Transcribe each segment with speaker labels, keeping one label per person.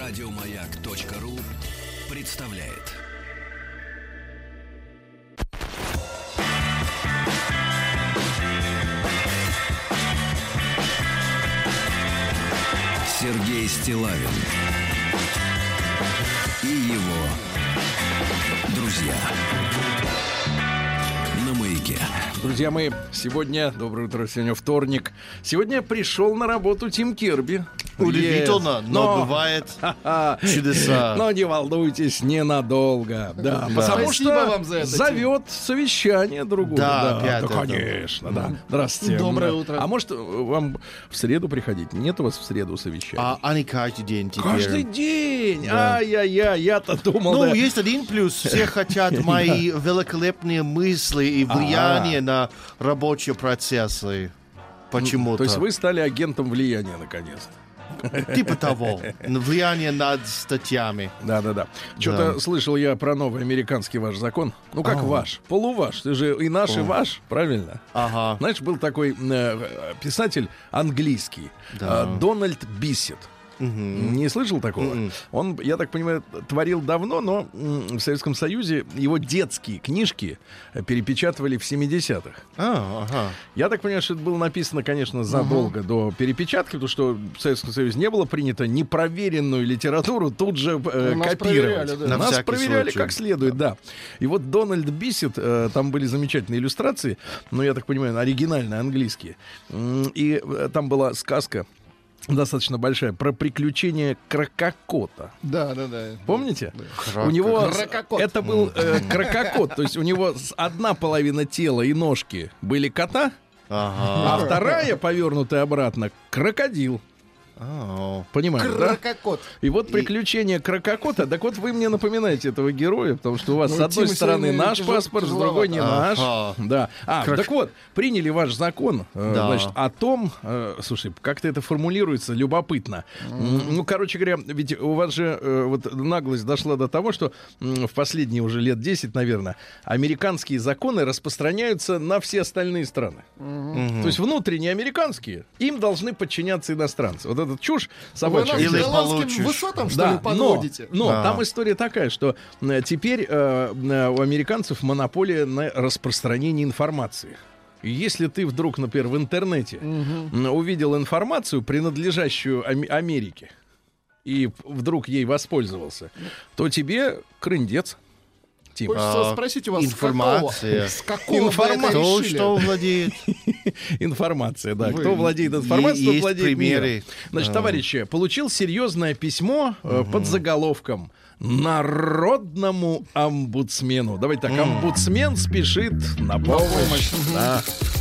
Speaker 1: Радиомаяк.ру представляет. Сергей Стиллавин и его друзья на Маяке.
Speaker 2: Друзья мои, сегодня, доброе утро, сегодня вторник. Сегодня пришел на работу Тим Кирби.
Speaker 3: Удивительно, но бывает чудеса.
Speaker 2: Но не волнуйтесь, ненадолго. Да, потому
Speaker 4: Спасибо
Speaker 2: что
Speaker 4: вам за это,
Speaker 2: зовет совещание другое.
Speaker 3: Да, опять это.
Speaker 2: Конечно, да. Здравствуйте.
Speaker 4: Доброе утро.
Speaker 2: А может, вам в среду приходить? Нет у вас в среду совещания?
Speaker 3: А не каждый день теперь.
Speaker 2: Каждый день?
Speaker 3: Да.
Speaker 2: Ай-яй-яй, я-то думал,
Speaker 3: Ну,
Speaker 2: да.
Speaker 3: есть один плюс. Все хотят мои великолепные мысли и влияние на рабочие процессы. Почему-то.
Speaker 2: То есть вы стали агентом влияния, наконец-то.
Speaker 3: Типа того. Влияние над статьями.
Speaker 2: Да. Что-то слышал я про новый американский ваш закон. Ну, как ваш? Полуваш. Ты же и наш, и ваш, правильно?
Speaker 3: Ага.
Speaker 2: Знаешь, был такой писатель английский, Дональд Биссет. Не слышал такого? Он, я так понимаю, творил давно, но в Советском Союзе его детские книжки перепечатывали в 70-х.
Speaker 3: Ага.
Speaker 2: Я так понимаю, что это было написано, конечно, задолго до перепечатки, потому что в Советском Союзе не было принято непроверенную литературу тут же копировать.
Speaker 4: проверяли, да.
Speaker 3: На
Speaker 2: Нас
Speaker 3: всякий
Speaker 2: проверяли
Speaker 3: случай.
Speaker 2: как следует, да. И вот Дональд Биссет, там были замечательные иллюстрации, но я так понимаю, оригинальные английские. И там была сказка достаточно большая про приключения крококота.
Speaker 4: Да.
Speaker 2: Помните? У него
Speaker 4: Крококот.
Speaker 2: это был крококот, то есть у него одна половина тела и ножки были кота, а вторая, повернутая обратно, крокодил. Понимаешь, да?
Speaker 4: Крококот.
Speaker 2: И вот приключения крококота. Так вот, вы мне напоминаете этого героя, потому что у вас
Speaker 4: Ну,
Speaker 2: с одной
Speaker 4: Тима
Speaker 2: стороны
Speaker 4: сегодня
Speaker 2: наш паспорт, с другой не наш. Да. Так вот, приняли ваш закон, значит, о том, слушай, как-то это формулируется любопытно. Ну, короче говоря, ведь у вас же вот наглость дошла до того, что в последние уже лет 10, наверное, американские законы распространяются на все остальные страны. То есть внутренние американские, им должны подчиняться иностранцы. Вот этот чушь
Speaker 4: Вы
Speaker 2: собачья.
Speaker 4: нас к
Speaker 3: Или
Speaker 4: голландским
Speaker 3: получишь.
Speaker 4: высотам, что
Speaker 2: Да,
Speaker 4: ли, подводите?
Speaker 2: но
Speaker 3: Да.
Speaker 2: там история такая, что теперь у американцев монополия на распространение информации. И если ты вдруг, например, в интернете увидел информацию, принадлежащую Америке, и вдруг ей воспользовался, то тебе крындец. Тим.
Speaker 4: Хочется спросить у вас,
Speaker 3: информация.
Speaker 4: с какого вы это
Speaker 3: Кто
Speaker 4: решили?
Speaker 3: что владеет?
Speaker 2: Информация, да.
Speaker 4: Вы-
Speaker 2: Кто владеет информацией, тот
Speaker 3: Есть
Speaker 2: владеет
Speaker 3: примеры.
Speaker 2: миром. Значит, товарищи, получил серьезное письмо под заголовком «Народному омбудсмену». Давайте так, омбудсмен спешит на помощь. Да.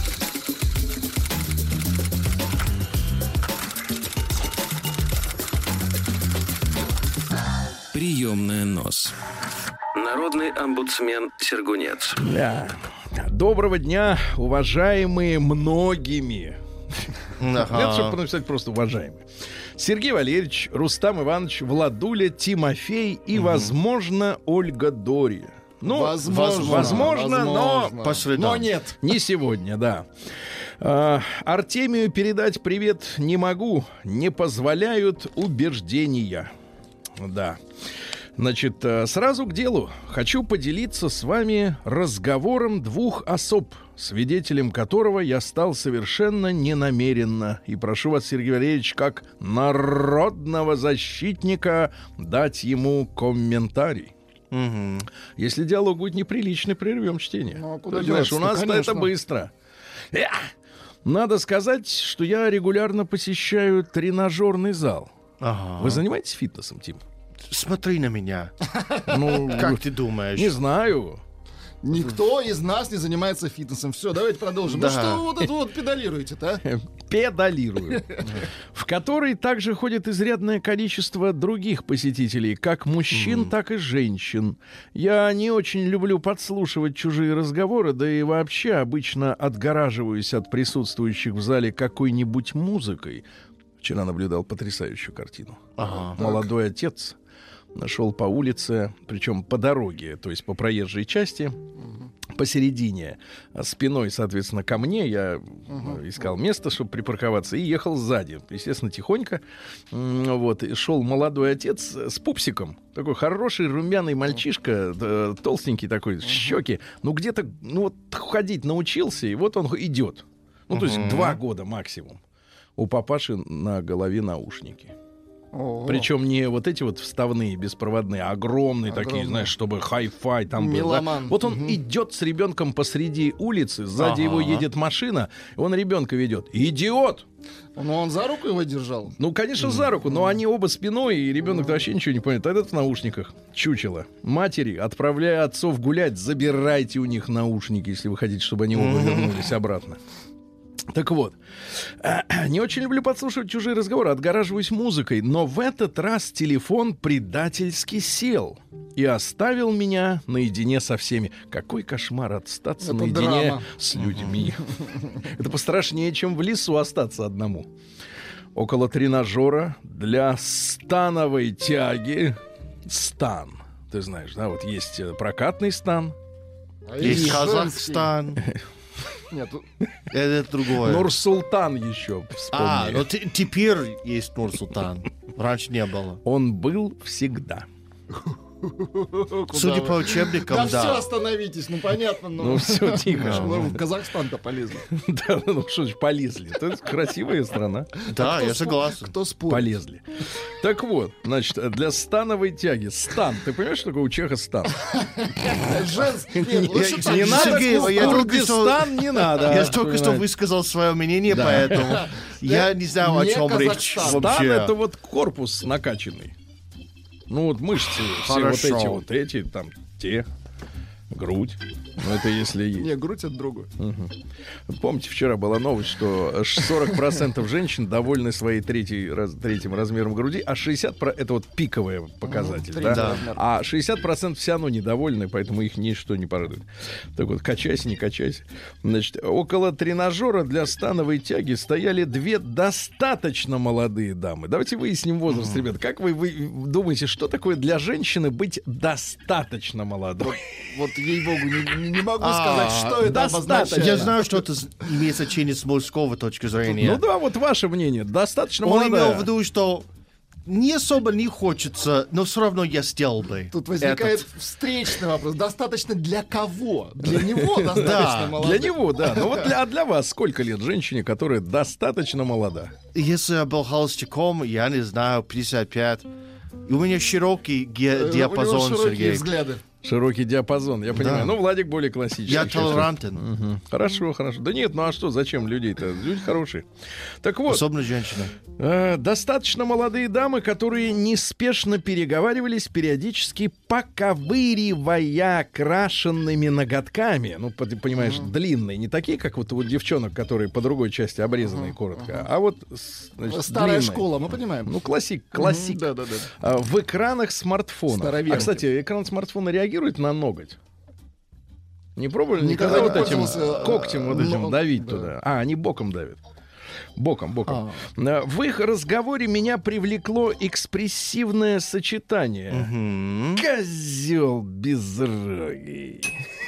Speaker 1: Приемная нос. Народный омбудсмен Сергунец.
Speaker 2: Да. Доброго дня, уважаемые многими. Нет, чтобы написать просто уважаемые. Сергей Валерьевич, Рустам Иванович, Владуля, Тимофей и, возможно, Ольга Дори. Ну, возможно, но
Speaker 3: По средам.
Speaker 4: Но нет.
Speaker 2: не сегодня, да. Артемию передать привет не могу, не позволяют убеждения. Да. Значит, сразу к делу. Хочу поделиться с вами разговором двух особ, свидетелем которого я стал совершенно ненамеренно. И прошу вас, Сергей Валерьевич, как народного защитника, дать ему комментарий. Если диалог будет неприличный, прервем чтение.
Speaker 4: Ну, а куда
Speaker 2: Ты знаешь, у
Speaker 4: деваться-то,
Speaker 2: нас-то
Speaker 4: конечно.
Speaker 2: это быстро. Надо сказать, что я регулярно посещаю тренажерный зал.
Speaker 3: Ага.
Speaker 2: Вы занимаетесь фитнесом, Тим?
Speaker 3: Смотри на меня.
Speaker 2: Ну,
Speaker 3: Как ты думаешь?
Speaker 2: не знаю.
Speaker 4: Никто из нас не занимается фитнесом. Все, давайте продолжим.
Speaker 3: Да.
Speaker 4: Ну что вы вот это вот педалируете-то, а?
Speaker 2: Педалирую. В который также ходит изрядное количество других посетителей, как мужчин, так и женщин. Я не очень люблю подслушивать чужие разговоры, да и вообще обычно отгораживаюсь от присутствующих в зале какой-нибудь музыкой. Вчера наблюдал потрясающую картину. Молодой отец шел по улице, причем по дороге, то есть по проезжей части, посередине, спиной, соответственно, ко мне. Я искал место, чтобы припарковаться, и ехал сзади. Естественно, тихонько. Вот. И шел молодой отец с пупсиком. Такой хороший румяный мальчишка, толстенький такой, щеки. Ну, где-то, ну, вот ходить научился, и вот он идет. Ну, то есть 2 года максимум. У папаши на голове наушники. Причем не вот эти вот вставные, беспроводные, а огромные такие, знаешь, чтобы хай-фай там был. Да? Вот он идет с ребенком посреди улицы, сзади его едет машина, и он ребенка ведет. Идиот!
Speaker 4: Но он за руку его держал?
Speaker 2: Ну, конечно, за руку, но они оба спиной, и ребенок вообще ничего не понимает. Тогда в наушниках. Чучело. Матери, отправляя отцов гулять, забирайте у них наушники, если вы хотите, чтобы они оба вернулись обратно. Так вот, не очень люблю подслушивать чужие разговоры, отгораживаюсь музыкой, но в этот раз телефон предательски сел и оставил меня наедине со всеми. Какой кошмар остаться
Speaker 4: Это
Speaker 2: наедине
Speaker 4: драма.
Speaker 2: с людьми. Это пострашнее, чем в лесу остаться одному. Около тренажера для становой тяги. Стан. Ты знаешь, да, вот есть прокатный стан.
Speaker 3: Есть Казахстан.
Speaker 4: Нет,
Speaker 3: Это другое.
Speaker 2: Нур-Султан еще вспомни.
Speaker 3: Ну теперь есть Нур-Султан. Раньше не было.
Speaker 2: Он был всегда.
Speaker 3: Судя по учебникам,
Speaker 4: да все,
Speaker 3: да.
Speaker 4: остановитесь, ну понятно.
Speaker 2: Ну все, тихо.
Speaker 4: Ну, в Казахстан-то полезли.
Speaker 2: Да, ну что ж, полезли. Это красивая страна.
Speaker 3: Да, я согласен.
Speaker 4: Кто спорит?
Speaker 2: Полезли. Так вот, значит, для становой тяги. Стан. Ты понимаешь, что такое у чеха стан?
Speaker 4: Нет, лучше так.
Speaker 2: Не надо,
Speaker 3: Сергей, я только что-
Speaker 2: Курдистан не надо.
Speaker 3: Я только что высказал свое мнение, поэтому я не знаю, о
Speaker 4: Не
Speaker 3: чем речь
Speaker 4: Казахстан.
Speaker 2: Стан —
Speaker 3: вообще.
Speaker 2: это вот корпус накачанный. Ну вот мышцы, все
Speaker 3: Хорошо.
Speaker 2: вот эти, там, те, грудь. Ну это если есть.
Speaker 4: Не, грудь это другое.
Speaker 2: Помните, вчера была новость, что 40% женщин довольны своей третьим размером груди, а 60% это вот пиковый показатель,
Speaker 4: третий
Speaker 2: да?
Speaker 4: размер.
Speaker 2: А 60% все равно недовольны, поэтому их ничто не порадует. Так вот, качайся, не качайся. Значит, около тренажера для становой тяги стояли 2 достаточно молодые дамы. Давайте выясним возраст, ребят. Как вы думаете, что такое для женщины быть достаточно молодой?
Speaker 4: Вот ей-богу, не могу сказать, что это
Speaker 2: достаточно.
Speaker 4: обозначает.
Speaker 3: Я знаю, что это имеет значение с мужского точки зрения.
Speaker 2: Ну да, вот ваше мнение. Достаточно
Speaker 3: Он
Speaker 2: молодая.
Speaker 3: имел в виду, что не особо не хочется, но все равно я сделал бы.
Speaker 4: Тут возникает
Speaker 3: этот.
Speaker 4: встречный вопрос. Достаточно для кого? Для него достаточно молодой.
Speaker 2: Для него, да. Ну вот для вас сколько лет женщине, которая достаточно молода?
Speaker 3: Если я был холостяком, я не знаю, 55. И у меня широкий
Speaker 4: У него
Speaker 3: диапазон,
Speaker 4: широкие
Speaker 3: Сергей.
Speaker 4: взгляды.
Speaker 2: Широкий диапазон, я понимаю.
Speaker 3: Да.
Speaker 2: Ну, Владик более классический.
Speaker 3: Я
Speaker 2: Сейчас.
Speaker 3: толерантен.
Speaker 2: Хорошо, хорошо. Да нет, ну а что, зачем людей-то? Люди хорошие. Так вот,
Speaker 3: Особенно женщины.
Speaker 2: достаточно молодые дамы, которые неспешно переговаривались, периодически поковыривая крашенными ноготками. Ну, ты понимаешь, длинные. Не такие, как вот у девчонок, которые по другой части обрезанные коротко, а вот, значит,
Speaker 4: Старая
Speaker 2: длинные.
Speaker 4: школа, мы понимаем.
Speaker 2: Ну, классик.
Speaker 4: Да.
Speaker 2: В экранах смартфона.
Speaker 4: Староверки.
Speaker 2: А, кстати, экран смартфона реагирует на ноготь? Не пробовали
Speaker 4: Никогда
Speaker 2: никогда
Speaker 4: не
Speaker 2: вот этим
Speaker 4: пользовался,
Speaker 2: когтем вот этим
Speaker 4: но-
Speaker 2: давить
Speaker 4: да.
Speaker 2: туда? А, они боком давят. Боком. В их разговоре меня привлекло экспрессивное сочетание. Козел безрогий.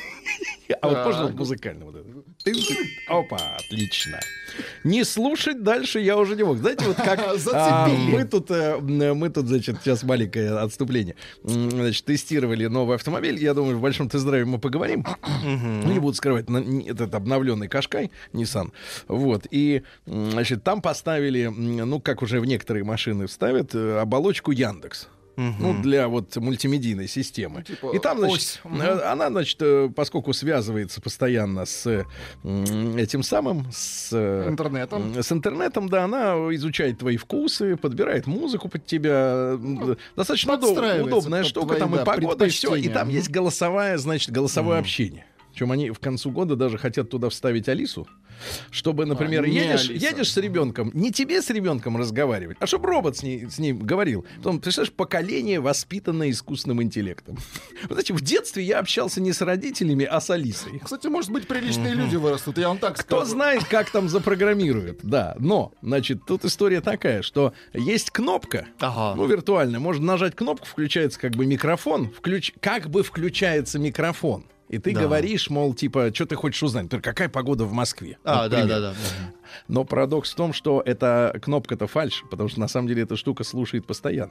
Speaker 2: А вот можно вот музыкально вот это. Опа, отлично. Не слушать дальше я уже не мог. Знаете, вот как
Speaker 4: Зацепили.
Speaker 2: мы тут, значит, сейчас маленькое отступление. Значит, тестировали новый автомобиль. Я думаю, в большом тест-драйве мы поговорим. Не буду скрывать, этот обновленный Кашкай Nissan. Вот. И, значит, там поставили, ну, как уже в некоторые машины ставят, оболочку Яндекс. Ну, для вот мультимедийной системы.
Speaker 4: Типа
Speaker 2: И там, значит,
Speaker 4: ось.
Speaker 2: она, значит, поскольку связывается постоянно с этим самым, с интернетом, да, она изучает твои вкусы, подбирает музыку под тебя. Достаточно
Speaker 4: подстраивается
Speaker 2: удобная
Speaker 4: под
Speaker 2: штука,
Speaker 4: твои,
Speaker 2: там и
Speaker 4: да,
Speaker 2: погода, и все. И
Speaker 4: предпочтения.
Speaker 2: там есть голосовое общение. Причем они в концу года даже хотят туда вставить Алису, чтобы, например,
Speaker 4: не
Speaker 2: едешь с ребенком, не тебе с ребенком разговаривать, а чтобы робот с ним говорил. Потом, представляешь, поколение, воспитанное искусственным интеллектом. Вы знаете, в детстве я общался не с родителями, а с Алисой.
Speaker 4: Кстати, может быть, приличные люди вырастут, я вам так
Speaker 2: Кто
Speaker 4: скажу.
Speaker 2: знает, как там запрограммируют. Да, но, значит, тут история такая, что есть кнопка,
Speaker 3: Ага.
Speaker 2: виртуальная, можно нажать кнопку, включается как бы микрофон, как бы включается микрофон. И ты говоришь, мол, типа, что ты хочешь узнать? Например, какая погода в Москве? Вот,
Speaker 3: Да.
Speaker 2: пример. Но парадокс в том, что эта кнопка-то фальшь, потому что на самом деле эта штука слушает постоянно.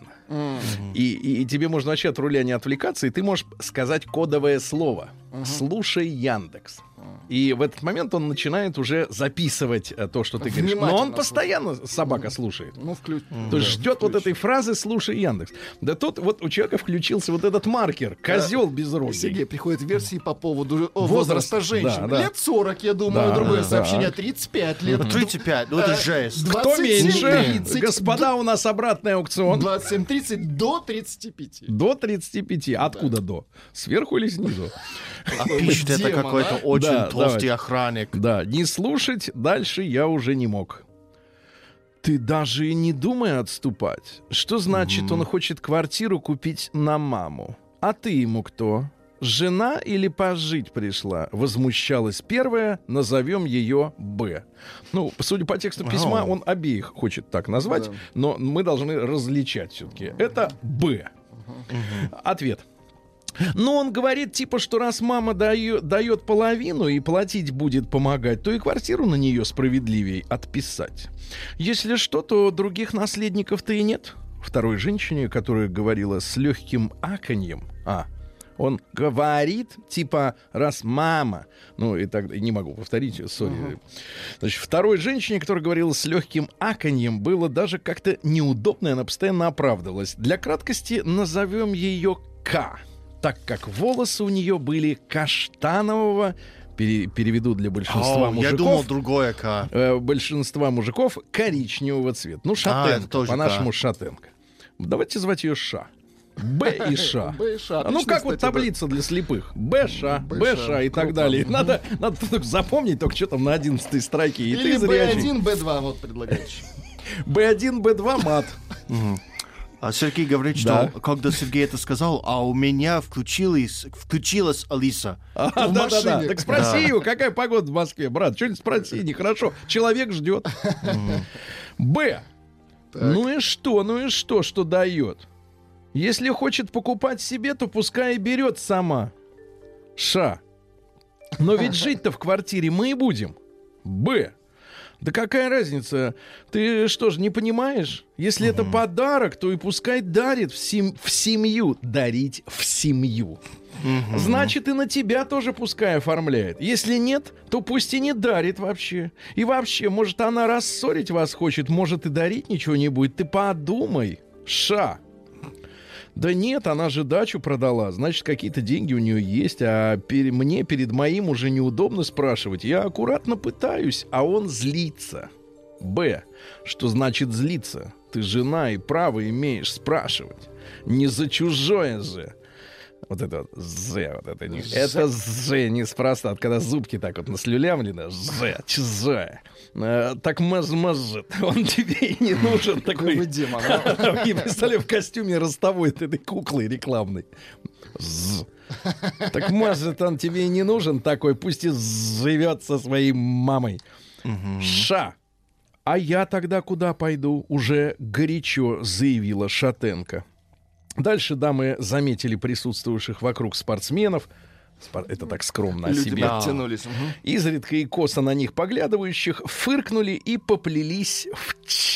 Speaker 2: И тебе можно вообще от руля не отвлекаться, и ты можешь сказать кодовое слово. «Слушай Яндекс». И в этот момент он начинает уже записывать то, что ты говоришь. Но он
Speaker 4: Внимательно
Speaker 2: постоянно, собака, слушает.
Speaker 4: Ну,
Speaker 2: То есть ждет вот этой фразы «слушай Яндекс». Да тут вот у человека включился вот этот маркер. Козел безрогий.
Speaker 4: Сергей, приходят версии по поводу возраста женщин.
Speaker 2: да.
Speaker 4: Лет 40, я думаю,
Speaker 2: Да,
Speaker 4: другое
Speaker 2: да.
Speaker 4: сообщение. 35 лет.
Speaker 3: 35, ну это жесть.
Speaker 2: Кто меньше?
Speaker 4: 27-30,
Speaker 2: Господа, у нас обратный аукцион.
Speaker 4: 27-30 до 35.
Speaker 2: До 35. Откуда до? Сверху или снизу?
Speaker 3: А пишет это
Speaker 4: демон,
Speaker 3: какой-то
Speaker 4: а?
Speaker 3: очень
Speaker 2: Да,
Speaker 3: толстый
Speaker 2: давайте.
Speaker 3: охранник.
Speaker 2: Да, не слушать дальше я уже не мог. Ты даже и не думай отступать. Что значит, он хочет квартиру купить на маму? А ты ему кто? Жена или пожить пришла? Возмущалась первая, назовем ее Б. Ну, судя по тексту письма, он обеих хочет так назвать, но мы должны различать все-таки. Это Б. Ответ. Но он говорит, типа, что раз мама дает половину и платить будет помогать, то и квартиру на нее справедливее отписать. Если что, то других наследников-то и нет. Второй женщине, которая говорила с легким аканьем, он говорит, типа, раз мама... Ну, и так не могу повторить, сори. Значит, второй женщине, которая говорила с легким аканьем, было даже как-то неудобно, и она постоянно оправдывалась. Для краткости назовем ее К, так как волосы у нее были каштанового, переведу для большинства мужиков.
Speaker 3: Я думал, другое К.
Speaker 2: Большинства мужиков коричневого цвета. Ну,
Speaker 3: это
Speaker 2: шатенка,
Speaker 3: тоже
Speaker 2: по-нашему
Speaker 3: К.
Speaker 2: шатенка. Давайте звать ее Ша. Б и Ша.
Speaker 4: Б и Ша.
Speaker 2: Ну,
Speaker 4: Отлично,
Speaker 2: как вот
Speaker 4: кстати,
Speaker 2: таблица для слепых. Б, Ша,
Speaker 4: Б,
Speaker 2: Б,
Speaker 4: Ша.
Speaker 2: Ша и так
Speaker 4: Круто.
Speaker 2: далее. Надо только запомнить, только что там на 11 строке. И
Speaker 4: Или
Speaker 2: ты зрячий.
Speaker 4: B1, B2, вот предлагаешь.
Speaker 2: Б1, Б2 мат.
Speaker 3: А Сергей говорит,
Speaker 2: Да.
Speaker 3: что когда Сергей это сказал, а у меня включилась Алиса.
Speaker 2: Да.
Speaker 4: машине.
Speaker 2: Так спроси его, какая погода в Москве, брат. Что-нибудь спроси, нехорошо. Человек ждет. Б. Ну и что, что дает? Если хочет покупать себе, то пускай и берет сама. Ша. Но ведь жить-то в квартире мы и будем. Б. Да какая разница? Ты что ж, не понимаешь? Если это подарок, то и пускай дарит в семью. Дарить в семью. Значит, и на тебя тоже пускай оформляет. Если нет, то пусть и не дарит вообще. И вообще, может, она рассорить вас хочет, может, и дарить ничего не будет. Ты подумай. Ша. Да нет, она же дачу продала, значит, какие-то деньги у нее есть, а мне перед моим уже неудобно спрашивать. Я аккуратно пытаюсь, а он злится. Б. Что значит злиться? Ты жена и право имеешь спрашивать. Не за чужое же. Вот это вот «з», вот это не... Это «з» неспроста. Когда зубки так вот наслюлявлены, «з», «чужое». Так может, он тебе и не нужен такой.
Speaker 4: Вы демон, а?
Speaker 2: И представляю, в костюме ростовой этой куклы рекламной. «З». Так может, он тебе и не нужен такой, пусть и живет со своей мамой. Ша. А я тогда куда пойду? Уже горячо заявила шатенка. Дальше дамы заметили присутствующих вокруг спортсменов. Это так скромно о
Speaker 4: Люди
Speaker 2: себе.
Speaker 4: подтянулись.
Speaker 2: Изредка и косо на них поглядывающих фыркнули и поплелись в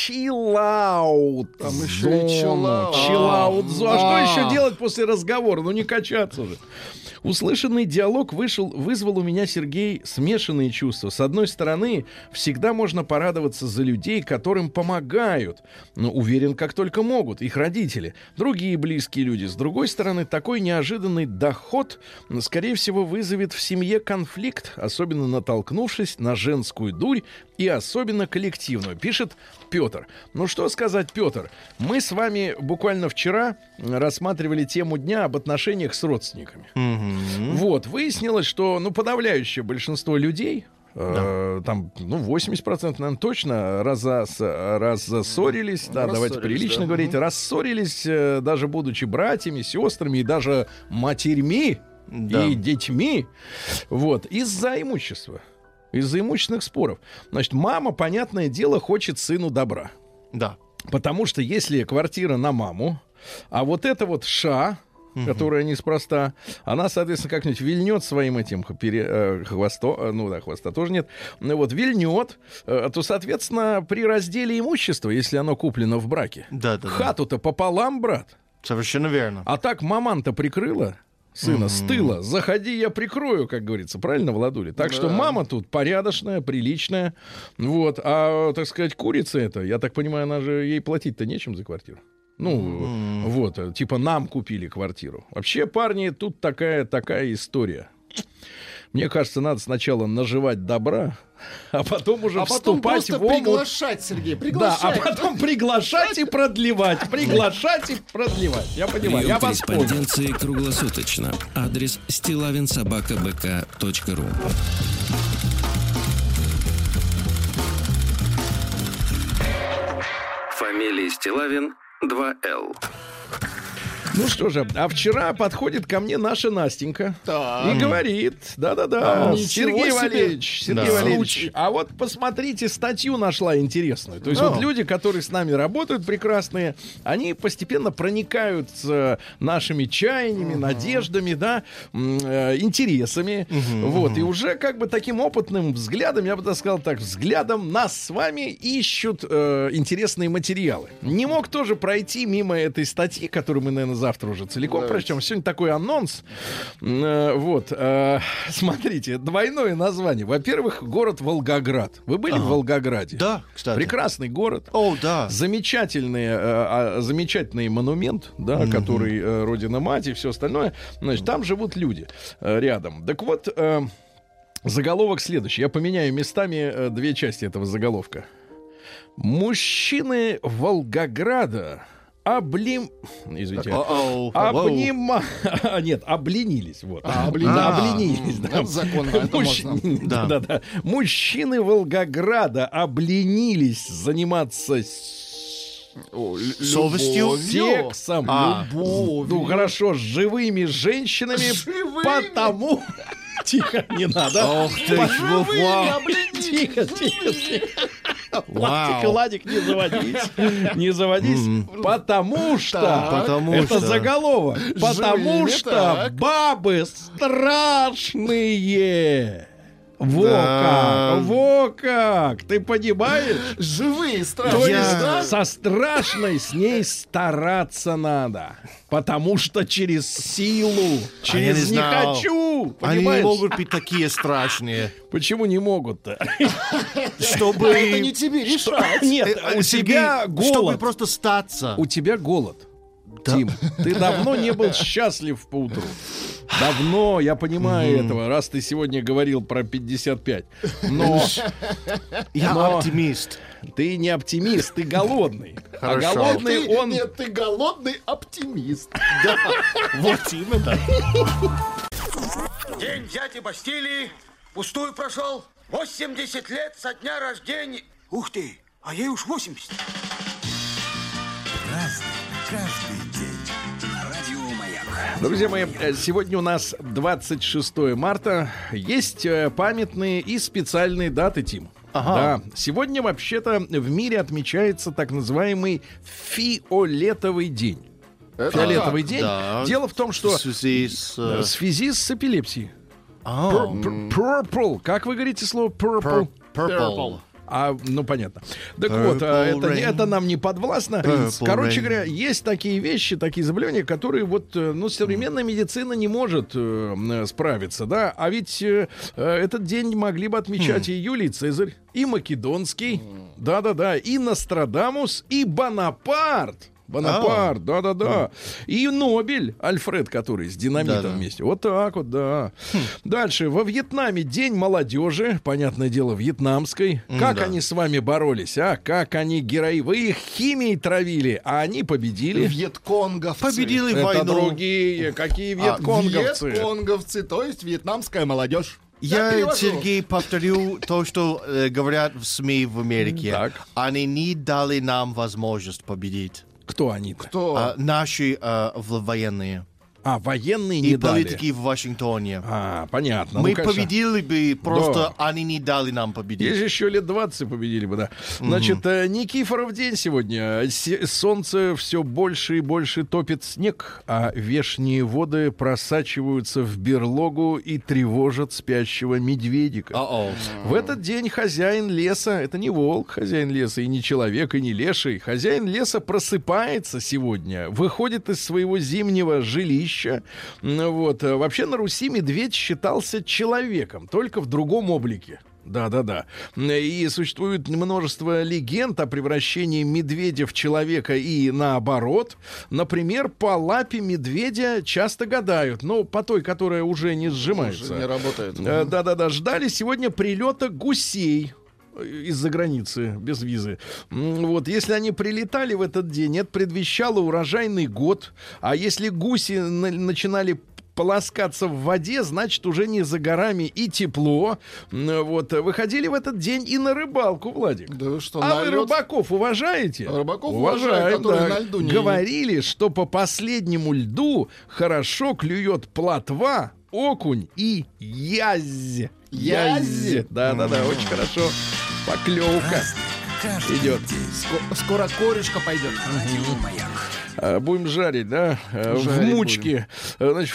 Speaker 2: чиллаут.
Speaker 4: Там еще и чиллаут.
Speaker 2: А что еще делать после разговора? Ну не качаться же. Услышанный диалог вызвал у меня, Сергей, смешанные чувства. С одной стороны, всегда можно порадоваться за людей, которым помогают. Но уверен, как только могут, их родители, другие близкие люди. С другой стороны, такой неожиданный доход, скорее всего, вызовет в семье конфликт, особенно натолкнувшись на женскую дурь и особенно коллективную, пишет Петр. Ну что сказать, Петр, мы с вами буквально вчера рассматривали тему дня об отношениях с родственниками. Вот, выяснилось, что, подавляющее большинство людей, там, 80%, наверное, точно рассорились, давайте прилично говорить, рассорились, даже будучи братьями, сестрами и даже матерьми и детьми, вот, из-за имущества, из-за имущественных споров. Значит, мама, понятное дело, хочет сыну добра.
Speaker 3: Да.
Speaker 2: Потому что если квартира на маму, а вот это вот которая неспроста, она, соответственно, как-нибудь вильнет своим этим хвостом, хвоста тоже нет, вильнет, то, соответственно, при разделе имущества, если оно куплено в браке, хату-то пополам, брат.
Speaker 3: Совершенно верно.
Speaker 2: А так маман-то прикрыла сына с тыла. Заходи, я прикрою, как говорится. Правильно, Владуля? Так что мама тут порядочная, приличная. Вот. А, так сказать, курица эта, я так понимаю, она же ей платить-то нечем за квартиру. Типа нам купили квартиру. Вообще, парни, тут такая история. Мне кажется, надо сначала наживать добра, а потом уже вступать в омут.
Speaker 4: Приглашать, Сергей, приглашать.
Speaker 2: Да, а потом приглашать и продлевать. Приглашать и продлевать. Я понимаю, я вас понял.
Speaker 1: Корреспонденции круглосуточно. Адрес stilavinsobakabk.ru. Фамилия Стилавин 2Л.
Speaker 2: Ну что же, а вчера подходит ко мне наша Настенька и говорит, Сергей Валерьевич, а вот посмотрите, статью нашла интересную. То есть вот люди, которые с нами работают прекрасные, они постепенно проникают с нашими чаяниями, надеждами, интересами. Вот, и уже как бы таким опытным взглядом, я бы так сказал так, взглядом нас с вами ищут интересные материалы. Не мог тоже пройти мимо этой статьи, которую мы, наверное, завтра уже целиком прочтем. Сегодня такой анонс. Смотрите, двойное название. Во-первых, город Волгоград. Вы были в Волгограде?
Speaker 3: Да, кстати.
Speaker 2: Прекрасный город.
Speaker 3: О, да.
Speaker 2: Замечательный монумент, который Родина-Мать и все остальное. Значит, там живут люди рядом. Так вот, заголовок следующий. Я поменяю местами две части этого заголовка. Мужчины Волгограда обленились. Вот. Обленились.
Speaker 4: Это законно, это можно.
Speaker 2: Да. Мужчины Волгограда обленились заниматься
Speaker 3: совестью,
Speaker 2: сексом, любовью. Хорошо, с живыми женщинами, потому... Тихо, не надо.
Speaker 3: Ох ты,
Speaker 2: Тихо. Владик, не заводись. Потому что это заголовок. Потому что бабы страшные. Во как! Ты понимаешь?
Speaker 4: Живые, страшные.
Speaker 2: То есть со страшной с ней стараться надо. Потому что через силу, через не хочу.
Speaker 3: Они не могут быть такие страшные.
Speaker 2: Почему не могут-то?
Speaker 3: Чтобы...
Speaker 4: Это не тебе решать.
Speaker 2: Нет, у тебя голод.
Speaker 3: Чтобы просто статься.
Speaker 2: У тебя голод. Тим, ты давно не был счастлив поутру. Давно, я понимаю этого, раз ты сегодня говорил про 55. Но...
Speaker 3: Я оптимист.
Speaker 2: Ты не оптимист, ты голодный.
Speaker 3: Хорошо.
Speaker 2: А голодный он...
Speaker 4: Нет, ты голодный оптимист.
Speaker 2: Да, вот именно.
Speaker 5: День дяди Бастилии пустую прошел. 80 лет со дня рождения. Ух ты, а ей уж 80.
Speaker 1: Каждый день. Радио Маяк.
Speaker 2: Друзья мои, сегодня у нас 26 марта. Есть памятные и специальные даты, Тим. Да, сегодня вообще-то в мире отмечается так называемый фиолетовый день. Фиолетовый день. Да. Дело в том, что в связи с эпилепсией. Purple. Как вы говорите слово purple?
Speaker 3: Purple.
Speaker 2: Понятно. Так вот, это нам не подвластно. Короче говоря, есть такие вещи, такие заболевания, которые современная медицина не может справиться, да. А ведь этот день могли бы отмечать и Юлий Цезарь, и Македонский, да-да-да, и Нострадамус, и Бонапарт. Бонапарт, да-да-да. И Нобель, Альфред, который с динамитом
Speaker 3: Да-да.
Speaker 2: вместе. Вот так вот, да. Дальше. Во Вьетнаме День молодежи, понятное дело, вьетнамской. Как
Speaker 3: да.
Speaker 2: они с вами боролись, а? Как они герои? Вы их химией травили, а они победили.
Speaker 4: Вьетконговцы.
Speaker 3: Победили
Speaker 2: Это
Speaker 3: войну.
Speaker 2: другие. Какие вьетконговцы?
Speaker 4: Вьетконговцы, то есть вьетнамская молодежь.
Speaker 3: Я,
Speaker 4: перевожу.
Speaker 3: Сергей, повторю то, что говорят в СМИ в Америке.
Speaker 2: Так.
Speaker 3: Они не дали нам возможность победить.
Speaker 2: Кто они-то?
Speaker 4: Кто?
Speaker 3: Наши военные.
Speaker 2: Военные не
Speaker 3: И
Speaker 2: дали.
Speaker 3: политики в Вашингтоне.
Speaker 2: Понятно.
Speaker 3: Мы
Speaker 2: Ну, конечно.
Speaker 3: победили бы, просто
Speaker 2: Да.
Speaker 3: они не дали нам победить.
Speaker 2: Есть еще лет 20 победили бы, да. Значит, Никифоров день сегодня. Солнце все больше и больше топит снег, а вешние воды просачиваются в берлогу и тревожат спящего медведика. В этот день хозяин леса, это не волк, хозяин леса, и не человек, и не леший. Хозяин леса просыпается сегодня, выходит из своего зимнего жилища. Вот. Вообще на Руси медведь считался человеком, только в другом облике. Да-да-да. И существует множество легенд о превращении медведя в человека и наоборот. Например, по лапе медведя часто гадают, но по той, которая уже не сжимается.
Speaker 4: Уже не работает.
Speaker 2: Да-да-да. Ждали сегодня прилета гусей из-за границы, без визы. Вот, если они прилетали в этот день, это предвещало урожайный год. А если гуси начинали полоскаться в воде, значит, уже не за горами и тепло. Вот, выходили в этот день и на рыбалку, Владик.
Speaker 4: Да вы что,
Speaker 2: А
Speaker 4: на
Speaker 2: вы
Speaker 4: лед?
Speaker 2: рыбаков уважаете?
Speaker 4: Рыбаков уважаю, которые на льду не-
Speaker 2: Говорили, что по последнему льду хорошо клюет плотва, окунь и язь.
Speaker 4: Язь?
Speaker 2: Да-да-да, очень хорошо. Поклевка
Speaker 1: Каждый
Speaker 2: идет.
Speaker 1: день.
Speaker 4: Скоро корешка пойдет.
Speaker 1: Радио Маяк.
Speaker 2: Будем жарить, да? В
Speaker 4: Жарить
Speaker 2: мучке. Значит, в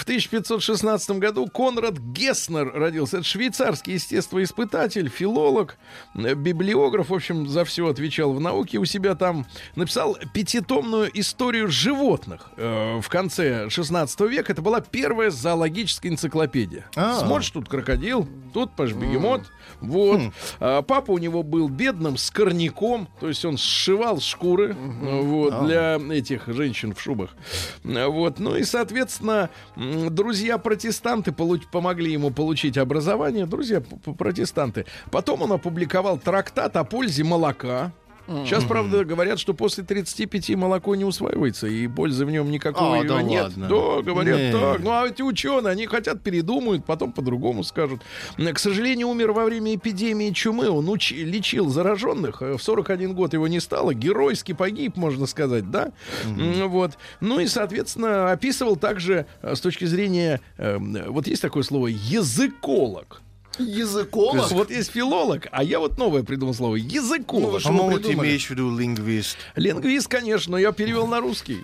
Speaker 2: 1516 году Конрад Гесснер родился. Это швейцарский естествоиспытатель, филолог, библиограф. В общем, за все отвечал в науке у себя там. Написал пятитомную историю животных. В конце 16 века это была первая зоологическая энциклопедия. Смотришь, тут крокодил, тут бегемот. Вот. Папа у него был бедным скорняком, то есть он сшивал шкуры вот, для этих женщин в шубах. Вот. Ну и, соответственно, друзья-протестанты помогли ему получить образование. Друзья-протестанты. Потом он опубликовал трактат о пользе молока. Сейчас, правда, говорят, что после 35 молоко не усваивается, и пользы в нем никакой
Speaker 3: да
Speaker 2: нет.
Speaker 3: ладно.
Speaker 2: Да, говорят
Speaker 3: Не.
Speaker 2: так. Ну, а эти ученые, они хотят, передумают, потом по-другому скажут. К сожалению, умер во время эпидемии чумы. Он лечил зараженных. В 41 год его не стало. Геройски погиб, можно сказать, да? Вот. Ну и, соответственно, описывал также с точки зрения... Вот есть такое слово «языколог».
Speaker 4: Языколог?
Speaker 2: Вот есть филолог, а я вот новое придумал слово языколог.
Speaker 3: По-моему, ты имеешь в виду лингвист.
Speaker 2: Лингвист, конечно, но я перевел на русский.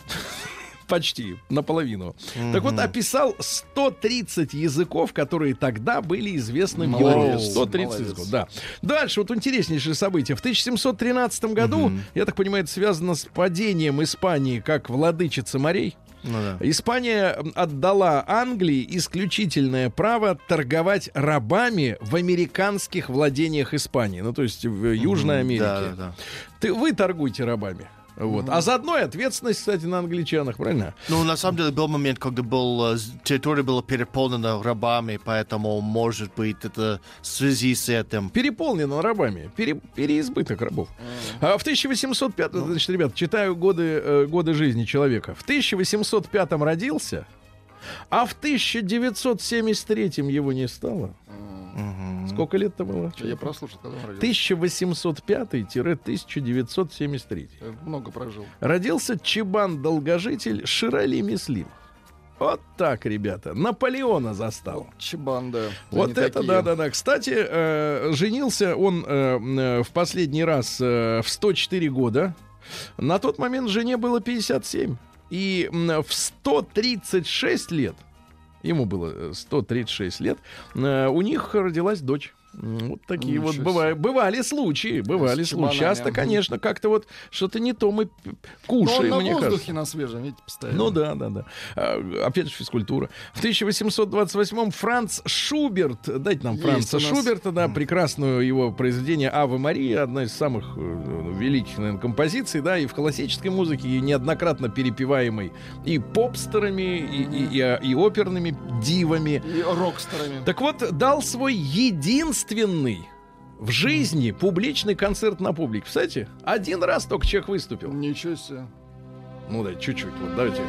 Speaker 2: Почти, наполовину. Так вот, описал 130 языков, которые тогда были известны в Европе.
Speaker 4: Молодец,
Speaker 2: 130
Speaker 4: молодец.
Speaker 2: языков, да. Дальше, вот интереснейшее событие. В 1713 году, я так понимаю, это связано с падением Испании как владычицы морей.
Speaker 3: Ну да.
Speaker 2: Испания отдала Англии исключительное право торговать рабами в американских владениях Испании, ну то есть в Южной Америке.
Speaker 3: Да.
Speaker 2: Вы торгуйте рабами. Вот. А заодно и ответственность, кстати, на англичанах, правильно?
Speaker 3: Ну, на самом деле, был момент, когда территория была переполнена рабами, поэтому, может быть, это в связи с этим.
Speaker 2: Переполнено рабами. Переизбыток рабов. А в 1805... Значит, ребят, читаю годы жизни человека. В 1805 родился, а в 1973 его не стало. Сколько лет-то было?
Speaker 4: Я прослушал, когда он родился.
Speaker 2: 1805-1973.
Speaker 4: Я много прожил.
Speaker 2: Родился Чебан-долгожитель Ширали Мислим. Вот так, ребята. Наполеона застал.
Speaker 4: Чебанда.
Speaker 2: Вот это да. Кстати, женился он в последний раз в 104 года. На тот момент жене было 57. И в 136 лет, ему было 136 лет, у них родилась дочь. Вот такие
Speaker 4: Ничего
Speaker 2: вот
Speaker 4: себе.
Speaker 2: бывали случаи. Бывали
Speaker 4: С
Speaker 2: случаи.
Speaker 4: чемоданами.
Speaker 2: Часто, конечно, как-то вот что-то не то мы
Speaker 4: Но он
Speaker 2: кушаем,
Speaker 4: на
Speaker 2: мне
Speaker 4: воздухе,
Speaker 2: кажется.
Speaker 4: на свежем, видите, постоянно.
Speaker 2: Ну да. Опять же физкультура. В 1828-м Франц Шуберт, дайте нам
Speaker 4: Есть
Speaker 2: Франца
Speaker 4: у нас.
Speaker 2: Шуберта, да, прекрасную его произведение «Аве Мария», одна из самых великих, наверное, композиций, да, и в классической музыке, и неоднократно перепеваемой и попстерами, и оперными дивами.
Speaker 4: И рокстерами.
Speaker 2: Так вот, дал свой единственный в жизни публичный концерт на публике. Кстати, один раз только человек выступил.
Speaker 4: Ничего себе.
Speaker 2: Ну да, чуть-чуть. Вот давайте.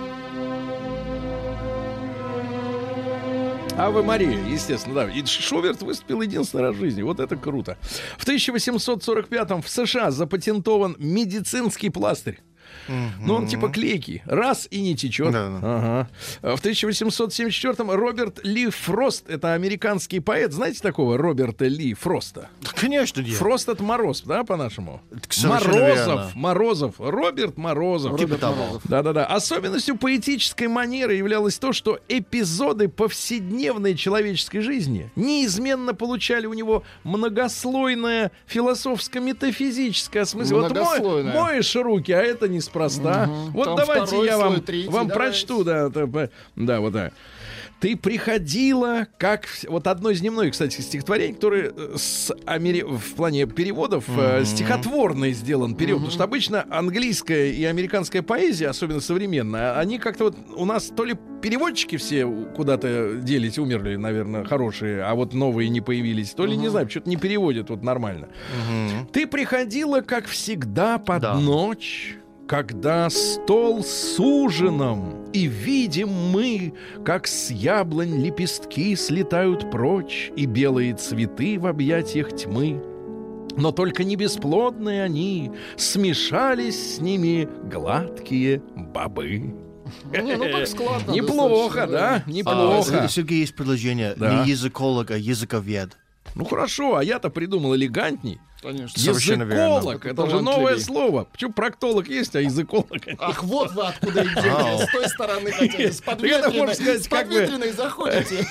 Speaker 2: Аве Мария, естественно, да. И Шуберт выступил единственный раз в жизни. Вот это круто. В 1845-м в США запатентован медицинский пластырь. Ну, он типа клейкий. Раз и не течет.
Speaker 3: Да.
Speaker 2: Ага. В 1874-м Роберт Ли Фрост, это американский поэт. Знаете такого Роберта Ли Фроста?
Speaker 3: Конечно, нет.
Speaker 2: Фрост — это Мороз, да, по-нашему?
Speaker 3: Совершенно верно.
Speaker 2: Морозов. Роберт Морозов.
Speaker 3: Типа того.
Speaker 2: Да-да-да. Особенностью поэтической манеры являлось то, что эпизоды повседневной человеческой жизни неизменно получали у него многослойное философско-метафизическое смысл. Вот
Speaker 4: Многослойное.
Speaker 2: моешь руки, а это неспроста. Вот
Speaker 4: Там
Speaker 2: давайте
Speaker 4: второй
Speaker 2: я
Speaker 4: слой, третий,
Speaker 2: вам
Speaker 4: давайте.
Speaker 2: прочту. Да, вот так. Ты приходила, как... Вот одно из немногих, кстати, стихотворений, которое в плане переводов стихотворный сделан перевод. Потому что обычно английская и американская поэзия, особенно современная, они как-то вот у нас то ли переводчики все куда-то делись, умерли, наверное, хорошие, а вот новые не появились, то ли, не знаю, что-то не переводят вот нормально. Ты приходила, как всегда, под ночь, когда стол с ужином, и видим мы, как с яблонь лепестки слетают прочь, и белые цветы в объятиях тьмы. Но только не бесплодные они, смешались с ними гладкие бобы.
Speaker 4: Не, ну так складно.
Speaker 2: Неплохо,
Speaker 4: достаточно,
Speaker 2: да? Неплохо.
Speaker 3: Сергей, есть предложение.
Speaker 2: Да.
Speaker 3: Не языколог, а языковед.
Speaker 2: Ну хорошо, а я-то придумал элегантней.
Speaker 4: Конечно.
Speaker 3: Совершенно верно.
Speaker 2: Языколог, это же новое слово. Почему проктолог есть, а языколог нет?
Speaker 4: Ах, вот вы откуда идете. С той стороны хотели, с
Speaker 2: Так это, можно сказать,
Speaker 4: подветренной. С
Speaker 2: как бы-
Speaker 4: подветренной заходите.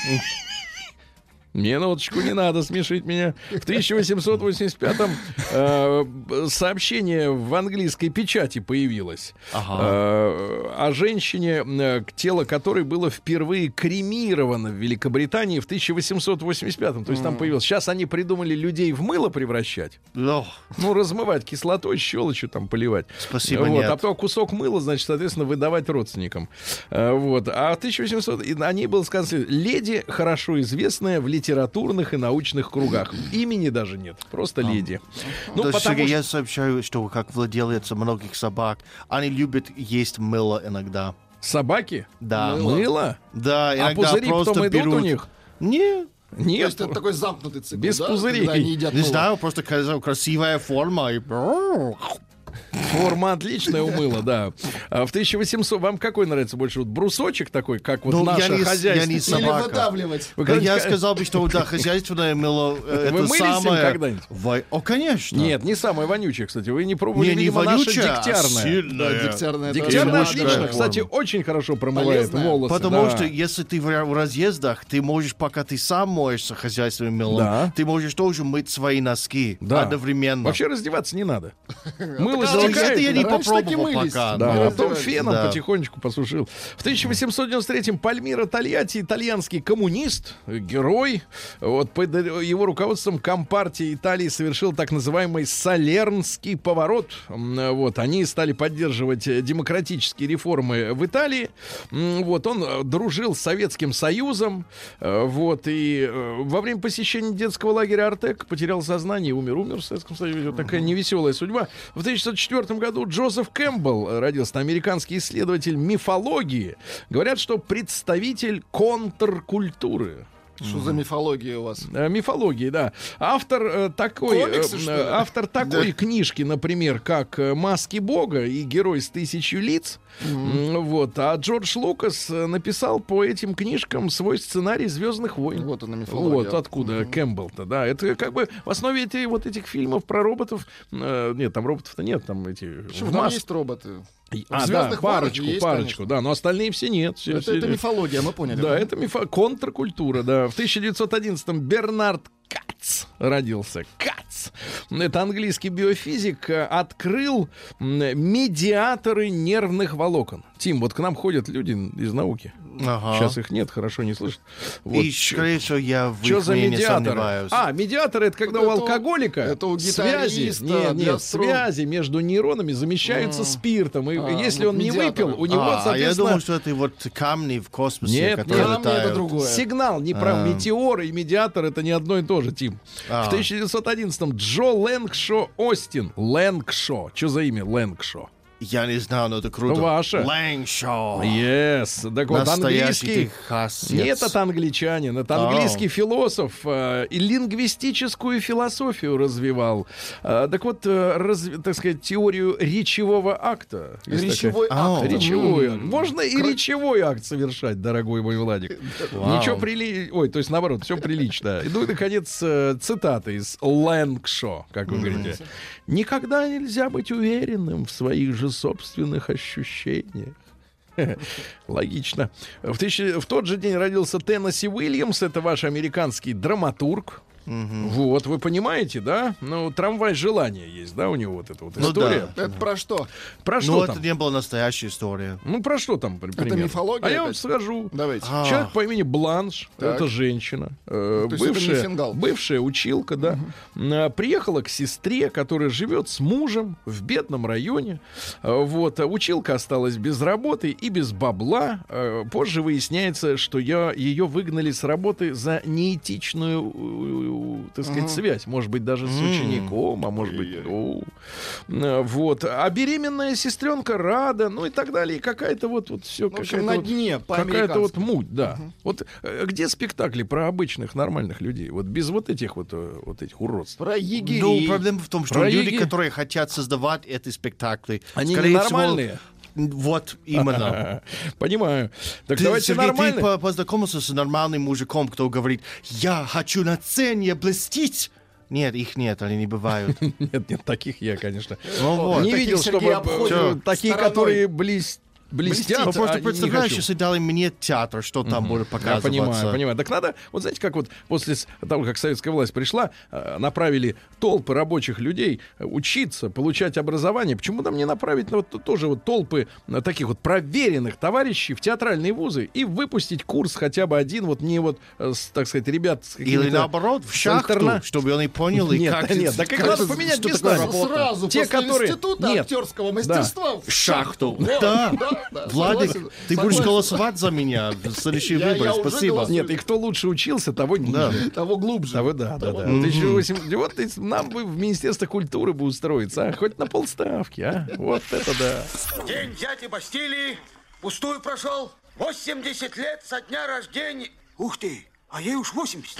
Speaker 2: Минуточку, не надо смешить меня. В 1885-м сообщение в английской печати появилось о женщине, тело которой было впервые кремировано в Великобритании в 1885-м. То есть там появилось. Сейчас они придумали людей в мыло превращать.
Speaker 3: Ох,
Speaker 2: Ну, размывать кислотой, щелочью там поливать.
Speaker 3: Спасибо,
Speaker 2: вот.
Speaker 3: нет.
Speaker 2: А потом кусок мыла, значит, соответственно, выдавать родственникам. Вот. А в 1800 о ней было сказано: леди, хорошо известная в литературных и научных кругах. Имени даже нет, просто леди. Ну,
Speaker 3: да,
Speaker 2: потому
Speaker 3: Сергей,
Speaker 2: что...
Speaker 3: я сообщаю, что как владелец многих собак, они любят есть мыло иногда.
Speaker 2: Собаки?
Speaker 3: Да.
Speaker 2: Мыло?
Speaker 3: Да,
Speaker 2: А
Speaker 3: иногда
Speaker 2: пузыри
Speaker 3: просто
Speaker 2: потом идут
Speaker 3: берут.
Speaker 2: у них?
Speaker 3: Нет.
Speaker 4: То
Speaker 2: Нет.
Speaker 4: есть это такой замкнутый цикл,
Speaker 2: Без
Speaker 4: да?
Speaker 2: пузырей.
Speaker 4: Когда они едят
Speaker 3: Не
Speaker 4: мыло.
Speaker 3: знаю, просто красивая форма. И...
Speaker 2: Форма отличная у мыла, да. А в 1800... Вам какой нравится больше? Вот брусочек такой, как вот
Speaker 3: Ну, я
Speaker 2: наше
Speaker 3: не-
Speaker 2: хозяйство?
Speaker 3: я не
Speaker 4: Или
Speaker 3: собака.
Speaker 4: выдавливать.
Speaker 2: Вы
Speaker 3: Да, я
Speaker 2: когда-нибудь-
Speaker 3: сказал бы, что да, хозяйственное мыло это
Speaker 2: мылись им
Speaker 3: самое...
Speaker 2: когда-нибудь?
Speaker 3: О, конечно.
Speaker 2: Нет, не самое вонючее, кстати. Вы не пробовали,
Speaker 3: не
Speaker 2: видимо,
Speaker 3: вонючее,
Speaker 2: наше
Speaker 3: а
Speaker 2: дегтярное.
Speaker 3: сильное.
Speaker 4: Да, дегтярное.
Speaker 2: Дегтярное
Speaker 3: мощная
Speaker 2: отлично.
Speaker 3: форма.
Speaker 2: Кстати, очень хорошо промывает
Speaker 4: Полезное.
Speaker 2: волосы.
Speaker 3: Потому
Speaker 2: да.
Speaker 3: что если ты в разъездах, ты можешь, пока ты сам моешься хозяйственным мылом,
Speaker 2: Да.
Speaker 3: ты можешь тоже мыть свои носки
Speaker 2: Да.
Speaker 3: одновременно.
Speaker 2: Вообще раздеваться не надо. Мыло
Speaker 4: так,
Speaker 3: Ну,
Speaker 2: стекает.
Speaker 3: это я не
Speaker 4: Раньше таки
Speaker 3: попробовал
Speaker 4: мылись.
Speaker 3: пока.
Speaker 2: Да,
Speaker 3: но-
Speaker 2: а потом феном
Speaker 3: Да.
Speaker 2: потихонечку посушил. В 1893-м Пальмиро Тольятти, итальянский коммунист, герой, вот, под его руководством Компартия Италии совершил так называемый Салернский поворот. Вот, они стали поддерживать демократические реформы в Италии. Вот, он дружил с Советским Союзом. Вот, и во время посещения детского лагеря Артек потерял сознание и умер в Советском Союзе. Вот такая невеселая судьба. В 1904 году Джозеф Кэмпбелл родился, американский исследователь мифологии. Говорят, что представитель контркультуры.
Speaker 4: Что за мифология у вас?
Speaker 2: Мифологии, да. Автор
Speaker 4: Комиксы, что ли?
Speaker 2: автор такой книжки, например, как «Маски Бога» и «Герой с тысячью лиц». Вот. А Джордж Лукас написал по этим книжкам свой сценарий «Звездных войн».
Speaker 4: Вот она мифология.
Speaker 2: Вот откуда Кэмпбелл-то, да. Это как бы в основе этих фильмов про роботов. Нет, там роботов-то нет, там эти...
Speaker 4: Почему?
Speaker 2: в
Speaker 4: Там
Speaker 2: мас-
Speaker 4: есть роботы.
Speaker 2: да,
Speaker 4: «Звездных войнах»
Speaker 2: парочку,
Speaker 4: есть,
Speaker 2: да, но остальные все нет. Все-
Speaker 4: Это
Speaker 2: все-
Speaker 4: мифология, мы поняли.
Speaker 2: Да, это контркультура, да. В 1911-м Бернард Кац родился. Кац. Это английский биофизик, открыл медиаторы нервных волокон. Тим, вот к нам ходят люди из науки.
Speaker 3: Ага.
Speaker 2: Сейчас их нет, хорошо не слышат. Вот.
Speaker 3: И, скорее всего, я в
Speaker 2: Что
Speaker 3: их
Speaker 2: за
Speaker 3: мнении
Speaker 2: медиаторы?
Speaker 3: сомневаюсь.
Speaker 2: Медиаторы — это когда
Speaker 4: Вот
Speaker 2: у
Speaker 4: это
Speaker 2: алкоголика
Speaker 4: это у
Speaker 2: связи,
Speaker 4: гитариста,
Speaker 2: связи между нейронами замещаются спиртом. И если
Speaker 4: вот
Speaker 2: он не
Speaker 4: медиаторы.
Speaker 2: выпил, у него,
Speaker 3: я
Speaker 2: соответственно...
Speaker 3: думал, что это вот камни в космосе,
Speaker 2: Нет,
Speaker 3: которые
Speaker 4: камни — это
Speaker 3: летают.
Speaker 4: другое.
Speaker 2: Сигнал, не про метеор и медиатор — это не одно и то же, Тим. В 1911-м Джо Лэнгшо Остин. Лэнгшо. Что за имя Лэнгшо?
Speaker 3: Я не знаю, но это круто.
Speaker 2: Ваше.
Speaker 3: Лэнгшоу.
Speaker 2: Yes. Так вот,
Speaker 3: Настоящий
Speaker 2: английский...
Speaker 3: ты хасец.
Speaker 2: Нет, это англичанин. Это английский философ и лингвистическую философию развивал. Так вот, так сказать, теорию речевого акта. Есть
Speaker 4: Речевой
Speaker 2: такая.
Speaker 4: акт.
Speaker 2: Речевой акт. Можно и речевой акт совершать, дорогой мой Владик. Ничего Ой, то есть наоборот, все прилично. Ну и, наконец, цитата из Лэнгшо, как вы говорите. «Никогда нельзя быть уверенным в своих же собственных ощущениях». Логично. В тот же день родился Теннесси Уильямс. Это ваш американский драматург. Вот, вы понимаете, да? Ну, трамвай желания есть, да, у него вот эта вот история.
Speaker 3: да.
Speaker 4: Это про что?
Speaker 2: Про что
Speaker 3: Ну,
Speaker 2: там?
Speaker 3: это не была настоящая история.
Speaker 2: Ну, про что там, примерно?
Speaker 4: мифология
Speaker 2: А я вам
Speaker 4: опять?
Speaker 2: скажу.
Speaker 4: Давайте.
Speaker 2: Человек по имени Бланш,
Speaker 4: Так.
Speaker 2: это женщина,
Speaker 4: есть это не фингал.
Speaker 2: бывшая училка, да, приехала к сестре, которая живет с мужем в бедном районе. Вот, училка осталась без работы и без бабла. Позже выясняется, что ее выгнали с работы за неэтичную, так сказать, связь. Может быть, даже с учеником, а может быть... Вот. А беременная сестренка рада, ну и так далее. И какая-то вот все...
Speaker 4: В общем, на дне
Speaker 2: Какая-то вот
Speaker 4: по-американски.
Speaker 2: муть, да. Вот где спектакли про обычных нормальных людей? Вот без вот этих этих уродств.
Speaker 4: Про егерей.
Speaker 3: Ну, проблема в том, что
Speaker 2: Про
Speaker 3: люди,
Speaker 2: егерей.
Speaker 3: которые хотят создавать эти спектакли,
Speaker 2: Они
Speaker 3: скорее
Speaker 2: ненормальные?
Speaker 3: всего, вот именно.
Speaker 2: Понимаю. Так
Speaker 3: Ты,
Speaker 2: давайте
Speaker 3: Сергей,
Speaker 2: нормально.
Speaker 3: ты познакомился с нормальным мужиком, кто говорит: я хочу на сцене блестеть. Нет, их нет, они не бывают.
Speaker 2: Нет, таких я, конечно,
Speaker 3: Ну вот.
Speaker 2: не
Speaker 4: таких
Speaker 2: видел,
Speaker 4: Сергей
Speaker 2: чтобы
Speaker 4: обходит
Speaker 2: такие,
Speaker 4: стороной.
Speaker 2: которые блестят.
Speaker 3: Ну, просто
Speaker 2: не
Speaker 3: представляешь,
Speaker 2: хочу.
Speaker 3: если дали мне театр, что там будет
Speaker 2: Я
Speaker 3: показываться.
Speaker 2: понимаю. Так надо, вот знаете, как вот после того, как советская власть пришла, направили толпы рабочих людей учиться, получать образование. Почему нам не направить вот тоже вот толпы таких вот проверенных товарищей в театральные вузы и выпустить курс хотя бы один, вот не вот, так сказать, ребят с
Speaker 3: Или
Speaker 2: какими-то...
Speaker 3: наоборот, в шахту, чтобы они поняли,
Speaker 2: Нет,
Speaker 3: как...
Speaker 2: нет, так их надо поменять
Speaker 3: что
Speaker 2: местами.
Speaker 3: такое работа.
Speaker 4: Сразу
Speaker 2: Те,
Speaker 4: после
Speaker 2: которые-
Speaker 4: института
Speaker 2: Нет.
Speaker 4: актерского мастерства в
Speaker 3: Шахту.
Speaker 4: Вот,
Speaker 3: Да. Владик,
Speaker 4: согласен.
Speaker 3: ты будешь
Speaker 4: Согласен.
Speaker 3: голосовать за меня в следующие
Speaker 4: Я
Speaker 3: выборы.
Speaker 4: уже
Speaker 3: Спасибо.
Speaker 4: голосую.
Speaker 2: Нет, и кто лучше учился, того ниже.
Speaker 4: Того глубже.
Speaker 2: Да, да. 1800. Вот нам бы в Министерство культуры бы устроиться, а? Хоть на полставки, а? Вот это да.
Speaker 5: День дяди Бастилии пустую прошел. 80 лет со дня рождения. Ух ты, а ей уж 80.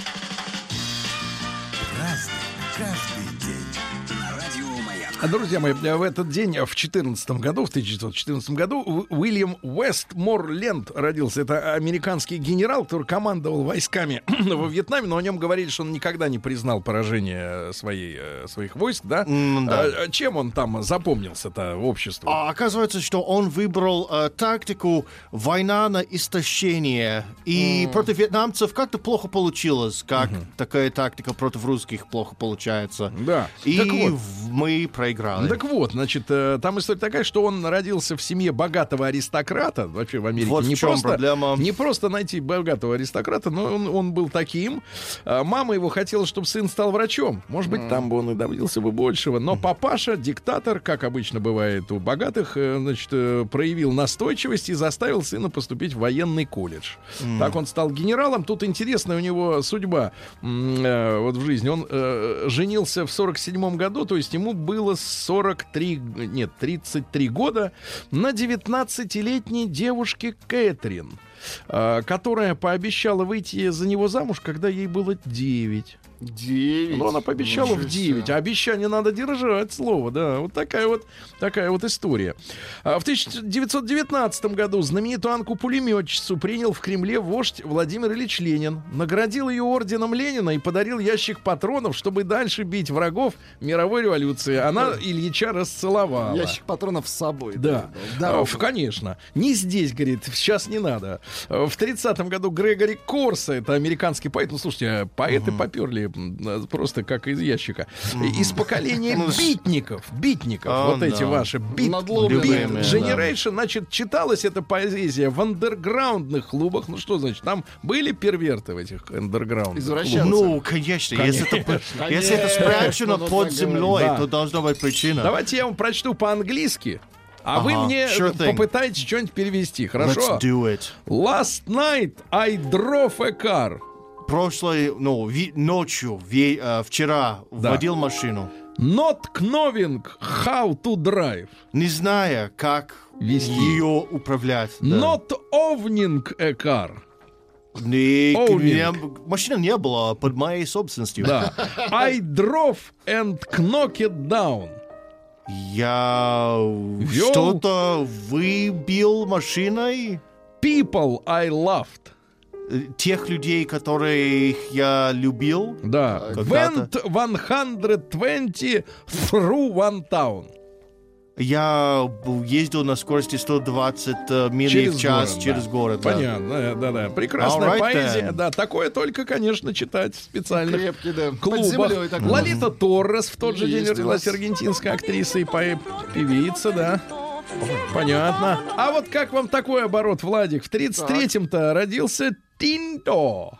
Speaker 1: Разный, каждый день. На радио Маяк.
Speaker 2: Друзья мои, в этот день, в 1914 году, Уильям Уэстморленд родился. Это американский генерал, который командовал войсками во Вьетнаме, но о нем говорили, что он никогда не признал поражение своих войск, да?
Speaker 3: Да.
Speaker 2: Чем он там запомнился-то обществу?
Speaker 3: А оказывается, что он выбрал тактику война на истощение. И против вьетнамцев как-то плохо получилось, как такая тактика против русских плохо получается.
Speaker 2: Да.
Speaker 3: И
Speaker 2: Так вот.
Speaker 3: мы проиграли.
Speaker 2: Так вот, значит, там история такая, что он родился в семье богатого аристократа. Вообще в Америке
Speaker 3: Вот в
Speaker 2: не
Speaker 3: чем
Speaker 2: просто,
Speaker 3: проблема.
Speaker 2: не просто найти богатого аристократа, но он был таким. Мама его хотела, чтобы сын стал врачом. Может быть, там бы он и добился бы большего. Но папаша, диктатор, как обычно бывает у богатых, значит, проявил настойчивость и заставил сына поступить в военный колледж. Так он стал генералом. Тут интересная у него судьба вот в жизни. Он женился в 47-м году, то есть ему было 33 года на 19-летней девушке Кэтрин, которая пообещала выйти за него замуж, когда ей было 9.
Speaker 4: 9.
Speaker 2: Но она пообещала в 9, а обещание надо держать, слово, да. Вот такая вот история. В 1919 году знаменитую Анку-пулеметчицу принял в Кремле вождь Владимир Ильич Ленин, наградил ее орденом Ленина и подарил ящик патронов, чтобы дальше бить врагов мировой революции. Она Ильича расцеловала.
Speaker 4: Ящик патронов с собой.
Speaker 2: Да, конечно. Не здесь, говорит, сейчас не надо. В 30-м году Грегори Корса, это американский поэт. Ну, слушайте, поэты поперли просто как из ящика. Из поколения битников. Вот эти ваши
Speaker 4: Надломленные,
Speaker 2: Generation. Значит, читалась эта поэзия в андерграундных клубах. Ну, что значит? Там были перверты в этих андерграундных
Speaker 4: Извращенцы.
Speaker 2: клубах.
Speaker 3: Ну, конечно. Если это спрячено
Speaker 4: ну,
Speaker 3: под
Speaker 4: так
Speaker 3: землей,
Speaker 2: Да.
Speaker 3: то должна быть причина.
Speaker 2: Давайте я вам прочту по-английски, а вы мне
Speaker 3: sure thing.
Speaker 2: попытаетесь что-нибудь перевести.
Speaker 3: Let's
Speaker 2: Хорошо?
Speaker 3: do it.
Speaker 2: Last night I drove a car.
Speaker 3: Ночью, вчера водил машину,
Speaker 2: Not knowing how to drive.
Speaker 3: не зная, как
Speaker 2: Вести.
Speaker 3: ее управлять. Да.
Speaker 2: Not owning a car.
Speaker 3: Машины не было под моей собственностью.
Speaker 2: Да. I drove and knocked it down.
Speaker 3: Я что-то выбил машиной
Speaker 2: People I loved.
Speaker 3: тех людей, которых я любил.
Speaker 2: Да.
Speaker 3: Когда-то.
Speaker 2: Went 120 through one town.
Speaker 3: Я ездил на скорости 120 миль в час через город. Да.
Speaker 2: Понятно, да. Прекрасная
Speaker 3: All right,
Speaker 2: поэзия.
Speaker 3: then.
Speaker 2: Да, такое только, конечно, читать в специальных
Speaker 4: Крепкий, да. Под
Speaker 2: клубах.
Speaker 4: землей такой.
Speaker 2: Лолита Торрес в тот же день
Speaker 4: Есть у
Speaker 2: родилась,
Speaker 4: нас.
Speaker 2: аргентинская актриса и певица, да. Понятно. А вот как вам такой оборот, Владик? В 33-м-то родился Тинто.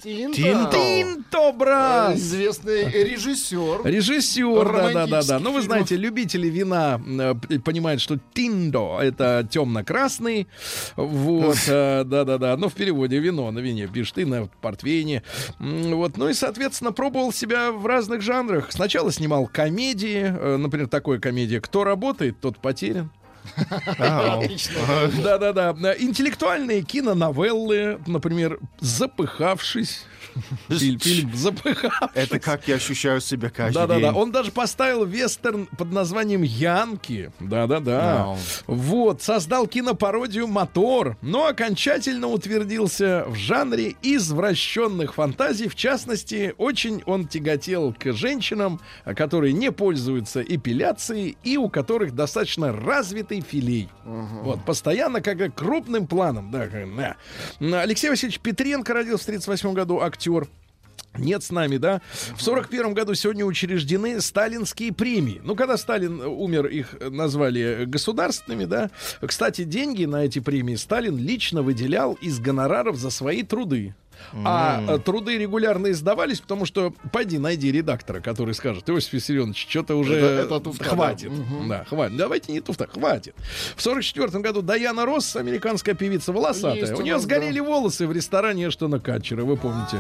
Speaker 2: Тинто, брат!
Speaker 4: Известный режиссер.
Speaker 2: Режиссер, да.
Speaker 4: Романтических
Speaker 2: Ну, вы знаете, любители вина понимают, что Тиндо — это темно-красный. Вот, да. Ну, в переводе вино на вине пишет, и на портвейне. Вот, ну и, соответственно, пробовал себя в разных жанрах. Сначала снимал комедии, например, такой комедия «Кто работает, тот потерян».
Speaker 4: Отлично.
Speaker 2: Да. Интеллектуальные киноновеллы, например, «Запыхавшись». Фильм «Запыхавшись».
Speaker 3: Это как я ощущаю себя каждый день.
Speaker 2: Да. Он даже поставил вестерн под названием «Янки». Да.
Speaker 3: Вау.
Speaker 2: Вот, создал кинопародию «Мотор», но окончательно утвердился в жанре извращенных фантазий. В частности, очень он тяготел к женщинам, которые не пользуются эпиляцией и у которых достаточно развитый филей. Вот, постоянно как крупным планом. Да. Алексей Васильевич Петренко родился в 1938 году, актер. Нет с нами, да? В 1941 году сегодня учреждены сталинские премии. Ну, когда Сталин умер, их назвали государственными, да? Кстати, деньги на эти премии Сталин лично выделял из гонораров за свои труды. А труды регулярно издавались, потому что пойди найди редактора, который скажет: Иосиф Виссарионович, что-то уже
Speaker 4: Это туфта,
Speaker 2: хватит.
Speaker 4: да.
Speaker 2: Да, хватит. Давайте не туфта, хватит. В 1944 году Дайана Росс, американская певица, волосатая.
Speaker 4: Есть
Speaker 2: У
Speaker 4: у
Speaker 2: нее
Speaker 4: нас,
Speaker 2: сгорели волосы в ресторане Эштона Катчера, вы помните?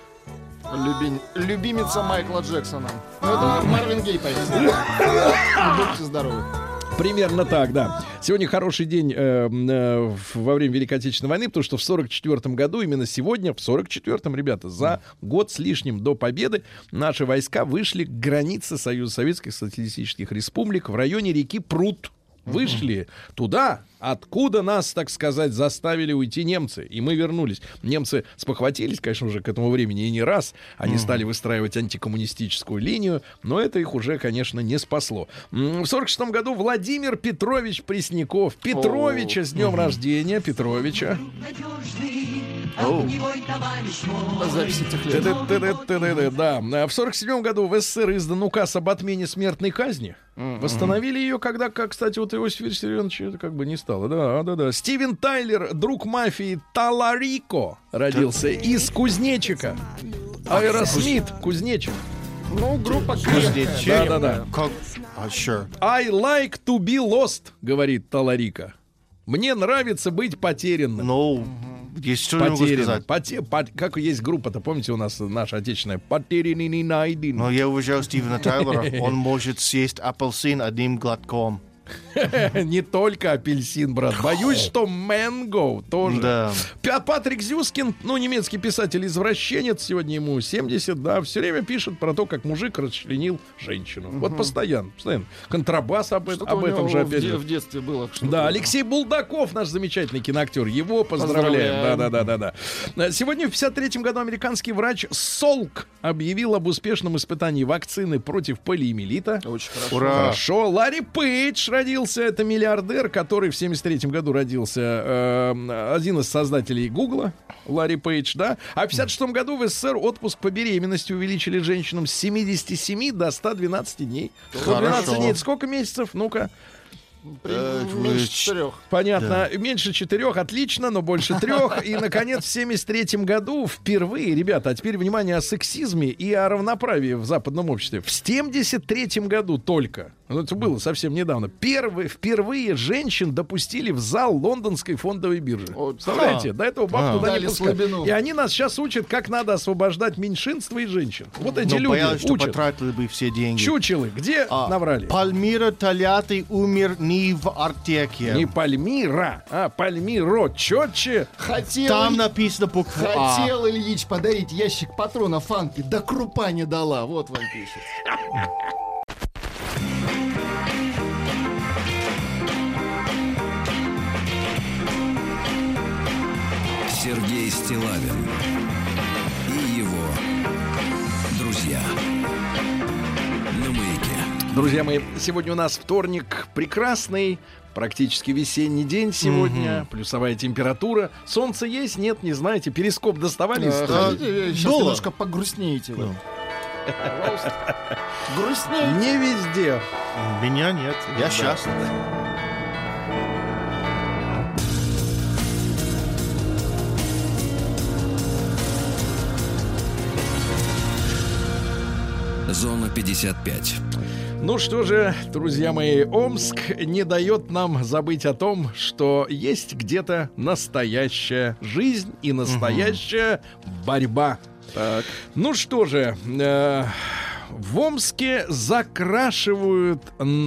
Speaker 4: Любимица Майкла Джексона. Ну, это Марвин Гей поет. Будьте здоровы.
Speaker 2: Примерно так, да. Сегодня хороший день во время Великой Отечественной войны, потому что в 1944 году, именно сегодня, в 1944-м, ребята, за год с лишним до победы, наши войска вышли к границе Союза Советских Социалистических Республик в районе реки Прут. Вышли туда, откуда нас, так сказать, заставили уйти немцы. И мы вернулись. Немцы спохватились, конечно, уже к этому времени и не раз. Они стали выстраивать антикоммунистическую линию, но это их уже, конечно, не спасло. В 1946 году Владимир Петрович Пресняков. Петровича с днем рождения. Петровича.
Speaker 4: Запись этих лет.
Speaker 2: Да. В 1947 году в СССР издан указ об отмене смертной казни. Восстановили ее, когда, кстати, вот Иосиф Виссарионович это как бы не стало. Да. Стивен Тайлер, друг мафии Таларико, родился из Кузнечика. Аэросмит, Кузнечик.
Speaker 4: Ну, группа
Speaker 3: Кузнечик.
Speaker 2: Да.
Speaker 3: Sure.
Speaker 2: I like to be lost, говорит Таларико. Мне нравится быть потерянным.
Speaker 3: Ну, есть что я могу сказать.
Speaker 2: Как есть группа-то, помните, у нас наша отечественная «Потерянный не найден».
Speaker 3: Но я уважаю Стивена Тайлера. Он может съесть апельсин одним глотком.
Speaker 2: Не только апельсин, брат. Боюсь, что мэнго тоже.
Speaker 3: Да.
Speaker 2: Патрик Зюскин, немецкий писатель-извращенец, сегодня ему 70, да, все время пишет про то, как мужик расчленил женщину. Вот постоянно. Контрабас об этом же опять же.
Speaker 4: В детстве было.
Speaker 2: Да, Алексей Булдаков, наш замечательный киноактер, его поздравляем. Да. Сегодня в 1953 году американский врач Солк объявил об успешном испытании вакцины против полиомиелита.
Speaker 4: Очень хорошо.
Speaker 3: Ура!
Speaker 2: Хорошо. Ларри Пейдж родился, это миллиардер, который в 73 году родился, один из создателей Гугла, Ларри Пейдж, да. А в 56 году в СССР отпуск по беременности увеличили женщинам с 77 до 112 дней. 112 дней, это сколько месяцев? Ну-ка.
Speaker 4: Меньше 4.
Speaker 2: Понятно. Да. Меньше 4, отлично, но больше 3. И, наконец, в 73 году впервые, ребята, а теперь внимание о сексизме и о равноправии в западном обществе. В 73 году только, это было совсем недавно, впервые женщин допустили в зал лондонской фондовой биржи. Представляете? До этого баб туда не пускали. И они нас сейчас учат, как надо освобождать меньшинства и женщин. Вот эти люди
Speaker 3: боялись,
Speaker 2: учат.
Speaker 3: что потратили бы все деньги.
Speaker 2: Чучелы, где наврали?
Speaker 3: Пальмира Тольятти умер не в Артеке.
Speaker 2: Не Пальмира, а Пальмиро. Четче.
Speaker 3: Там написано буква А.
Speaker 4: Хотел Ильич подарить ящик патронов Фанки, да крупа не дала. Вот вам пишет.
Speaker 1: Сергей Стиллавин и его друзья на Маяке.
Speaker 2: Друзья мои, сегодня у нас вторник, прекрасный, практически весенний день сегодня, плюсовая температура. Солнце есть? Нет, не знаете. Перископ доставали из студии?
Speaker 4: Сейчас немножко погрустнеете вы. Пожалуйста. Грустнее.
Speaker 2: Не везде.
Speaker 3: Меня нет. Я счастлив.
Speaker 1: Зона 55.
Speaker 2: Ну что же, друзья мои, Омск не дает нам забыть о том, что есть где-то настоящая жизнь и настоящая борьба. Так. Ну что же, в Омске закрашивают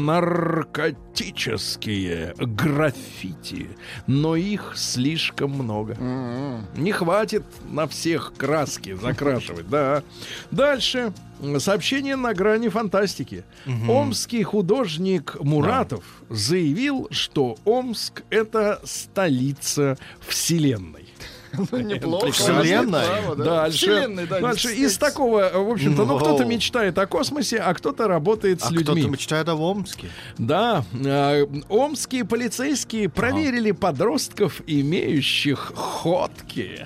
Speaker 2: наркотические граффити, но их слишком много. Не хватит на всех краски закрашивать, да. Дальше. Сообщение на грани фантастики. Омский художник Муратов заявил, что Омск — это столица Вселенной.
Speaker 4: Неплохо.
Speaker 3: Вселенная?
Speaker 2: Дальше. Дальше. Из такого, в общем-то, ну, кто-то мечтает о космосе, а кто-то работает с людьми.
Speaker 3: Кто-то мечтает об Омске.
Speaker 2: Да. Омские полицейские проверили подростков, имеющих ходки.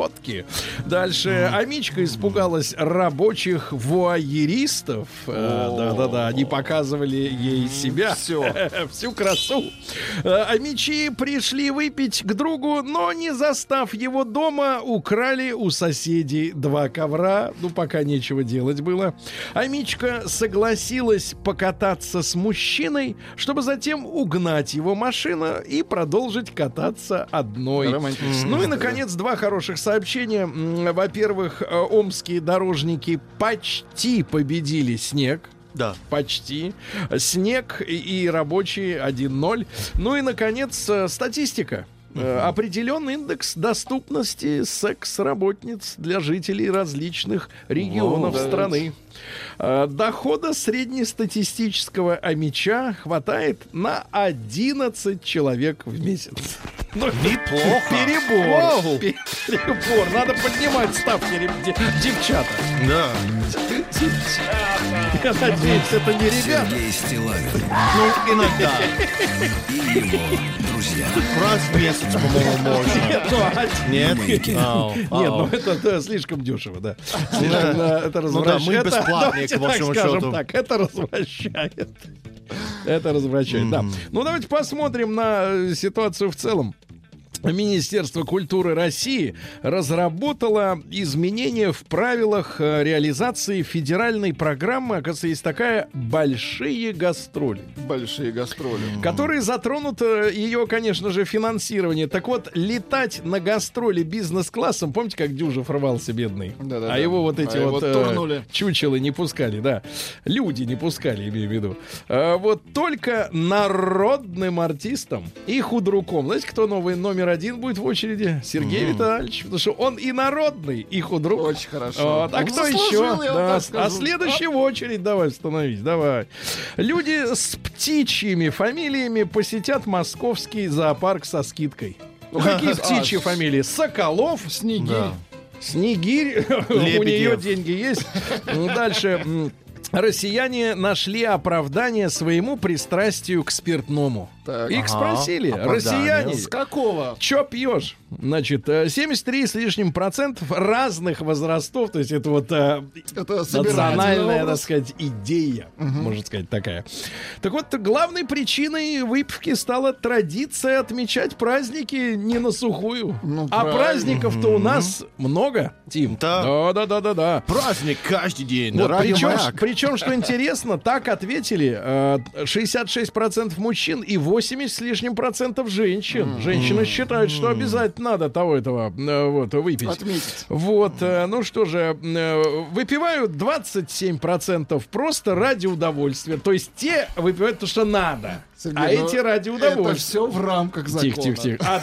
Speaker 2: Дальше. Амичка испугалась рабочих вуайеристов. Да-да-да. Они показывали ей себя. Всю красу. Амичи пришли выпить к другу, но, не застав его дома, украли у соседей 2 ковра. Ну, пока нечего делать было. Амичка согласилась покататься с мужчиной, чтобы затем угнать его машину и продолжить кататься одной. Ну и, наконец, 2 хороших сообщения. Во-первых, омские дорожники почти победили снег.
Speaker 3: Да.
Speaker 2: Почти. Снег и рабочие 1-0. Ну и, наконец, статистика. Определенный индекс доступности секс-работниц для жителей различных регионов страны. Дохода среднестатистического амича хватает на 11 человек в месяц. Ну,
Speaker 3: неплохо.
Speaker 2: Перебор. Надо поднимать ставки, девчата.
Speaker 3: Да.
Speaker 2: Я надеюсь, это не ребята.
Speaker 1: Сергей Стиллавин
Speaker 3: Ну, иногда.
Speaker 1: и его друзья.
Speaker 3: Раз в месяц, по-моему, можно. Нет?
Speaker 2: Нет, ну это слишком дешево, да. Это
Speaker 3: Ну да, мы
Speaker 2: развращает.
Speaker 3: бесплатные, к вашему счету.
Speaker 2: Так, это развращает. Это развращает, да. Ну, давайте посмотрим на ситуацию в целом. Министерство культуры России разработало изменения в правилах реализации федеральной программы, оказывается, есть такая «Большие гастроли».
Speaker 4: Большие гастроли.
Speaker 2: Которые затронут ее, конечно же, финансирование. Так вот, летать на гастроли бизнес-классом, помните, как Дюжев рвался, бедный?
Speaker 4: Да-да-да.
Speaker 2: А его вот эти
Speaker 4: его турнули.
Speaker 2: чучелы не пускали, да. Люди не пускали, имею в виду. Вот только народным артистам и худруком. Знаете, кто новый номер 1 будет в очереди? Сергей Витальевич. Потому что он и народный, и худрук.
Speaker 4: Очень хорошо.
Speaker 2: Вот. А
Speaker 4: Он
Speaker 2: кто
Speaker 4: заслужил,
Speaker 2: еще?
Speaker 4: я вам
Speaker 2: Да.
Speaker 4: так скажу.
Speaker 2: А следующий в очередь давай становись. Давай. Люди с птичьими фамилиями посетят московский зоопарк со скидкой. Ну, какие птичьи фамилии? Соколов,
Speaker 4: Снегирь.
Speaker 3: Да.
Speaker 2: Снегирь. У
Speaker 3: Лебедев.
Speaker 2: нее деньги есть. Дальше. россияне нашли оправдание своему пристрастию к спиртному.
Speaker 4: Так.
Speaker 2: Их спросили,
Speaker 3: оправдание.
Speaker 2: россияне,
Speaker 4: С какого?
Speaker 2: чё пьешь? Значит, 73 с лишним процентов разных возрастов, то есть это вот
Speaker 4: Это
Speaker 2: национальная, так
Speaker 4: образ.
Speaker 2: сказать, идея, можно сказать, такая. Так вот, главной причиной выпивки стала традиция отмечать праздники не на сухую.
Speaker 4: Ну,
Speaker 2: А
Speaker 4: правильно.
Speaker 2: праздников-то у нас много, Тим.
Speaker 3: Да.
Speaker 2: Да.
Speaker 3: Праздник каждый день. на
Speaker 2: Вот,
Speaker 3: радио «Маяк».
Speaker 2: причем, что интересно, так ответили 66% мужчин и 80 с лишним процентов женщин. Женщины считают, что обязательно надо того-этого вот, выпить.
Speaker 4: Отметить.
Speaker 2: Вот, ну что же, выпивают 27% просто ради удовольствия. То есть те выпивают то, что надо,
Speaker 4: Сергей,
Speaker 2: а
Speaker 4: ну,
Speaker 2: эти ради
Speaker 4: Это
Speaker 2: удовольствия.
Speaker 4: все в рамках закона.
Speaker 2: Тихо. А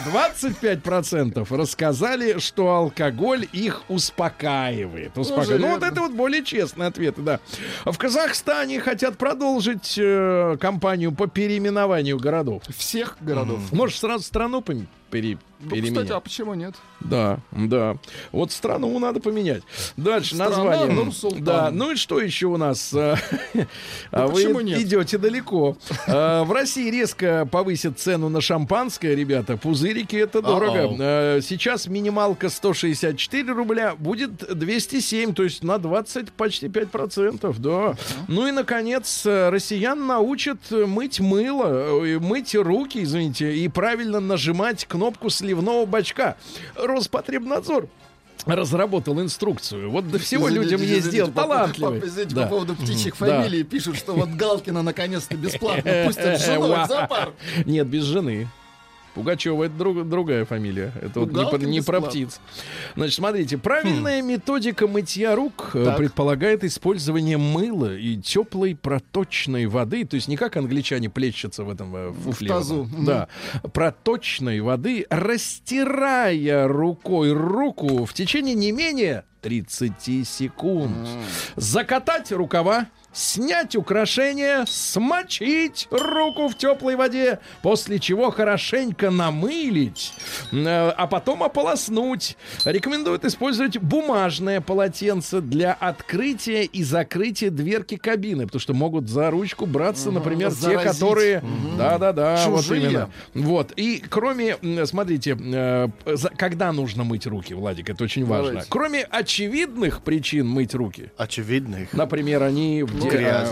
Speaker 2: 25% рассказали, что алкоголь их успокаивает. Ну, вот
Speaker 4: верно.
Speaker 2: это вот более честные ответы, да. В Казахстане хотят продолжить кампанию по переименованию городов.
Speaker 4: Всех городов.
Speaker 2: Может, сразу страну
Speaker 4: Ну,
Speaker 2: переменять?
Speaker 4: кстати, а почему нет?
Speaker 2: Да. Вот страну надо поменять. Дальше
Speaker 4: Страна
Speaker 2: название.
Speaker 4: Нур-Султан.
Speaker 2: Да, ну и что еще у нас? Вы
Speaker 4: почему нет?
Speaker 2: идете далеко. В России резко повысят цену на шампанское, ребята. Пузырики — это дорого. Сейчас минималка 164 рубля, будет 207, то есть на 20, почти 5%. Да. Ну и, наконец, россиян научат мыть мыло, мыть руки, извините, и правильно нажимать кнопку сливного бачка. Роспотребнадзор разработал инструкцию. Вот до всего людям есть дело. Талантливый.
Speaker 4: Извините,
Speaker 2: Да.
Speaker 4: по поводу птичьих
Speaker 2: Да.
Speaker 4: фамилий пишут, что вот Галкина наконец-то бесплатно пустят с женой в зоопарк.
Speaker 2: Нет, без жены. Пугачева — это другая фамилия. Это вот
Speaker 4: Галкин
Speaker 2: не про
Speaker 4: бесплатно.
Speaker 2: птиц. Значит, смотрите, правильная методика мытья рук
Speaker 4: Так.
Speaker 2: предполагает использование мыла и теплой проточной воды. То есть не как англичане плещутся в этом фуфле.
Speaker 4: тазу.
Speaker 2: Да. Проточной воды, растирая рукой руку в течение не менее 30 секунд. Закатать рукава, снять украшения, смочить руку в теплой воде, после чего хорошенько намылить, а потом ополоснуть. Рекомендуют использовать бумажное полотенце для открытия и закрытия дверки кабины, потому что могут за ручку браться, например, те,
Speaker 4: заразить.
Speaker 2: которые... Да-да-да, вот
Speaker 4: Чужие.
Speaker 2: именно. Вот. И кроме, смотрите, когда нужно мыть руки, Владик, это очень важно.
Speaker 4: Давайте.
Speaker 2: Кроме очевидных причин мыть руки,
Speaker 3: Очевидных.
Speaker 2: например, они в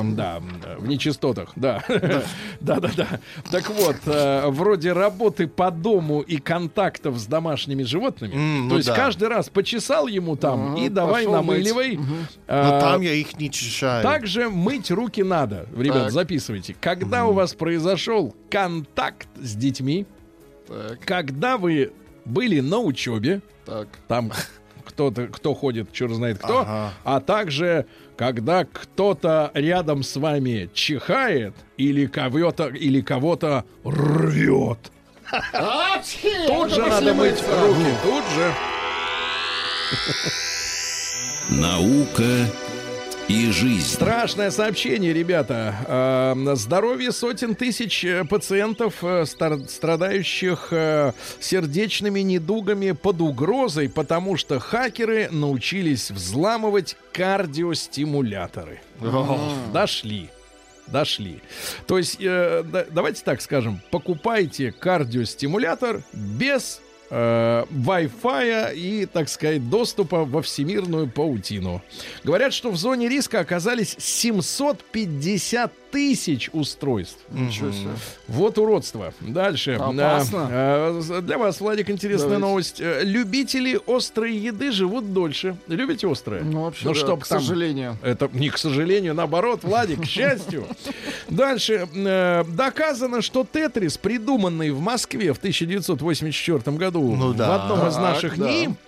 Speaker 2: в нечистотах, да. Да. Так вот, вроде работы по дому и контактов с домашними животными. То есть каждый раз почесал ему там и давай
Speaker 4: пошел
Speaker 2: намыливай.
Speaker 3: Но там я их не чищаю.
Speaker 2: Также мыть руки надо. Ребят,
Speaker 4: Так.
Speaker 2: записывайте. Когда у вас произошел контакт с детьми,
Speaker 4: Так,
Speaker 2: когда вы были на учебе,
Speaker 4: так.
Speaker 2: там кто ходит, черт знает кто,
Speaker 3: Ага.
Speaker 2: а также когда кто-то рядом с вами чихает или кого-то рвет. Тут же надо мыть руки, тут же.
Speaker 1: Наука и жизнь.
Speaker 2: Страшное сообщение, ребята. Здоровье сотен тысяч пациентов, страдающих сердечными недугами, под угрозой, потому что хакеры научились взламывать кардиостимуляторы. Дошли. То есть, давайте так скажем, покупайте кардиостимулятор без Wi-Fi и, так сказать, доступа во всемирную паутину. Говорят, что в зоне риска оказались 750 тысяч устройств.
Speaker 4: Ничего себе.
Speaker 2: Вот уродство. Дальше.
Speaker 4: Опасно.
Speaker 2: Для вас, Владик, интересная
Speaker 4: Давайте.
Speaker 2: новость. Любители острой еды живут дольше. Любите острое?
Speaker 4: Ну, вообще, да,
Speaker 2: чтоб
Speaker 4: к сожалению.
Speaker 2: Это не к сожалению, наоборот, Владик, к счастью. Дальше. Доказано, что Тетрис, придуманный в Москве в 1984 году
Speaker 3: Ну да.
Speaker 2: в одном из
Speaker 4: Так,
Speaker 2: наших
Speaker 4: да.
Speaker 2: НИИ,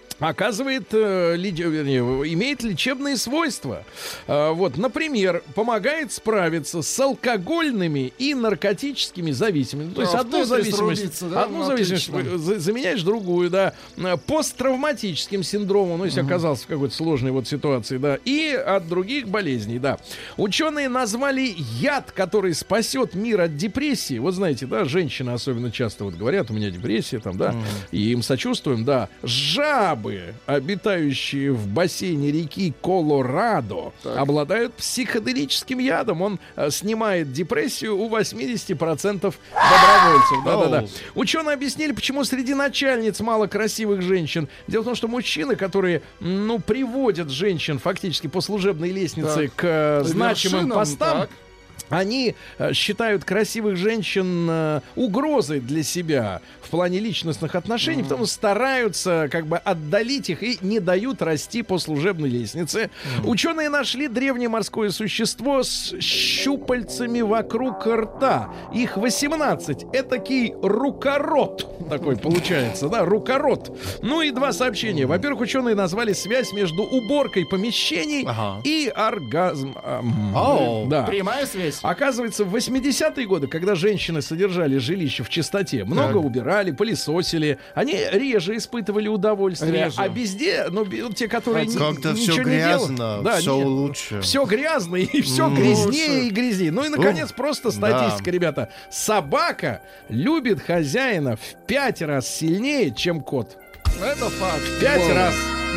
Speaker 2: имеет лечебные свойства. Вот, например, помогает справиться с алкогольными и наркотическими зависимостями. То есть
Speaker 4: в
Speaker 2: одну
Speaker 4: Тетрис
Speaker 2: зависимость,
Speaker 4: рубиться, да?
Speaker 2: одну
Speaker 4: Ну,
Speaker 2: зависимость
Speaker 4: отлично.
Speaker 2: заменяешь другую, да. Посттравматическим синдромом, ну, если оказался в какой-то сложной вот ситуации, да, и от других болезней, да. Ученые назвали яд, который спасет мир от депрессии. Вот знаете, да, женщины особенно часто вот говорят, у меня депрессия, там, да, и им сочувствуем, да. Жабы крабы, обитающие в бассейне реки Колорадо, обладают психоделическим ядом. Он снимает депрессию у 80% добровольцев. Да-да-да. Ученые объяснили, почему среди начальниц мало красивых женщин. Дело в том, что мужчины, которые, приводят женщин фактически по служебной лестнице к значимым постам, они считают красивых женщин угрозой для себя в плане личностных отношений, потому что стараются как бы отдалить их и не дают расти по служебной лестнице. Ученые нашли древнее морское существо с щупальцами вокруг рта. Их 18. Этакий рукорот такой получается, да, рукорот. Ну и два сообщения. Во-первых, ученые назвали связь между уборкой помещений и оргазм. Да.
Speaker 4: Прямая связь.
Speaker 2: Оказывается, в 80-е годы, когда женщины содержали жилище в чистоте, много убирали, пылесосили, они реже испытывали удовольствие. А везде, те, которые
Speaker 3: как-то
Speaker 2: ничего
Speaker 3: все
Speaker 2: не
Speaker 3: грязно,
Speaker 2: делают,
Speaker 3: все лучше.
Speaker 2: Все грязно и все грязнее и грязнее. Ну и, наконец, просто статистика, ребята. Собака любит хозяина в 5 раз сильнее, чем кот.
Speaker 4: Это факт.
Speaker 2: В 5 раз.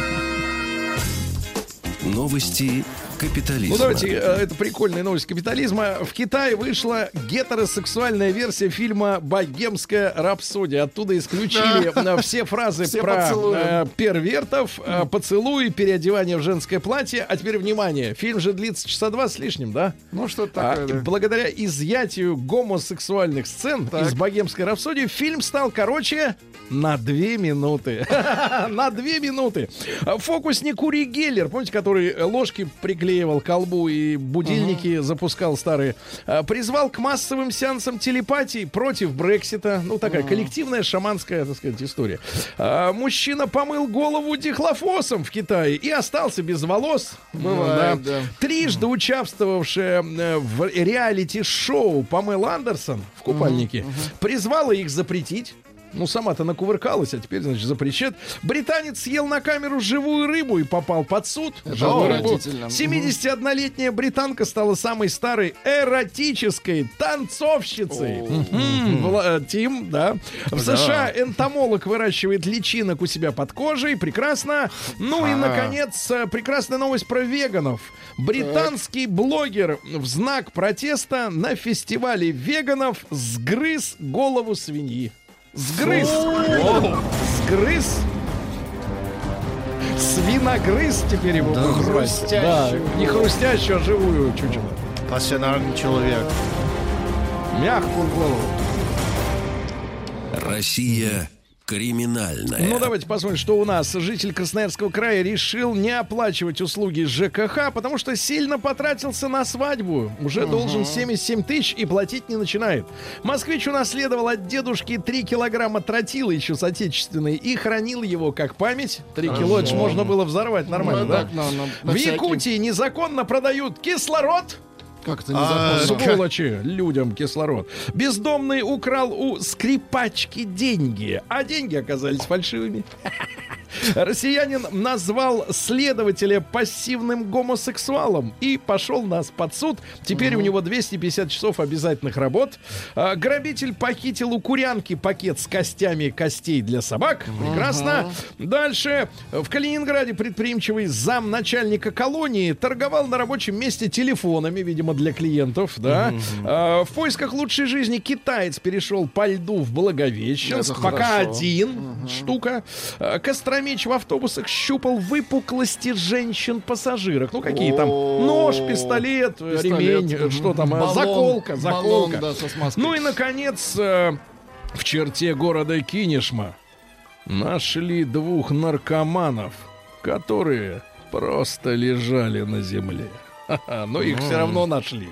Speaker 1: Новости капитализма.
Speaker 2: Ну, давайте, это прикольная новость капитализма. В Китае вышла гетеросексуальная версия фильма «Богемская рапсодия». Оттуда исключили все фразы про первертов, поцелуи, переодевание в женское платье. А теперь, внимание, фильм же длится часа 2 с лишним, да?
Speaker 4: Ну, что такое, да.
Speaker 2: Благодаря изъятию гомосексуальных сцен из «Богемской рапсодии» фильм стал короче на 2 минуты. На 2 минуты. Фокусник Ури Геллер, помните, который ложки приклеивал к колбу и будильники запускал старые, призвал к массовым сеансам телепатии против Брексита. Ну, такая коллективная шаманская, так сказать, история. Мужчина помыл голову дихлофосом в Китае и остался без волос.
Speaker 4: Бывает, да.
Speaker 2: Трижды участвовавшая в реалити-шоу Памела Андерсон в купальнике призвала их запретить. Ну, сама-то накувыркалась, а теперь, значит, запрещает. Британец съел на камеру живую рыбу и попал под суд. 71-летняя британка стала самой старой эротической танцовщицей. Тим, да. В США энтомолог выращивает личинок у себя под кожей. Прекрасно. Ну и, наконец, прекрасная новость про веганов. Британский блогер в знак протеста на фестивале веганов сгрыз голову свиньи. Сгрыз. Сгрыз. Свиногрыз теперь его будут называть. Да, не хрустящую, а живую чучело.
Speaker 3: Пассионарный человек.
Speaker 2: Мягкую голову.
Speaker 1: Россия криминальная.
Speaker 2: Ну, давайте посмотрим, что у нас. Житель Красноярского края решил не оплачивать услуги ЖКХ, потому что сильно потратился на свадьбу. Уже должен 77 тысяч и платить не начинает. Москвич унаследовал от дедушки 3 килограмма тротила еще с отечественной и хранил его как память. 3 кило, это же можно было взорвать нормально, да? В Якутии незаконно продают кислород.
Speaker 4: Как это незаконно?
Speaker 2: Сволочи, людям кислород. Бездомный украл у скрипачки деньги, а деньги оказались фальшивыми. Россиянин назвал следователя пассивным гомосексуалом и пошел нас под суд. Теперь у него 250 часов обязательных работ. Грабитель похитил у курянки пакет с костями костей для собак. Прекрасно. Дальше. В Калининграде предприимчивый замначальника колонии торговал на рабочем месте телефонами, видимо, для клиентов. Да. В поисках лучшей жизни китаец перешел по льду в Благовещенск. Пока один штука. Костромич в автобусах щупал выпуклости женщин-пассажирок. Ну, какие там? Нож, пистолет, ремень, что там? Заколка.
Speaker 4: Баллон, да, со смазкой.
Speaker 2: Ну и, наконец, в черте города Кинешма нашли 2 наркоманов, которые просто лежали на земле. Но их все равно нашли.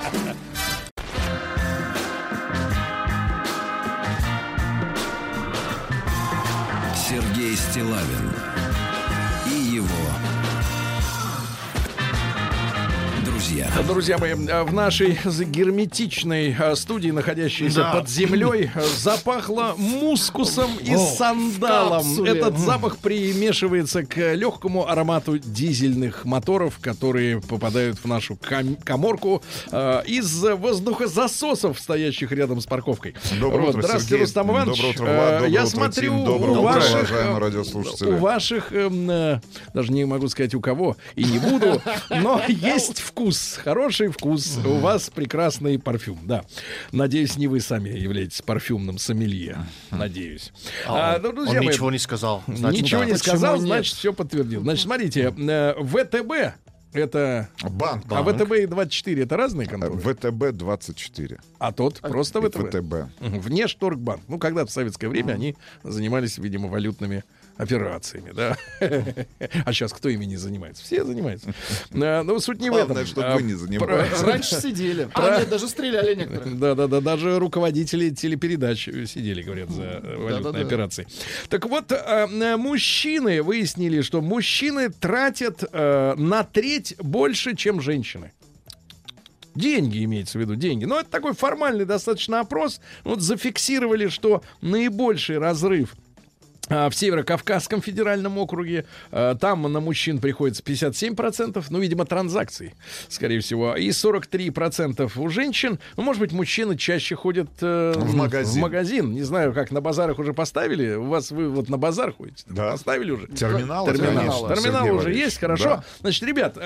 Speaker 1: Сергей Стиллавин и его друзья.
Speaker 2: Друзья мои, в нашей герметичной студии, находящейся под землей, запахло мускусом и сандалом.
Speaker 4: капсуле.
Speaker 2: Этот запах примешивается к легкому аромату дизельных моторов, которые попадают в нашу каморку из воздухозасосов, стоящих рядом с парковкой.
Speaker 6: Доброе утро,
Speaker 2: Здравствуйте,
Speaker 6: Сергей.
Speaker 2: Рустам Иванович.
Speaker 6: Доброе утро, Влад. Доброе
Speaker 2: Я
Speaker 6: утро,
Speaker 2: смотрю,
Speaker 6: Тим. Доброе
Speaker 2: у
Speaker 6: утро,
Speaker 2: ваших,
Speaker 6: уважаемые радиослушатели.
Speaker 2: у ваших, даже не могу сказать у кого, и не буду, но есть вкус, хороший вкус. У вас прекрасный парфюм, да. Надеюсь, не вы сами являетесь парфюмным сомелье. Надеюсь. Друзья
Speaker 3: Он
Speaker 2: мои,
Speaker 3: ничего не сказал.
Speaker 2: ничего не
Speaker 4: Почему
Speaker 2: сказал,
Speaker 4: нет?
Speaker 2: значит, все подтвердил. Значит, смотрите, ВТБ это...
Speaker 6: Банк.
Speaker 2: А ВТБ и 24 это разные конторы?
Speaker 6: ВТБ 24.
Speaker 2: А тот просто ВТБ.
Speaker 6: ВТБ.
Speaker 2: Внешторгбанк. Ну, когда-то в советское время они занимались, видимо, валютными операциями, да. А сейчас кто ими не занимается? Все занимаются. Но суть не в этом.
Speaker 6: Главное, чтобы вы не занимались.
Speaker 4: Раньше сидели. Нет, даже стреляли некоторые.
Speaker 2: Да, даже руководители телепередач сидели, говорят, за валютные операции. Так вот, мужчины выяснили, что мужчины тратят на треть больше, чем женщины. Деньги имеется в виду, деньги. Но это такой формальный достаточно опрос. Вот зафиксировали, что наибольший разрыв в Северо-Кавказском федеральном округе. Там на мужчин приходится 57%, ну, видимо, транзакций, скорее всего. И 43% у женщин. Ну, может быть, мужчины чаще ходят в магазин. Не знаю, как на базарах уже поставили. У вас вы вот на базар ходите?
Speaker 6: Да.
Speaker 2: Поставили уже?
Speaker 6: Терминалы,
Speaker 2: Терминал
Speaker 6: конечно, Сергей
Speaker 2: уже
Speaker 6: Валерьевич.
Speaker 2: есть, хорошо.
Speaker 6: Да.
Speaker 2: Значит, ребят,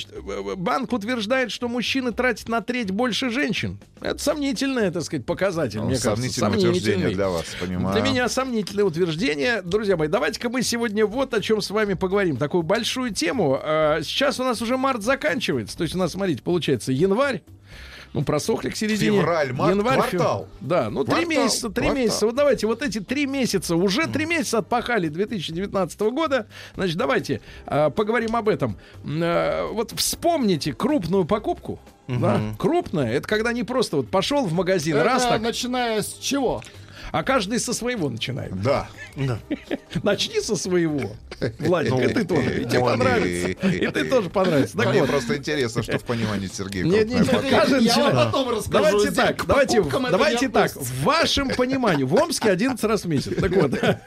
Speaker 2: банк утверждает, что мужчины тратят на треть больше женщин. Это сомнительный, так сказать, показатель, мне кажется.
Speaker 6: Сомнительное утверждение для вас, понимаю.
Speaker 2: Для меня сомнительное утверждение. Друзья мои, давайте-ка мы сегодня вот о чем с вами поговорим. Такую большую тему. Сейчас у нас уже март заканчивается. То есть у нас, смотрите, получается январь. Ну, просохли к середине.
Speaker 6: Февраль, март,
Speaker 2: январь,
Speaker 6: квартал.
Speaker 2: Да, ну, 3 месяца, 3 месяца. Вот давайте, вот эти 3 месяца, уже 3 месяца отпахали 2019 года. Значит, давайте поговорим об этом. Вот вспомните крупную покупку. Да? Крупная, это когда не просто вот пошел в магазин, раз так,
Speaker 4: Начиная с чего?
Speaker 2: а каждый со своего начинает.
Speaker 6: Да.
Speaker 2: Начни со своего. Владик, и ты тоже. И тебе понравится. И ты тоже понравится. Так
Speaker 6: Мне
Speaker 2: вот.
Speaker 6: просто интересно, что в понимании Сергея.
Speaker 2: Нет, каждый
Speaker 4: Я вам
Speaker 2: начинает.
Speaker 4: потом расскажу.
Speaker 2: Давайте так,
Speaker 4: К
Speaker 2: давайте
Speaker 4: покупкам это
Speaker 2: так.
Speaker 4: не относится.
Speaker 2: В вашем понимании, в Омске 11 раз в месяц. Так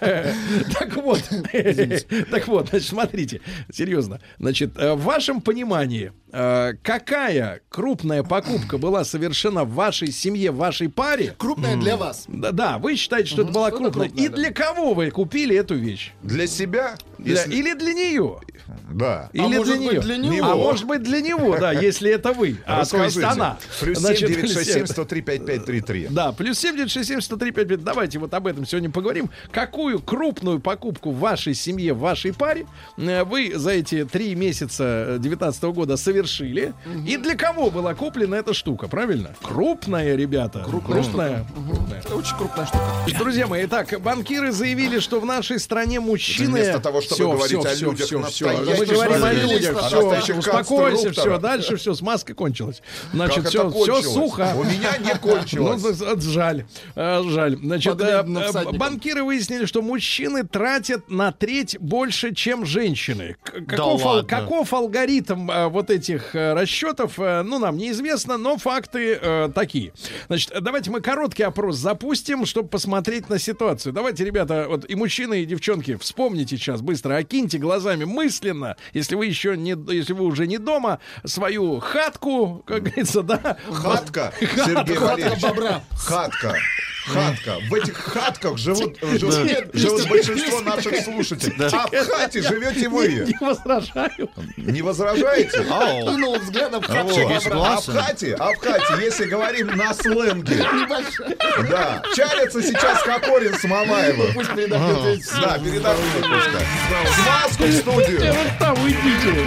Speaker 2: вот, значит, смотрите, серьезно. Значит, в вашем понимании, какая крупная покупка была совершена в вашей семье, в вашей паре?
Speaker 4: Крупная для вас.
Speaker 2: Да, вы считаете, что это была
Speaker 4: что-то
Speaker 2: крупная.
Speaker 4: крупное,
Speaker 2: И
Speaker 4: да.
Speaker 2: для кого вы купили эту вещь?
Speaker 6: Для себя? Если-
Speaker 2: Или для нее?
Speaker 6: Да.
Speaker 2: Или
Speaker 4: может
Speaker 2: для
Speaker 4: быть,
Speaker 2: нее?
Speaker 4: для него?
Speaker 2: А может быть для него, да, если это вы. То есть
Speaker 6: Расскажите.
Speaker 2: она.
Speaker 6: Плюс
Speaker 2: Значит,
Speaker 6: 7 967 103 5533.
Speaker 2: Да, плюс 7967 103 55. Давайте вот об этом сегодня поговорим. Какую крупную покупку в вашей семье, в вашей паре вы за эти 3 месяца 2019 года совершили? И для кого была куплена эта штука, правильно? Крупная, ребята. Крупная.
Speaker 4: Это очень крупная штука.
Speaker 2: Друзья мои, итак, банкиры заявили, что в нашей стране мужчины...
Speaker 6: Вместо того, чтобы говорить о людях настоящих,
Speaker 2: Мы говорим о
Speaker 6: настоящих,
Speaker 2: людях,
Speaker 6: о
Speaker 2: все,
Speaker 6: настоящих
Speaker 2: успокойся, все,
Speaker 6: конструкторах.
Speaker 2: дальше все, смазка кончилась. Значит,
Speaker 6: Как
Speaker 2: все
Speaker 6: это кончилось?
Speaker 2: сухо.
Speaker 6: У меня не кончилось.
Speaker 2: Ну, жаль. Жаль. Значит,
Speaker 4: Подведено всадником.
Speaker 2: банкиры выяснили, что мужчины тратят на треть больше, чем женщины.
Speaker 3: ладно.
Speaker 2: Каков алгоритм вот этих расчетов, ну, нам неизвестно, но факты такие. Значит, давайте мы короткий опрос запустим, чтобы посмотреть на ситуацию. Давайте, ребята, вот и мужчины, и девчонки, вспомните сейчас быстро, окиньте глазами мысленно, если вы уже не дома, свою хатку, как говорится, да.
Speaker 6: Хатка, Сергей Валерьевич.
Speaker 4: бобра.
Speaker 6: Хатка. В этих хатках живут большинство наших слушателей. А в хате живете вы.
Speaker 2: Не возражаю.
Speaker 6: Не возражаете?
Speaker 4: Кинул взглядом в хатку
Speaker 6: Вот.
Speaker 4: бобра.
Speaker 6: А в хате, если говорим на сленге,
Speaker 4: Небольшая.
Speaker 6: да, чалится сейчас Кокорин с Мамаевым.
Speaker 4: Пусть передохнет.
Speaker 6: Да, передохнут пускай. Смазку в студию.
Speaker 2: Там уйдите.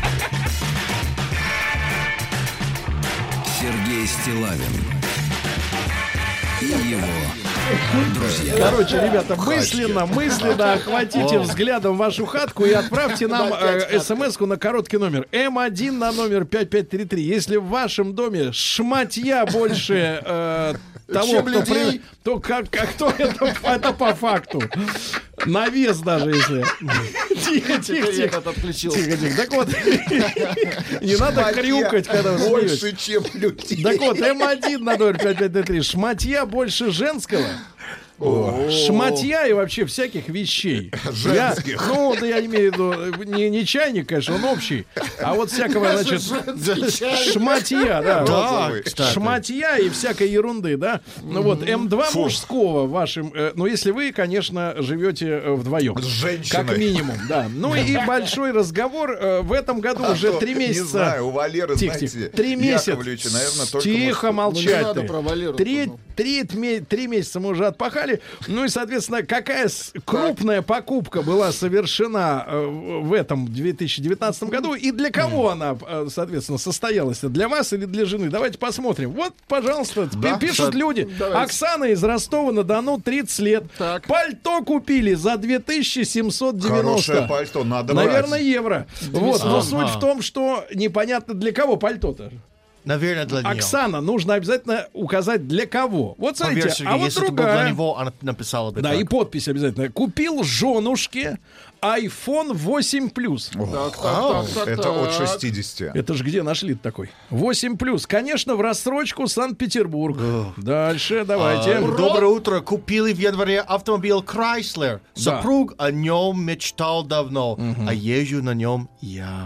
Speaker 1: Сергей Стиллавин и его друзья.
Speaker 2: Короче, ребята, мысленно охватите взглядом вашу хатку и отправьте нам смс-ку на короткий номер М1 на номер 5533. Если в вашем доме шматья больше того,
Speaker 4: Чем
Speaker 2: кто
Speaker 4: людей?
Speaker 2: то кто это по факту. На вес даже, если. Тихо, тихо, тихо.
Speaker 4: Отключил.
Speaker 2: Тихо, тихо. Так вот, не надо хрюкать, когда вы смеетесь.
Speaker 6: Больше, чем людей.
Speaker 2: Так вот, М1 на 05533. Шматья больше женского. Шматья и вообще всяких вещей.
Speaker 6: Женских.
Speaker 2: Я имею в виду не чайник, конечно, он общий, а вот всякого, значит, шматья, да.
Speaker 6: Розовый.
Speaker 2: Шматья и всякой ерунды, да. Ну вот, М2 мужского вашим, если вы, конечно, живете вдвоем.
Speaker 6: С женщиной.
Speaker 2: Как минимум, да. Ну и большой разговор. В этом году уже 3 месяца.
Speaker 6: Не знаю, у Валеры,
Speaker 2: Тихо,
Speaker 6: знаете,
Speaker 2: тихо. 3 месяца.
Speaker 6: Яковлевича, наверное, только...
Speaker 2: Тихо молчать.
Speaker 4: Не надо
Speaker 2: ты.
Speaker 4: про Валеру.
Speaker 2: 3 месяца мы уже отпахали. Ну и, соответственно, какая крупная покупка была совершена в этом 2019 году и для кого она, соответственно, состоялась? Для вас или для жены? Давайте посмотрим. Вот, пожалуйста, пишут люди.
Speaker 4: Давайте.
Speaker 2: Оксана из Ростова-на-Дону, 30 лет.
Speaker 4: Так.
Speaker 2: Пальто купили за 2790.
Speaker 6: Хорошее пальто, надо брать.
Speaker 2: Наверное, евро. Вот, но суть в том, что непонятно для кого пальто-то.
Speaker 3: Наверное, для нее.
Speaker 2: Оксана, нужно обязательно указать для кого. Вот смотрите,
Speaker 3: Поверь, Сергей,
Speaker 2: а вот
Speaker 3: если это было
Speaker 2: другая.
Speaker 3: для него, она написала бы
Speaker 2: Да,
Speaker 3: так.
Speaker 2: и подпись обязательно. Купил женушке iPhone 8 Plus.
Speaker 6: Это от 60.
Speaker 2: Это же где нашли такой? 8 Plus. Конечно, в рассрочку Санкт-Петербург. Дальше, давайте.
Speaker 3: Доброе утро. Купили в январе автомобиль Chrysler. Супруг о нем мечтал давно, а езжу на нем я.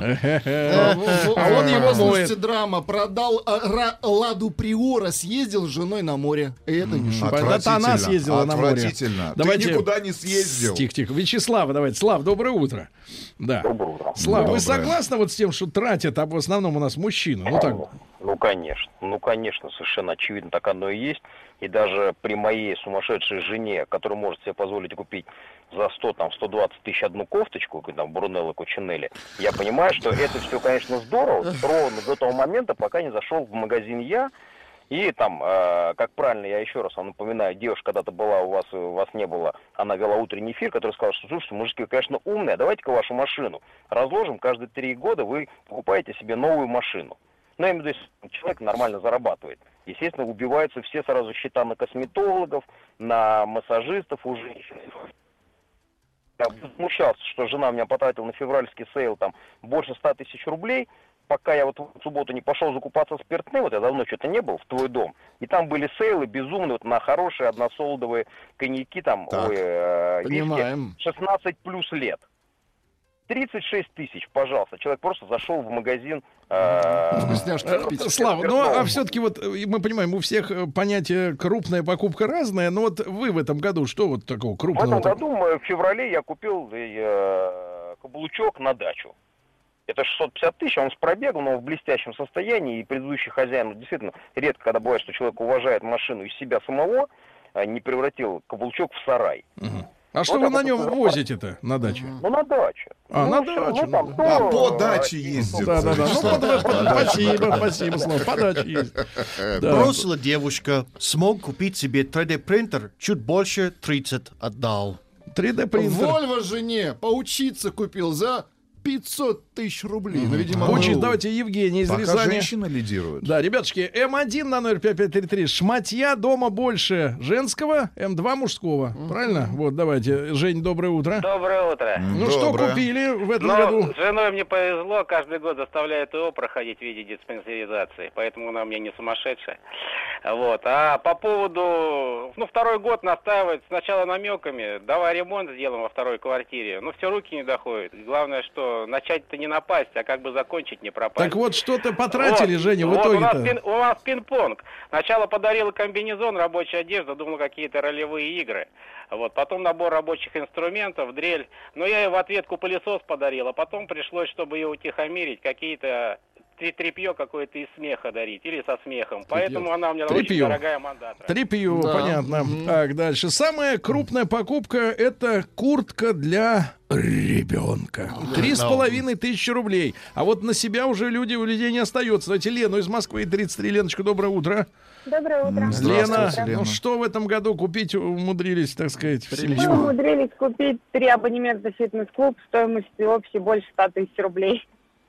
Speaker 2: А он его
Speaker 4: Слушайте,
Speaker 2: моет.
Speaker 4: драма. Продал Ладу Приора, съездил с женой на море. И это не шутка.
Speaker 2: Это она съездила на море.
Speaker 6: Отвратительно.
Speaker 2: Давайте-
Speaker 6: Ты никуда не съездил.
Speaker 2: Тихо. Вячеслава, давайте. Слав, доброе утро. Да.
Speaker 7: Доброе утро.
Speaker 2: Слав, вы
Speaker 6: Доброе.
Speaker 2: согласны вот с тем, что тратят в основном у нас мужчины? Ну так.
Speaker 7: Ну, конечно, совершенно очевидно, так оно и есть. И даже при моей сумасшедшей жене, которая может себе позволить купить за 100-120 тысяч одну кофточку, там, Брунелло Кучинелли, я понимаю, что это все, конечно, здорово, ровно до того момента, пока не зашел в магазин я, и там, как правильно, я еще раз вам напоминаю, девушка когда-то была, у вас не было, она вела утренний эфир, который сказал, что, слушайте, мужики, вы, конечно, умные, давайте-ка вашу машину разложим, каждые 3 года вы покупаете себе новую машину. Ну, я имею в виду, если человек нормально зарабатывает. Естественно, убиваются все сразу счета на косметологов, на массажистов у женщин. Я возмущался, что жена у меня потратила на февральский сейл там больше 100 тысяч рублей, пока я вот в субботу не пошел закупаться спиртным, вот я давно что-то не был, в твой дом, и там были сейлы безумные вот на хорошие односолодовые коньяки, там,
Speaker 4: Понимаем.
Speaker 7: 16 плюс лет. 36 тысяч, пожалуйста. Человек просто зашел в магазин.
Speaker 4: Вкусняшки купить.
Speaker 2: Слава, ну а все-таки вот мы понимаем, у всех понятие крупная покупка разное, но вот вы в этом году что вот такого
Speaker 7: В
Speaker 2: крупного?
Speaker 7: этом году в феврале я купил каблучок на дачу. Это 650 тысяч, он с пробегом, но в блестящем состоянии, и предыдущий хозяин, действительно, редко, когда бывает, что человек уважает машину из себя самого, не превратил каблучок в сарай.
Speaker 2: А что вы на нем возите-то на даче?
Speaker 7: Ну, на даче.
Speaker 2: На даче.
Speaker 6: А по даче ездит.
Speaker 2: Да. Ну, спасибо, Слава, по даче есть. Да.
Speaker 3: Бросила девушка, смог купить себе 3D-принтер, чуть больше 30 отдал.
Speaker 2: 3D принтер.
Speaker 4: Вольво жене поучиться купил за 500 тысяч рублей. Ну, видимо,
Speaker 2: Давайте Евгений из
Speaker 6: Пока
Speaker 2: Рязани.
Speaker 6: женщины лидируют.
Speaker 2: Да, ребятушки, М1 на 05533. Шматья дома больше женского, М2 мужского. Правильно? Вот, давайте. Жень, доброе утро.
Speaker 8: Доброе утро.
Speaker 2: Ну, что
Speaker 6: Доброе.
Speaker 2: купили в этом
Speaker 8: Ну,
Speaker 2: году?
Speaker 8: с женой мне повезло, каждый год заставляю ТО проходить в виде диспансеризации, поэтому она у меня не сумасшедшая. Вот. А по поводу, второй год настаивает сначала намеками, давай ремонт сделаем во второй квартире, но все руки не доходят. Главное, что начать-то не напасть, а как бы закончить не пропасть.
Speaker 2: Так вот, что-то потратили,
Speaker 8: Вот,
Speaker 2: Женя, в
Speaker 8: вот
Speaker 2: итоге-то.
Speaker 8: у нас пинг-понг. Сначала подарила комбинезон, рабочая одежда, думал, какие-то ролевые игры. Вот, потом набор рабочих инструментов, дрель. Но я ей в ответку пылесос подарил, а потом пришлось, чтобы ее утихомирить, какие-то тряпье какое-то из смеха дарить, или со смехом. Поэтому она у меня очень
Speaker 2: Тряпье.
Speaker 8: дорогая мандатра.
Speaker 2: Тряпью,
Speaker 4: Да.
Speaker 2: понятно. Так, дальше. Самая крупная покупка — это куртка для ребенка. 3,5 тысячи рублей. А вот на себя уже у людей не остается. Давайте Лену из Москвы, 33. Леночка, доброе утро.
Speaker 9: Доброе утро.
Speaker 2: Лена,
Speaker 6: Здравствуйте, Лена.
Speaker 2: ну что в этом году купить умудрились, так сказать, в
Speaker 9: Мы
Speaker 2: семью?
Speaker 9: умудрились купить 3 абонемента в фитнес-клуб стоимостью общей больше 100 тысяч рублей.